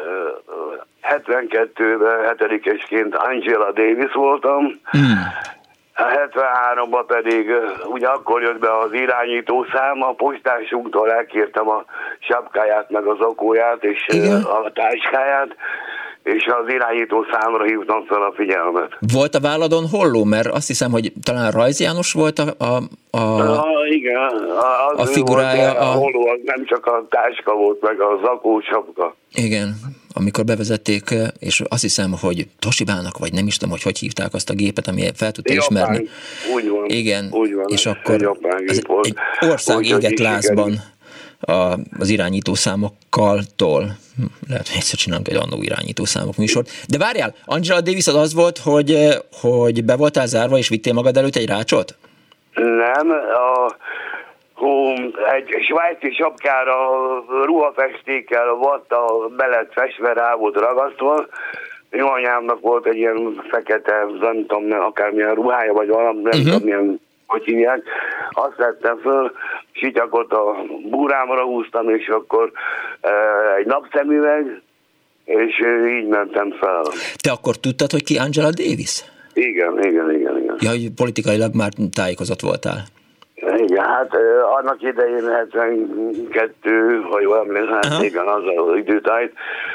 hetvenkettőben hetedikesként Angela Davis voltam, hmm. hetvenháromban pedig ugye akkor jött be az irányító szám, a postásunktól elkértem a sapkáját, meg az akóját és igen. a táskáját, és az irányító számra hívtam fel a figyelmet. Volt a válladon holló? Mert azt hiszem, hogy talán Rajz János volt a, a, a, a, igen, az a figurája. Volt, a holló az nem csak a táska volt, meg a zakó sapka. Igen, amikor bevezették, és azt hiszem, hogy Tosibának, vagy nem is tudom, hogy hogy hívták azt a gépet, ami fel tudta Japán, ismerni. Úgy van. Igen, úgy van, és akkor egy, egy ország úgy, égett lázban a, az irányítószámokkal tól. Lehet, hogy egyszer csinálunk egy annó irányítószámok műsort. De várjál, Angela Davis az az volt, hogy, hogy be voltál zárva, és vittél magad előtt egy rácsot? Nem, a, hú, egy svájci sapkára ruhafestékkel vatta be lett festve, rá volt ragasztva. Jó anyámnak volt egy ilyen fekete, nem tudom, akármilyen ruhája, vagy valami, nem uh-huh. tudom, milyen, hogy hívják. Azt vettem föl, sityakot a búrámra húztam, és akkor e, egy napszemüveg, és így mentem fel. Te akkor tudtad, hogy ki Angela Davis? Igen, igen, igen, igen. Ja, hogy politikailag már tájékozott voltál. Igen, hát eh, annak idején hetvenkettő, ha jól emlékszem, igen, az az időtájt,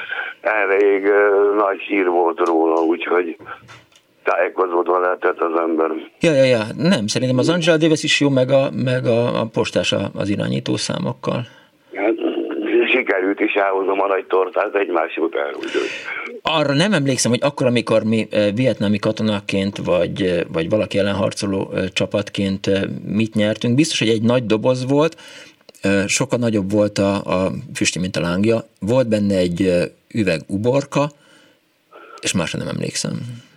elég eh, nagy hír volt róla, úgyhogy tájékozódva lehetett az ember. Ja, ja, ja, nem, szerintem az Angela Davis is jó, meg a, meg a, a postás az irányító számokkal. Hát, sikerült is elhozom a nagy tortát egymás után. Úgyhogy. Arra nem emlékszem, hogy akkor, amikor mi vietnámi katonaként, vagy, vagy valaki ellenharcoló csapatként mit nyertünk, biztos, hogy egy nagy doboz volt, sokkal nagyobb volt a, a füstje, mint a lángja, volt benne egy üveg uborka, és másra nem emlékszem.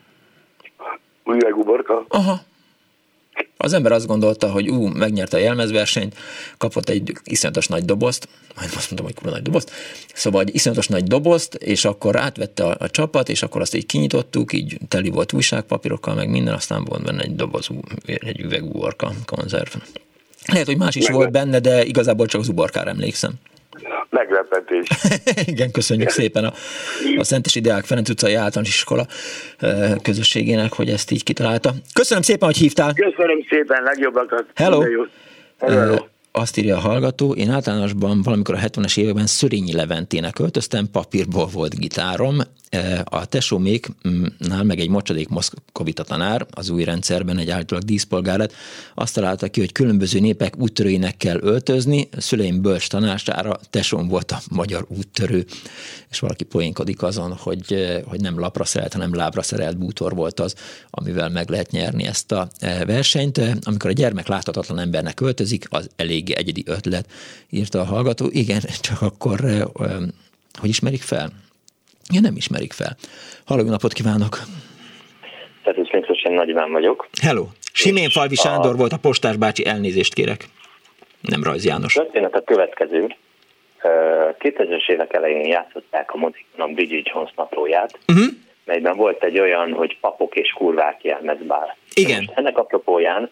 Üveg uborka? Aha. Az ember azt gondolta, hogy ú, megnyerte a jelmezversenyt, kapott egy iszonyatos nagy dobozt, majd azt mondtam, hogy kurva nagy dobozt, szóval egy iszonyatos nagy dobozt, és akkor átvette a, a csapat, és akkor azt így kinyitottuk, így teli volt újságpapírokkal, meg minden, aztán volt benne egy doboz, egy üveg uborka konzerv. Lehet, hogy más is Meglepet. volt benne, de igazából csak az uborkára emlékszem. Meglepetés. Igen, köszönjük Igen. szépen a, a Szentesi Deák Ferenc utcai általános iskola közösségének, hogy ezt így kitalálta. Köszönöm szépen, hogy hívtál. Köszönöm szépen, legjobbakat. Hello. Hello. Hello. Azt írja a hallgató, én általánosban valamikor a hetvenes években Szörényi Leventének költöztem, papírból volt gitárom, a tesóméknál meg egy mocsadék moszkovita tanár, az új rendszerben egy állítólag díszpolgár lett, azt találta ki, hogy különböző népek úttörőinek kell öltözni, a szüleim bölcs tanácsára tesóm volt a magyar úttörő, és valaki poénkodik azon, hogy, hogy nem lapra szerelt, hanem lábra szerelt bútor volt az, amivel meg lehet nyerni ezt a versenyt. Amikor a gyermek láthatatlan embernek öltözik, az eléggé egyedi ötlet, írta a hallgató. Igen, csak akkor hogy ismerik fel? Ja, nem ismerik fel. Halló, jó napot kívánok! Tehát Miklós, én Nagy Iván vagyok. Hello! Simén Falvi a... Sándor volt a postás bácsi, elnézést kérek. Nem Rajz János. Történet a következő. kétezres évek elején játszották a mozikon a Bridget Jones naplóját, uh-huh. melyben volt egy olyan, hogy papok és kurvák jelmezbál. Igen. Most ennek apropóján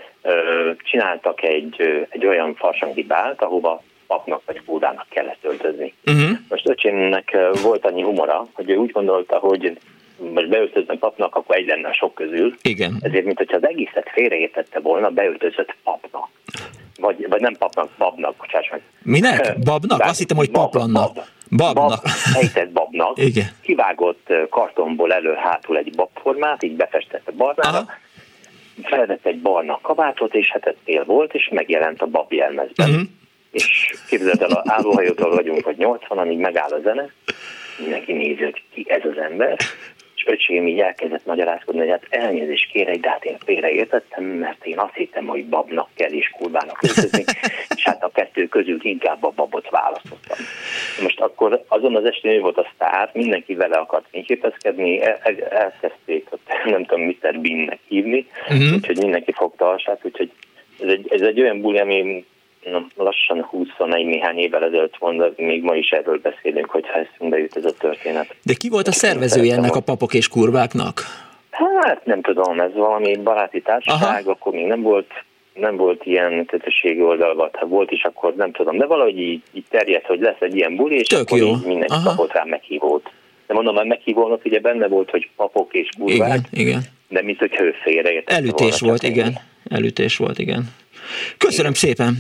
csináltak egy, egy olyan farsangi bált, ahova papnak vagy kurvának kellett öltözni. Uh-huh. Most öcsémnek volt annyi humora, hogy ő úgy gondolta, hogy most beöltözne papnak, akkor egy lenne a sok közül. Igen. Ezért, mint hogyha az egészet félreértette volna, beöltözött papnak. Vagy, vagy nem papnak, babnak, bocsáss meg. Minek? Babnak? Azt hittem, hogy bab, paplannak. Bab. Babnak. Bab, helytett babnak. Igen. Kivágott kartonból elő-hátul egy babformát, így befestette barnára, aha. felvett egy barna kabátot, és hát ez tél volt, és megjelent a bab jelmezben. Uh-huh. És képzeld el, az állóhajótól vagyunk, vagy nyolcvan, amíg megáll a zene, mindenki nézi, hogy ki ez az ember, és öcsém így elkezdett magyarázkodni, hogy hát elnézést kérek, de hát én félreértettem, mert én azt hittem, hogy babnak kell és kurvának öltözni, és hát a kettő közül inkább a babot választottam. Most akkor azon az estén ő volt a sztár, mindenki vele akart fényképezkedni, el, el, elkezdték, nem tudom, mister Beannek hívni, uh-huh. úgyhogy mindenki fogta a sát, úgyhogy ez egy, ez egy olyan buli, ami lassan huszonegy néhány évvel ezelőtt van, de még ma is erről beszélünk, hogyha eszünkbe jut ez a történet. De ki volt a szervezője ennek a papok és kurváknak? Hát nem tudom, ez valami baráti társaság, aha. akkor még nem volt, nem volt ilyen közösségi oldal, ha volt is, akkor nem tudom, de valahogy így, így terjedt, hogy lesz egy ilyen buli, és tök akkor így mindenki aha. kapott rá meghívót. De mondom, hogy meghívónak ugye benne volt, hogy papok és kurvák, igen, igen. de mint hogyha ő félreértett. Elütés volt, igen. Elütés volt, igen. Köszönöm igen. szépen!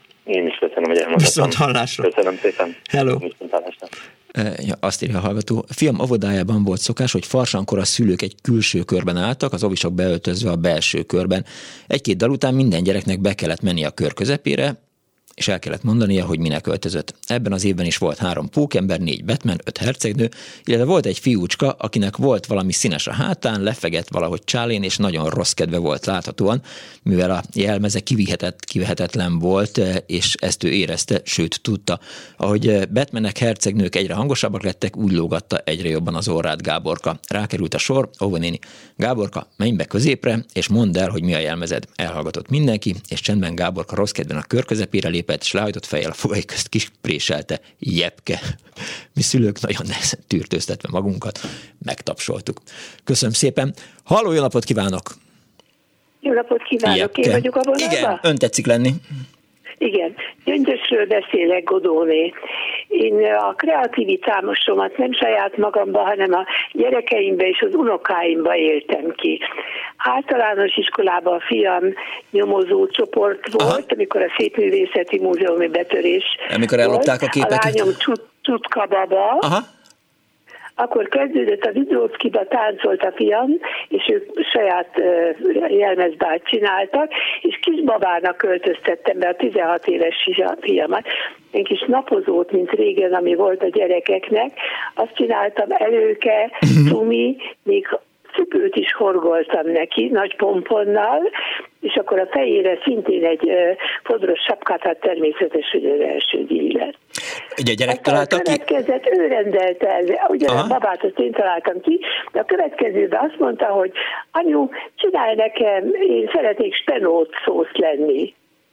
Én is köszönöm, hogy elmondhatom. Viszont hallásra. Köszönöm szépen. Hello. Viszont hallásra. Ja, azt írja a hallgató. Fiam óvodájában volt szokás, hogy farsankor a szülők egy külső körben álltak, az óvisok beöltözve a belső körben. Egy-két dal után minden gyereknek be kellett menni a kör közepére, és el kellett mondania, hogy minek öltözött. Ebben az évben is volt három pókember, négy Batman, öt hercegnő, illetve volt egy fiúcska, akinek volt valami színes a hátán, lefegett valahogy csálén, és nagyon rossz kedve volt láthatóan, mivel a jelmeze kivihetett, kivehetetlen volt, és ezt ő érezte, sőt tudta. Ahogy Batmanek, hercegnők egyre hangosabbak lettek, úgy lógatta egyre jobban az orrát Gáborka. Rákerült a sor, óvónéni, Gáborka, menj be középre, és mondd el, hogy mi a jelmezed. Elhallgatott mindenki, és csendben Gáborka rossz kedven a kör közepére lép, és lehajtott fejjel a fogai közt kispréselte, jepke. Mi szülők nagyon nehezen tűrtőztetve magunkat, megtapsoltuk. Köszönöm szépen. Halló, jó napot kívánok! Jó napot kívánok, jepke. Én vagyok a vonalban? Igen, ön tetszik lenni. Igen, Gyöngyösről beszélek, Godóné. Én a kreativitásomat nem saját magamba, hanem a gyerekeimbe és az unokáimba éltem ki. Általános iskolában a fiam nyomozó csoport volt, aha. amikor a Szépművészeti Múzeumi betörés amikor ellopták a képeket? A lányom Csutka baba. Aha. Akkor kezdődött a Vidróckiba, táncolt a fiam, és ők saját uh, jelmezbált csináltak, és kisbabának költöztettem be a tizenhat éves fiamat. Én kis napozót, mint régen, ami volt a gyerekeknek, azt csináltam előke, cumi, még cipőt is horgoltam neki, nagy pomponnal, és akkor a fejére szintén egy uh, fodros sapkát, hát természetes, hogy az első díj lett. Ugye a gyerek találta ki? A következőt ő rendelte el, ugye aha. a babát azt én találtam ki, de a következőben azt mondta, hogy anyu, csinálj nekem, én szeretnék spenót szósz lenni.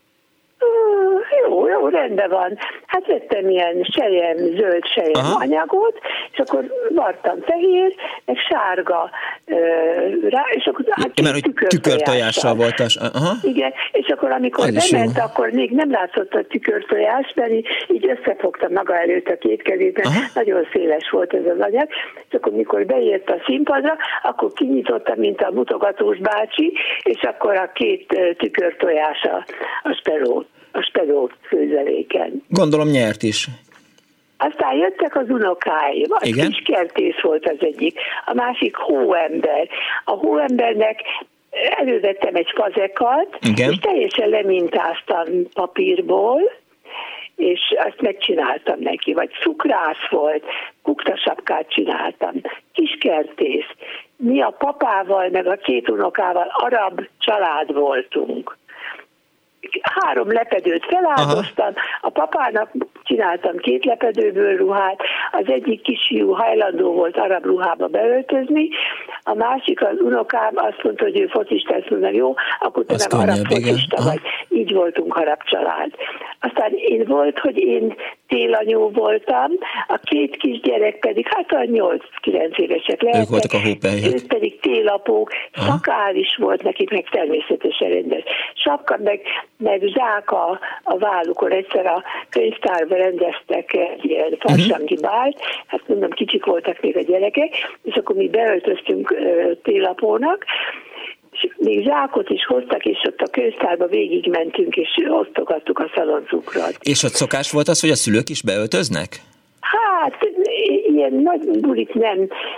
Uh, jó, jó, rendben van. Hát vettem ilyen sejem, zöld sejem aha. anyagot, és akkor vartam fehér, meg sárga uh, rá, és akkor hát mert hogy tükörtojással volt az. Aha. Igen, és akkor amikor az bement, akkor még nem látszott a tükörtojás, mert így, így összefogtam maga előtt a két kezét, mert aha. nagyon széles volt ez az anyag, és akkor mikor beért a színpadra, akkor kinyitotta, mint a mutogatós bácsi, és akkor a két tükörtojás a, a speró. a spedó főzeléken. Gondolom nyert is. Aztán jöttek az unokáim. A kis kertész volt az egyik, a másik hóember. A hóembernek elővettem egy fazekat, igen. és teljesen lemintáztam papírból, és azt megcsináltam neki. Vagy cukrász volt, kuktasapkát csináltam. Kiskertész. Mi a papával, meg a két unokával arab család voltunk. Három lepedőt feláldoztam, aha. a papának csináltam két lepedőből ruhát, az egyik kisfiú hajlandó volt arab ruhába beöltözni, a másik, az unokám azt mondta, hogy ő focista, ezt mondom, jó, akkor te nem arab focista vagy. Így voltunk arab család. Aztán én volt, hogy én télanyó voltam, a két kisgyerek pedig, hát a nyolc-kilenc évesek lehetnek. Ők voltak a hópelyek. Ők pedig télapók, szakál is volt nekik, meg természetesen rendes sapka, meg, meg zsák a, a vállukon. Egyszer a könyvtárban rendeztek egy ilyen farsangi bált, hát mondom, kicsik voltak még a gyerekek, és akkor mi beöltöztünk uh, télapónak, és még zsákot is hoztak, és ott a könyvtárba végigmentünk, és osztogattuk a szaloncukrot. És ott szokás volt az, hogy a szülők is beöltöznek? Hát, ilyen nagy bulit nem.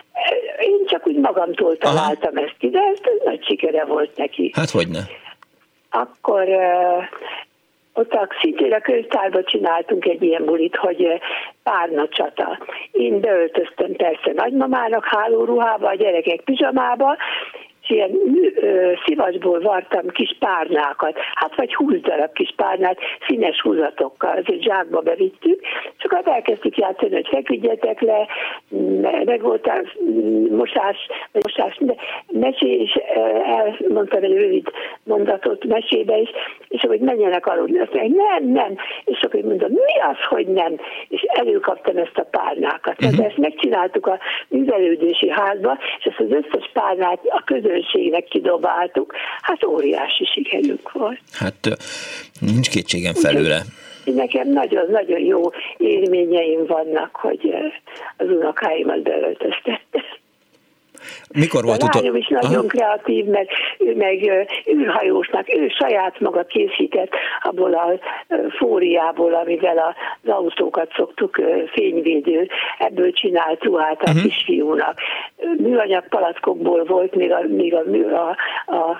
Én csak úgy magamtól találtam Aha. ezt ide, ez nagy sikere volt neki. Hát hogyne. Akkor uh, ott a szintén a könyvtárban csináltunk egy ilyen bulit, hogy párna csata. Én beöltöztem persze nagymamának hálóruhába, a gyerekek pizsamába, és ilyen ö, szivacsból vartam kis párnákat, hát vagy húsz darab kis párnát színes húzatokkal, azért zsákba bevittük, és akkor elkezdtük játszani, hogy feküdjetek le, meg volt a mosás, vagy mosás, mesé, és elmondtam egy rövid mondatot mesébe is, és akkor menjenek aludni, azt mondja, nem, nem, és akkor mondom, mi az, hogy nem, és előkaptam ezt a párnákat. Uh-huh. Tehát ezt megcsináltuk a művelődési házba, és ezt az összes párnát a közönségnek kidobáltuk, hát óriási sikerünk volt. Hát nincs kétségem felőle. Nekem nagyon-nagyon jó élményeim vannak, hogy az unokáimat beöltöztettem. Mikor volt a utol... lányom is nagyon Aha. kreatív, meg, meg űrhajósnak, ő saját maga készített abból a fóriából, amivel az autókat szoktuk, fényvédő, ebből csinált ruhát a uh-huh. kisfiúnak. Műanyag palackokból volt, még a, még a, a, a, a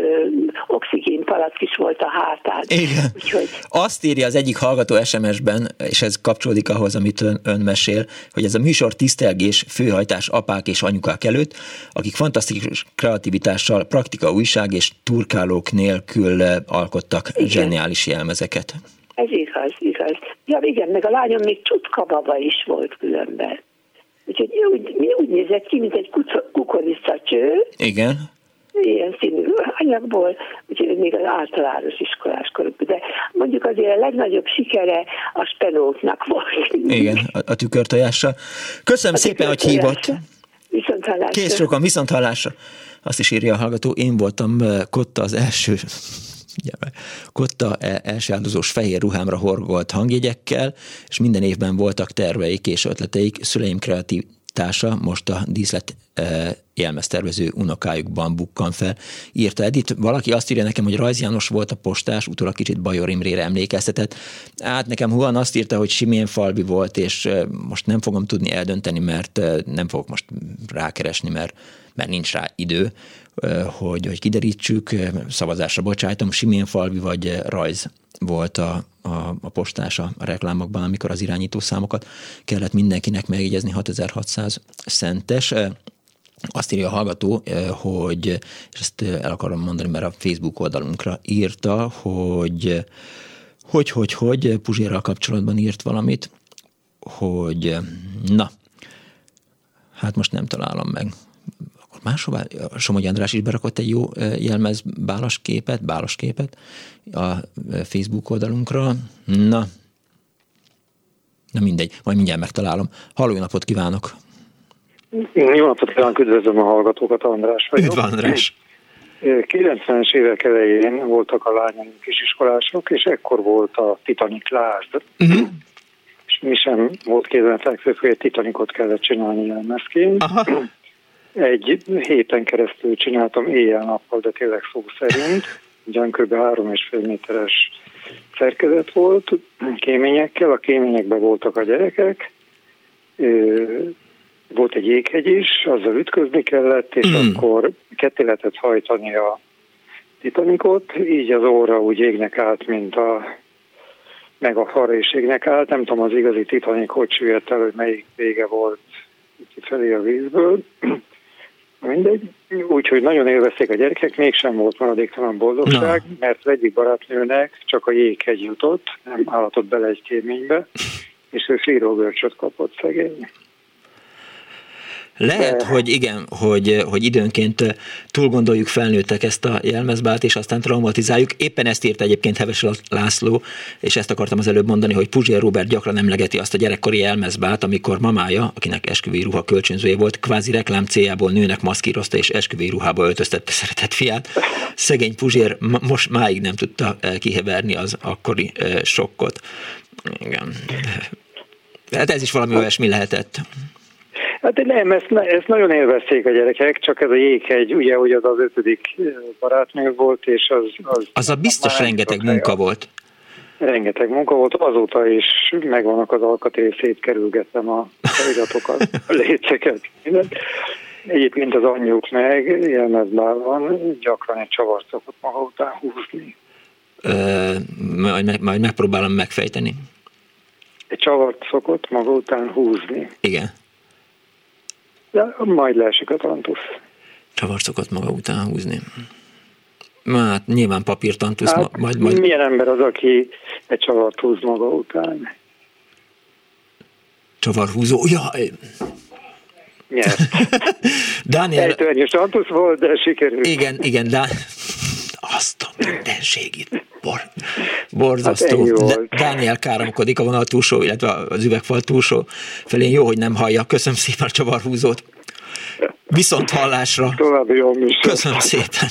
oxigén palack is volt a hátán. Igen. Úgyhogy... Azt írja az egyik hallgató es em es-ben, és ez kapcsolódik ahhoz, amit ön, ön mesél, hogy ez a műsor tisztelgés, főhajtás apák és anyukák előtt, akik fantasztikus kreativitással, praktika, újság és turkálók nélkül alkottak igen. zseniális jelmezeket. Ez igaz, igaz. Ja, igen, meg a lányom még csutka baba is volt különben. Úgyhogy úgy, úgy nézett ki, mint egy kukoricacső. Igen. Ilyen színű anyagból, úgyhogy még az általános iskolás korukban. De mondjuk azért a legnagyobb sikere a spenóknak volt. Igen, a, a tükörtojással. Köszönöm a szépen, hogy hívott. Viszonthallásra. Kész sokan, viszonthallásra. Azt is írja a hallgató, én voltam Kotta az első, Kotta első áldozós fehér ruhámra horgolt hangjegyekkel, és minden évben voltak terveik és ötleteik, szüleim kreativitása most a díszlet jelmeztervező unokájukban bukkan fel. Írta Edith, valaki azt írja nekem, hogy Rajz János volt a postás, utólag kicsit Bajor Imrére emlékeztetett. Hát nekem Huan azt írta, hogy Simén Falvi volt, és most nem fogom tudni eldönteni, mert nem fogok most rákeresni, mert, mert nincs rá idő, hogy, hogy kiderítsük, szavazásra bocsájtom, Simén Falvi vagy Rajz volt a, a, a postás a reklámokban, amikor az irányítószámokat kellett mindenkinek megjegyezni, hatezer-hatszáz centes. Azt írja a hallgató, hogy, és ezt el akarom mondani, mert a Facebook oldalunkra írta, hogy hogy, hogy, hogy Puzsérral kapcsolatban írt valamit, hogy na, hát most nem találom meg. Akkor máshová, Somogyi András is berakott egy jó jelmez bálas képet, bálos képet a Facebook oldalunkra. Na, na mindegy, majd mindjárt megtalálom. Halló, jó napot kívánok! Jó napot kívánok, üdvözlöm a hallgatókat, András vagyok. Üdv, András! kilencvenes évek elején voltak a lányom kisiskolások, és ekkor volt a Titanic lázd. Uh-huh. És mi sem volt kézenfekvő, hogy egy Titanicot kellett csinálni jelmezként. Aha. Egy héten keresztül csináltam éjjel-nappal, de tényleg szó szerint. Ugyan kb. három és fél méteres szerkezet volt kéményekkel, a kéményekben voltak a gyerekek, volt egy jéghegy is, azzal ütközni kellett, és mm. akkor ketté lehetett hajtani a Titanicot, így az óra úgy égnek állt, mint a meg a fara is égnek állt. Nem tudom, az igazi Titanic hogy süllyedt el, hogy melyik vége volt kifelé a vízből. Mindegy. Úgyhogy nagyon élvezték a gyerekek, mégsem volt maradéktalan boldogság, no. mert az egyik barátnőnek csak a jéghegy jutott, nem állatott bele egy kéménybe, és ő síró görcsöt kapott szegény. Lehet, hogy igen, hogy, hogy időnként túl gondoljuk felnőttek ezt a jelmezbált, és aztán traumatizáljuk. Éppen ezt írt egyébként Heves László, és ezt akartam az előbb mondani, hogy Puzsér Róbert gyakran emlegeti azt a gyerekkori jelmezbált, amikor mamája, akinek esküvői ruha kölcsönzője volt, kvázi reklám céljából nőnek maszkírozta, és esküvői ruhába öltöztette szeretett fiát. Szegény Puzsér most máig nem tudta kiheverni az akkori sokkot. Igen. Hát ez is valami olyasmi lehetett. Hát nem, ezt, ezt nagyon élvezték a gyerekek, csak ez a Jéghegy, ugye, hogy az az ötödik barátnő volt, és az... Az, az a biztos rengeteg munka volt. Rengeteg munka volt, azóta is megvannak az alkatrész, szétkerülgettem a iratokat, a léceket, mindent. Egyébként az anyjuk meg jelmezbálban gyakran egy csavart szokott maga után húzni. Ö, majd, majd megpróbálom megfejteni. Egy csavart szokott maga után húzni. Igen. De majd leesik a tantusz. Csavart szokott maga után húzni. Hát nyilván papírtantusz. Hát, majd, majd... Milyen ember az, aki egy csavart húz maga után? Csavarhúzó? Jaj! Nyert. Dániel... Ejtőernyős tantusz volt, de sikerült. Igen, igen, de azt a mindenségét. Bor... Borzasztó. Hát Dániel káromkodik a vonal túlsó, illetve az üvegfal túlsó felén. Jó, hogy nem hallja. Köszönöm szépen a csavarhúzót. Viszont hallásra. További jó műsor. Köszönöm szépen.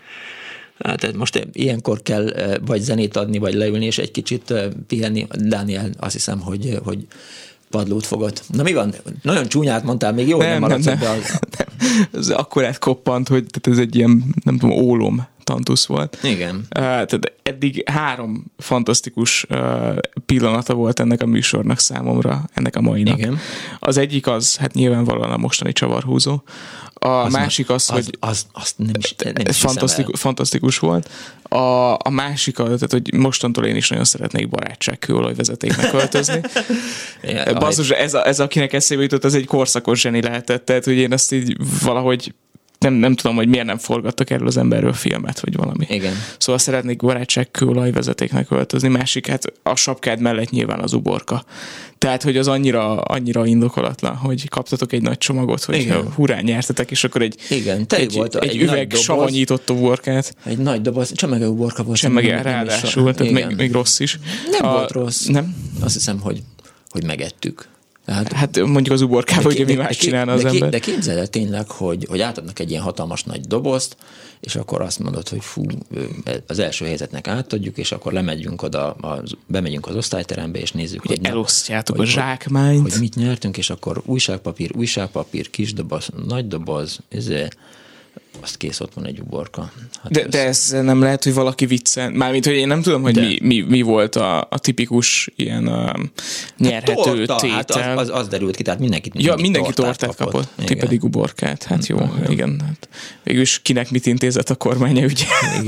Hát most ilyenkor kell vagy zenét adni, vagy leülni, és egy kicsit pihenni. Dániel, azt hiszem, hogy, hogy padlót fogott. Na mi van? Nagyon csúnyát mondtál, még jó, hogy nem, nem maradsz ebbe. Az... Ez akkorát koppant, hogy tehát ez egy ilyen, nem tudom, ólom tantusz volt. Igen. Uh, tehát eddig három fantasztikus uh, pillanata volt ennek a műsornak számomra, ennek a mainak. Igen. Az egyik az, hát nyilvánvalóan a mostani csavarhúzó. A az másik az, az, hogy az, az nem is, nem is fantasztikus, fantasztikus volt. A, a másik az, tehát, hogy mostantól én is nagyon szeretnék barátságkőolajvezetéknek költözni. Ja, basszus, ez, a, ez akinek eszébe jutott, az egy korszakos zseni lehetett, tehát hogy én ezt így valahogy nem, nem tudom, hogy miért nem forgattak erről az emberről filmet, vagy valami. Igen. Szóval szeretnék barátságkőolajvezetéknek költözni. Másik, hát a sapkád mellett nyilván az uborka. Tehát, hogy az annyira, annyira indokolatlan, hogy kaptatok egy nagy csomagot, hogy igen. Hurrá, nyertetek, és akkor egy, igen, egy, volt egy, egy üveg savanyított uborkát. Egy nagy doboz, csomagú uborka volt. Csomagú, ráadásul, tehát még, még rossz is. Nem a, volt rossz. Nem? Azt hiszem, hogy, hogy megettük. Tehát, hát mondjuk az uborkában ugye mi más csinálna az de, ember. De képzeld el tényleg, hogy, hogy átadnak egy ilyen hatalmas nagy dobozt, és akkor azt mondod, hogy fú, az első helyzetnek átadjuk, és akkor lemegyünk oda, az, bemegyünk az osztályterembe, és nézzük, ugye hogy elosztjátok hogy, a zsákmányt. Hogy, hogy mit nyertünk, és akkor újságpapír, újságpapír, kis doboz, nagy doboz, ezért azt kész, ott van egy uborka. Hát de, de ez nem lehet, hogy valaki viccel. Mármint, hogy én nem tudom, hogy mi, mi, mi volt a, a tipikus ilyen uh, nyerhető hát tétel. Hát az, az, az derült ki, tehát mindenkit, mindenki, ja, mindenki tortát, tortát kapott. kapott. Ti pedig uborkát. Hát jó, mm, igen. Hát, végülis kinek mit intézett a kormánya ügy.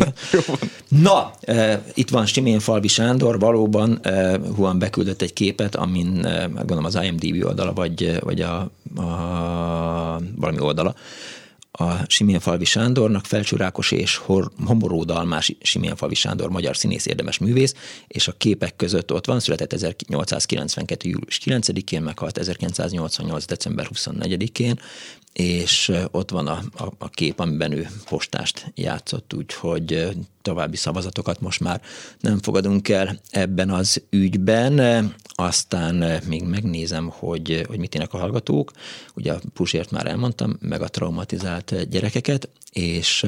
Na, e, itt van Siménfalvi Sándor, valóban e, Huan beküldött egy képet, amin e, gondolom az I M D B oldala, vagy, vagy a, a valami oldala, a Siménfalvi Sándornak, Felcső Rákos és Hor- Homoró Dalmás Siménfalvi Sándor, magyar színész, érdemes művész, és a képek között ott van, született ezernyolcszázkilencvenkettő. július kilencedikén, meghalt ezerkilencszáznyolcvannyolc. december huszonnegyedikén, és ott van a, a, a kép, amiben ő postást játszott, úgyhogy további szavazatokat most már nem fogadunk el ebben az ügyben. Aztán még megnézem, hogy, hogy mit ének a hallgatók. Ugye a Puzsért már elmondtam, meg a traumatizált gyerekeket, és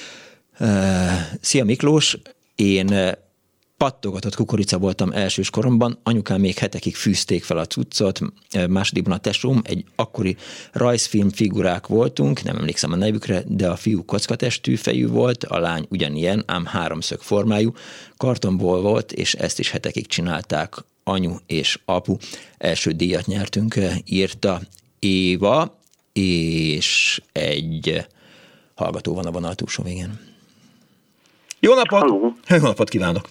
uh, szia Miklós, én pattogatott kukorica voltam elsős koromban, anyukám még hetekig fűzték fel a cuccot, másodikban a tesóm, egy akkori rajzfilm figurák voltunk, nem emlékszem a nevükre, de a fiú kockatestű fejű volt, a lány ugyanilyen, ám háromszög formájú, kartonból volt, és ezt is hetekig csinálták anyu és apu. Első díjat nyertünk, írta Éva, és egy hallgató van a vonal túlsó végén. Jó napot! Halló. Jó napot kívánok!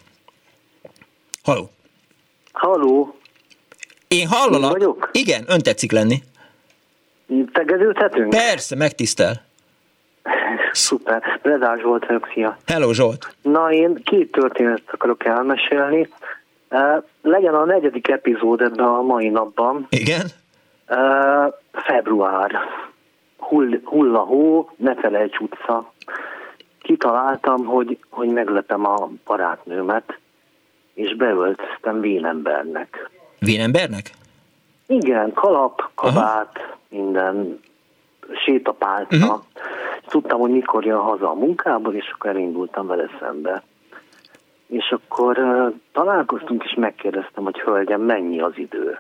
Halló! Halló! Én hallalak? Én vagyok? Igen, ön tetszik lenni. Tegeződhetünk? Persze, megtisztel. Szuper. Redás Zsolt vagyok, szia. Hello, Zsolt. Na, én két történetet akarok elmesélni. Uh, legyen a negyedik epizód ebben a mai napban. Igen? Uh, február. hull, hulla hó, ne felejts utca. Kitaláltam, hogy, hogy meglepem a barátnőmet, és beöltöztem vénembernek. Vénembernek? Igen, kalap, kabát, aha, minden, sétapálca. Uh-huh. Tudtam, hogy mikor jön haza a munkából, és akkor elindultam vele szembe. És akkor uh, találkoztunk, és megkérdeztem, hogy hölgyem, mennyi az idő?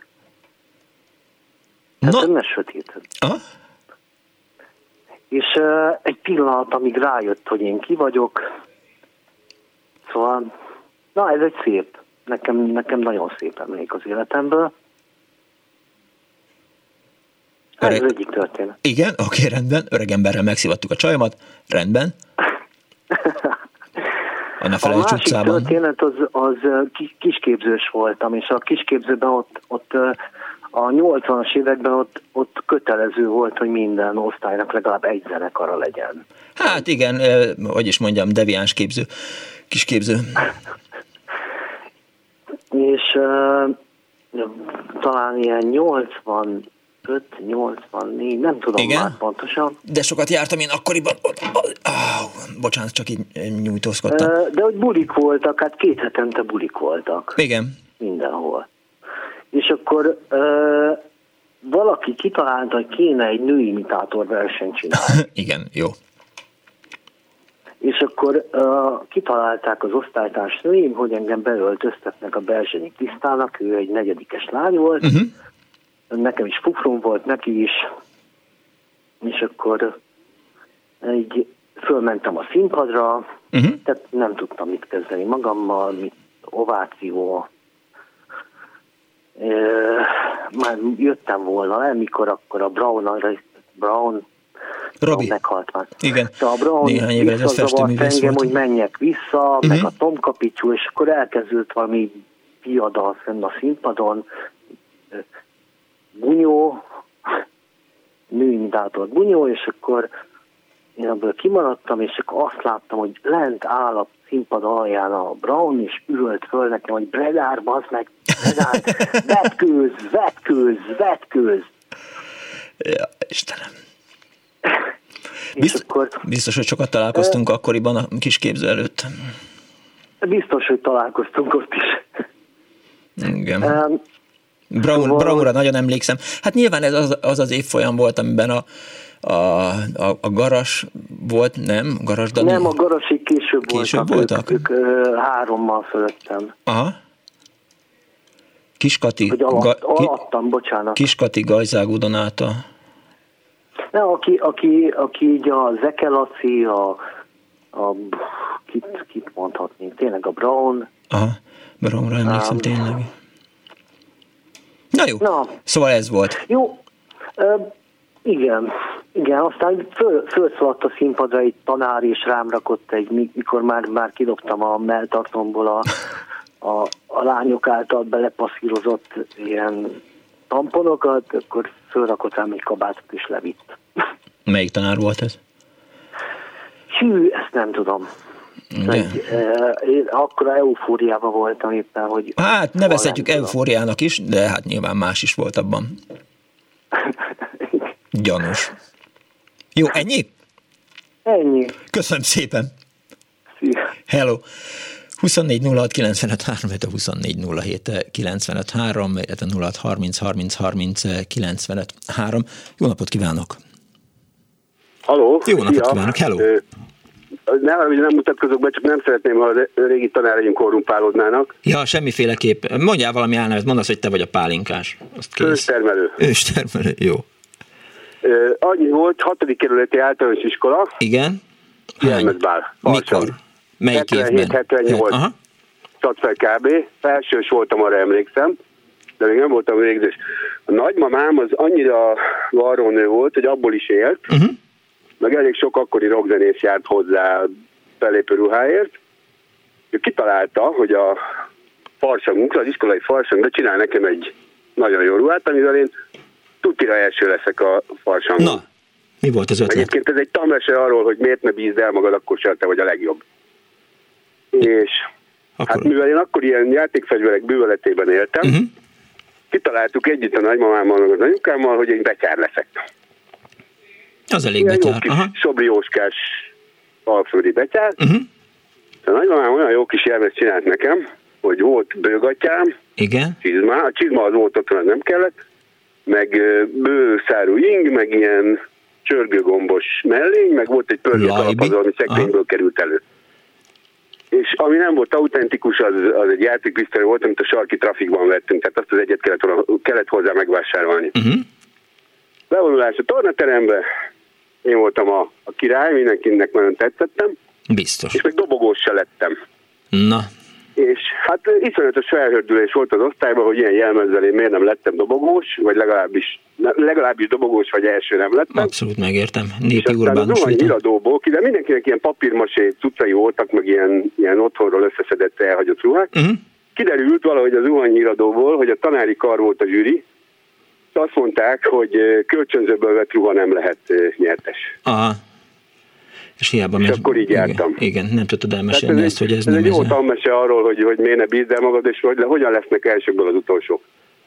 Tehát no. ne sötét. Uh-huh. És uh, egy pillanat, amíg rájött, hogy én ki vagyok. Szóval, na ez egy szép, nekem, nekem nagyon szép emlék az életemből. Ez Öreg... az egyik történet. Igen, oké, rendben. Öregemberrel megszivattuk a csajomat. Rendben. A másik utcában. Történet az, az kisképzős voltam, és a kisképzőben ott, ott a nyolcvanas években ott, ott kötelező volt, hogy minden osztálynak legalább egy zenekara legyen. Hát igen, eh, hogy is mondjam, deviáns képző, kisképző. És uh, talán ilyen nyolcvanöt nyolcvannégy, nem tudom igen? Már pontosan. De sokat jártam én akkoriban. Oh, bocsánat, csak így nyújtózkodtam. Uh, de hogy bulik voltak, hát két hetente bulik voltak. Igen. Mindenhol. És akkor uh, valaki kitalálta, hogy kéne egy nőimitátor versenyt csinálni. Igen, jó. És akkor uh, kitalálták az osztálytársnőim, hogy engem beöltöztetnek a Berzsenyi Krisztának, ő egy negyedikes lány volt, uh-huh. Nekem is pufrom volt, neki is, és akkor így fölmentem a színpadra, uh-huh. Tehát nem tudtam mit kezdeni magammal, mit ováció. E, már jöttem volna le, mikor akkor a Brown, Brown Robi. meghalt már. Igen. Szóval a Brown néhány évvel ez festőművész engem, volt. hogy menjek vissza, uh-huh. meg a Tom Kapicsú, és akkor elkezdődött valami piada fenn a színpadon, Bunyó, nőimitátor Bunyó, és akkor én ebből kimaradtam, és akkor azt láttam, hogy lent áll a színpad alján a Brown, és ürölt föl nekem, hogy Bredár, bazd meg, Bredár, vetkőz, vetkőz, vetkőz. Ja, Istenem. Biztos, akkor, biztos, hogy sokat találkoztunk e, akkoriban a kisképző előtt. Biztos, hogy találkoztunk ott is. Igen. Um, Brown, Brownra nagyon emlékszem. Hát nyilván ez az az, az évfolyam volt, amiben a, a, a, a Garas volt, nem? Garas Dani? Nem, a Garasig később, később voltak. voltak. Ők, ők hárommal fölöttem. Aha. Kiskati. Alatt, ga, ki, alattam, bocsánat. Kiskati, Gajzágó Donáta. Ne, aki, aki, aki így a Zeke Laci, a, a kit, kit mondhatnénk, tényleg a Brown. Aha, Brownra emlékszem um, tényleg. Na jó, na, szóval ez volt. Jó, uh, igen, igen, aztán föl, fölszaladt a színpadra egy tanár, és rám rakott egy, mikor már, már kidobtam a melltartomból a, a, a lányok által belepasszírozott ilyen tamponokat, akkor fölrakott rám egy kabátot, és levitt. Melyik tanár volt ez? Hű, ezt nem tudom. Egy, eh, én akkora eufóriában voltam éppen, hogy... Hát nevezhetjük eufóriának is, de hát nyilván más is volt abban. Gyanús. Jó, ennyi? Ennyi. Köszönöm szépen. Szia. Hello. huszonnégy nulla hat kilencvenöt három, a huszonnégy nulla hét kilencvenöt három, illetve nulla hat harminc harminc harminc kilencvenöt három. Jó napot kívánok! Halló! Jó napot szia. Kívánok! Hello! Ö, nem, nem mutatkozok be, csak nem szeretném, ha a régi tanáraim korrumpálódnának. Ja, semmiféleképp. Mondjál valami álnevet, mondasz, hogy te vagy a pálinkás. Őstermelő. Őstermelő, jó. Ö, annyi volt, hatodik kerületi általános iskola. Igen? Jelmezbál. Mikor? Melyik évben? hetvennyolc Szat fel kb. Felsős voltam, arra emlékszem, de még nem voltam végzős. A nagymamám az annyira varrónő volt, hogy abból is élt, uh-huh. meg elég sok akkori rockzenész járt hozzá fellépő ruháért. Ő kitalálta, hogy a farsangunkra, az iskolai farsangra csinál nekem egy nagyon jó ruhát, amivel én tutira első leszek a farsangon. Na, mi volt az ötlet? Egyébként ez egy tanmese arról, hogy miért ne bízd el magad, akkor sem te vagy a legjobb. És akkor... hát mivel én akkor ilyen játékfegyverek bűvöletében éltem, uh-huh. kitaláltuk együtt a nagymamámmal, meg az anyukámmal, hogy én betyár leszek. Az elég betyár. Jó kis szobrióskás alföldi betyár. Uh-huh. A nagymamám olyan jó kis jelmezt csinált nekem, hogy volt bőgatyám, igen. Csizma, a csizma az volt, ott nem kellett, meg bőszárú ing, meg ilyen csörgőgombos mellény, meg volt egy pörgő kalapazó, ami szekrényből került elő. És ami nem volt autentikus, az, az egy játékpisztoly volt, amit a sarki trafikban vettünk, tehát azt az egyet kellett, kellett hozzá megvásárolni. Uh-huh. Bevonulás a tornaterembe, én voltam a, a király, mindenkinek nagyon tetszettem. Biztos. És meg dobogós se lettem. Na. És hát iszonyatos felhördülés volt az osztályban, hogy ilyen jelmezzel én miért nem lettem dobogós, vagy legalábbis, legalábbis dobogós, vagy első nem lettem. Abszolút megértem. Népi urbánus vita. És aztán iradóból, de mindenkinek ilyen papírmasé cuccai voltak, meg ilyen, ilyen otthonról összeszedett elhagyott ruhák. Uh-huh. Kiderült valahogy az zuhanyi iradóból, hogy a tanári kar volt a zsűri, és azt mondták, hogy kölcsönzőből vett ruha nem lehet nyertes. Aha. És hiába és meg... akkor így jártam. Igen, igen, nem tudtad elmesélni ezt, hogy ez, ez nem ez. Ez egy jó a... tanmese arról, hogy, hogy miért ne bízd el magad, és hogy, hogyan lesznek elsőből az utolsók.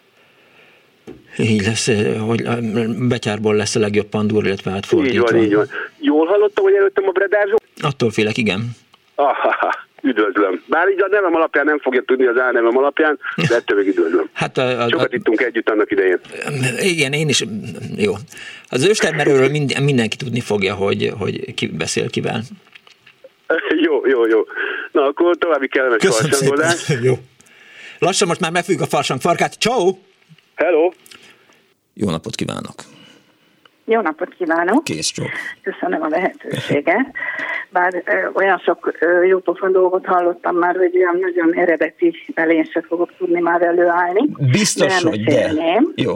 Így lesz, hogy betyárból lesz a legjobb pandúr, illetve átfordítva. Így van, így van. Jól hallottam, hogy előttem a Bredázsó? Attól félek, igen. Aha, üdvözlöm. Bár így a nevem alapján nem fogja tudni az álnevem alapján, de ettől még üdvözlöm. Hát a, a, Sokat a, ittunk együtt annak idején. Igen, én is. Jó. Az őstermerőről mind, mindenki tudni fogja, hogy, hogy ki beszél kivel. Jó, jó, jó. Na, akkor további kellemes farsangolás. Jó. Lassan most már megfújjuk a farsang farkát. Ciao. Hello. Jó napot kívánok. Jó napot kívánok! Kész csók. Köszönöm a lehetőséget. Bár ö, olyan sok ö, jópofon dolgot hallottam már, hogy olyan nagyon eredeti elén se fogok tudni már előállni. Biztos, hogy de. Jó.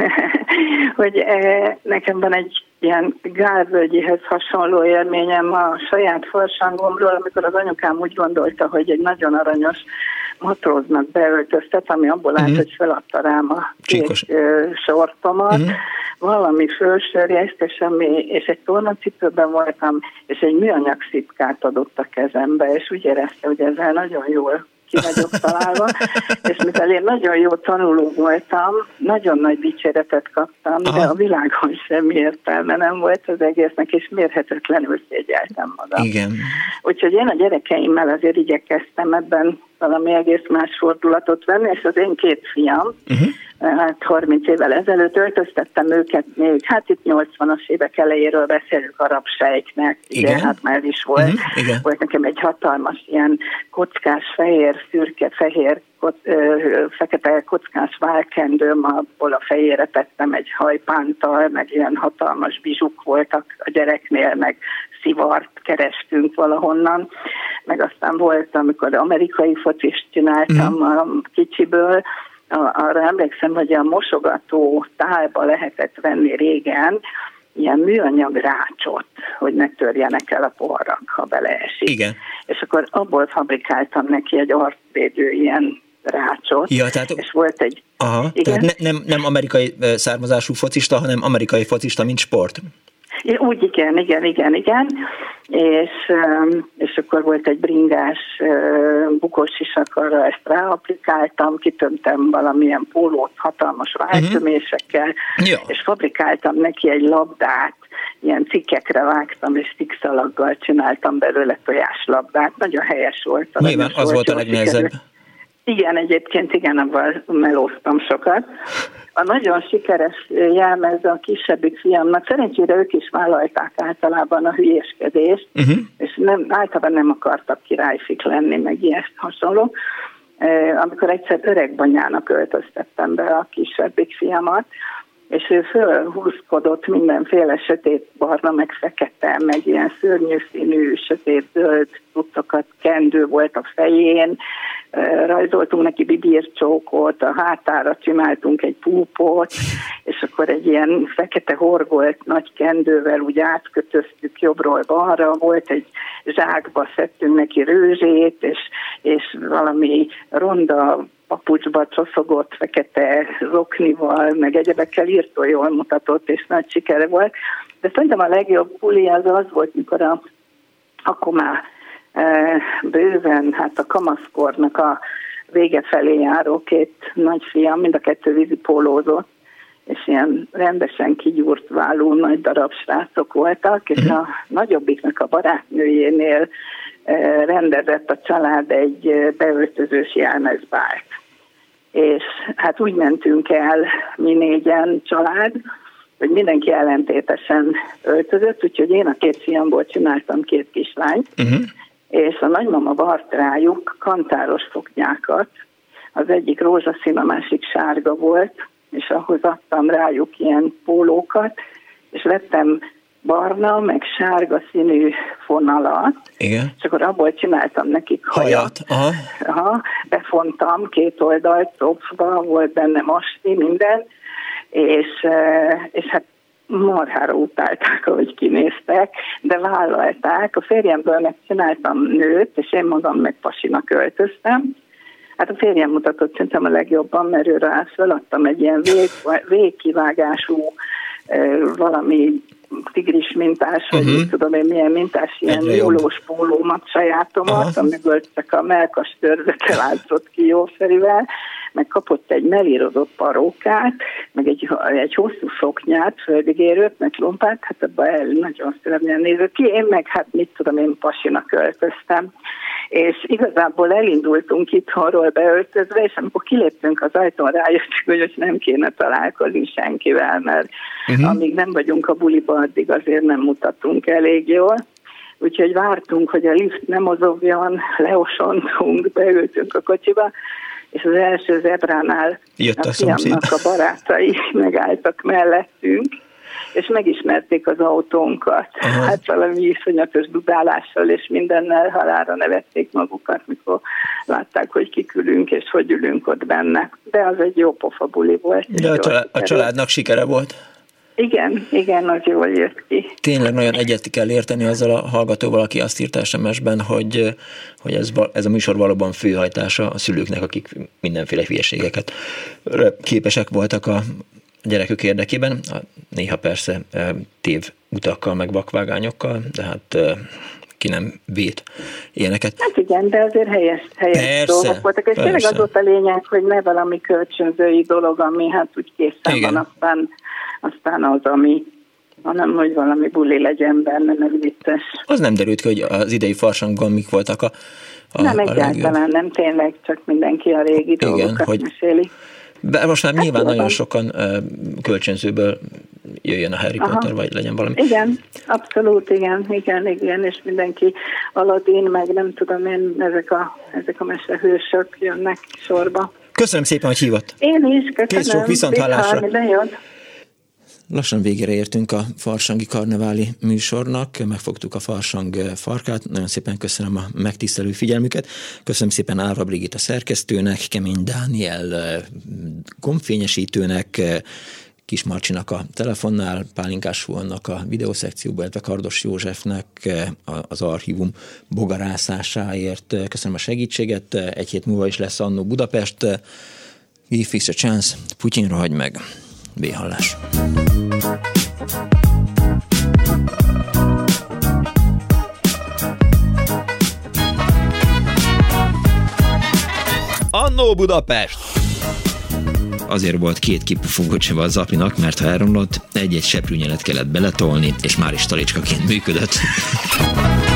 hogy e, nekem van egy ilyen Gálvölgyihez hasonló élményem a saját farsangomról, amikor az anyukám úgy gondolta, hogy egy nagyon aranyos matróznak beöltöztet, ami abból állt, uh-huh. hogy feladta rám a kék sortomat, uh-huh. valami fölsörjeszt, és, ami, és egy tornacipőben voltam, és egy műanyag szipkát adott a kezembe, és úgy érezte, hogy ezzel nagyon jól ki vagyok találva, és mivel én nagyon jó tanuló voltam, nagyon nagy dicséretet kaptam, Aha. de a világon semmi értelme nem volt az egésznek, és mérhetetlenül szégyeltem magam. Igen. Úgyhogy én a gyerekeimmel azért igyekeztem ebben valami egész más fordulatot venni, és az én két fiam, uh-huh. hát harminc évvel ezelőtt öltöztettem őket még, hát itt nyolcvanas évek elejéről beszélünk arab sejknek, igen, hát már is volt. Uh-huh. Volt nekem egy hatalmas ilyen kockás, fehér, szürke, fehér, koc, ö, fekete kockás válkendőm, abból a fejére tettem egy hajpántal, meg ilyen hatalmas bizsuk voltak a gyereknél, meg szivart kerestünk valahonnan, meg aztán volt, amikor amerikai focist csináltam mm. a kicsiből, arra emlékszem, hogy a mosogató tálba lehetett venni régen ilyen műanyag rácsot, hogy ne törjenek el a poharak, ha beleesik. Igen. És akkor abból fabrikáltam neki egy arcvédő ilyen rácsot, ja, tehát... és volt egy... Aha, igen? Tehát ne, nem, nem amerikai származású focista, hanem amerikai focista, mint sport. Úgy igen, igen, igen, igen, és, és akkor volt egy bringás bukós sisak, arra ezt ráaplikáltam, kitömtem valamilyen pólót hatalmas váltömésekkel, uh-huh. és fabrikáltam neki egy labdát, ilyen cikkekre vágtam, és szikszalaggal csináltam belőle tojáslabdát, nagyon helyes volt. Nyilván az volt a legnehezebb. Igen, egyébként igen, abban melóztam sokat. A nagyon sikeres jelmez a kisebbik fiamnak, szerencsére ők is vállalták általában a hülyéskedést, uh-huh. és nem, általában nem akartak királyfik lenni, meg ilyet hasonló. Amikor egyszer öregbanyának öltöztettem be a kisebbik fiamat, és ő fölhúzkodott mindenféle sötét barna, meg fekete, meg ilyen szörnyű színű, sötét zöld cuccokat, kendő volt a fején, rajzoltunk neki bibircsókot, a hátára csináltunk egy púpot, és akkor egy ilyen fekete horgolt nagy kendővel úgy átkötöztük jobbról balra, volt egy zsákba szedtünk neki rőzsét, és, és valami ronda papucsba csoszogott fekete zoknival, meg egyebekkel írtó jól mutatott, és nagy sikere volt. De szerintem a legjobb puli az az volt, mikor a, akkor már e, bőven, hát a kamaszkornak a vége felé járó két nagyfiam, mind a kettő vízipólózott, és ilyen rendesen kigyúrt vállú nagy darab srácok voltak, és a nagyobbiknak a barátnőjénél rendezett a család egy beöltözős jelmezbált. És hát úgy mentünk el mi négyen család, hogy mindenki ellentétesen öltözött, úgyhogy én a két fiamból csináltam két kislányt, uh-huh. és a nagymama vart rájuk kantáros szoknyákat, az egyik rózsaszín, a másik sárga volt, és ahhoz adtam rájuk ilyen pólókat, és vettem barna, meg sárga színű fonalat, igen. és akkor abból csináltam nekik hajat. hajat. Aha. Aha, befontam két oldalt, topfba, volt benne masti, minden, és, és hát marhára utálták, ahogy kinéztek, de vállalták. A férjemből megcsináltam nőt, és én magam meg pasinak öltöztem. Hát a férjem mutatott szerintem a legjobban, mert őre azt feladtam egy ilyen vég, végkivágású valami tigris mintás, vagy uh-huh. tudom én milyen mintás, ilyen jólós pólómat, sajátomat, uh-huh. amiből csak a melkas törzete látszott ki jóferivel, meg kapott egy melírodott parókát, meg egy, egy hosszú szoknyát, földigérőt, meg lompát, hát abban el nagyon szörnyen nézett ki, én meg hát mit tudom, én pasinak öltöztem. És igazából elindultunk itthonról beöltözve, és amikor kiléptünk az ajtón, rájöttünk, hogy nem kéne találkozni senkivel, mert uh-huh. amíg nem vagyunk a buliba, addig azért nem mutatunk elég jól. Úgyhogy vártunk, hogy a lift nem mozogjon, leosontunk, beültünk a kocsiba, és az első zebránál jött a, a fiamnak a barátai megálltak mellettünk, és megismerték az autónkat. Aha. Hát valami iszonyatos dudálással és mindennel halálra nevették magukat, mikor látták, hogy kikülünk és hogy ülünk ott benne. De az egy jó pofa buli volt. De a, család, a családnak sikere volt? Igen, igen, az jól jött ki. Tényleg nagyon egyet kell érteni azzal a hallgatóval, aki azt írt es em es-ben, hogy, hogy ez, ez a műsor valóban főhajtása a szülőknek, akik mindenféle hülyeségeket képesek voltak a gyerekük érdekében, néha persze tév utakkal, meg vakvágányokkal, de hát ki nem vét ilyeneket. Hát igen, de azért helyes, helyes persze, dolgok voltak, és persze. Tényleg az volt a lényeg, hogy ne valami kölcsönzői dolog, ami hát úgy készen van, aztán, aztán az, ami, hanem hogy valami buli legyen benne, meg vicces. Az nem derült ki, hogy az idei farsangon mik voltak a, a Nem, a egyáltalán legjobb. Nem, tényleg csak mindenki a régi igen, dolgokat hogy... meséli. De most már hát nyilván nagyon sokan uh, kölcsönzőből jöjjön a Harry Aha. Potter, vagy legyen valami. Igen, abszolút, igen, igen, igen, és mindenki Aladdin, meg nem tudom én, ezek a, ezek a mesehősök jönnek sorba. Köszönöm szépen, hogy hívott. Én is, köszönöm. Kész sok viszont hallásra. Minden jót. Lassan végére értünk a farsangi karneváli műsornak, megfogtuk a farsang farkát, nagyon szépen köszönöm a megtisztelő figyelmüket, köszönöm szépen Árva Brigitta szerkesztőnek, Kemény Dániel gombfényesítőnek, Kis Marcsinak a telefonnál, Pálinkás Fuannak a videószekcióban, illetve Kardos Józsefnek az archívum bogarászásáért köszönöm a segítséget, egy hét múlva is lesz Annó Budapest, Give us a chance, Putyinra hagy meg. B-hallás. Annó Budapest! Azért volt két kipufogó cseve a Zapinak, mert ha elromlott, egy-egy seprűnyelet kellett beletolni, és már is talicskaként működött.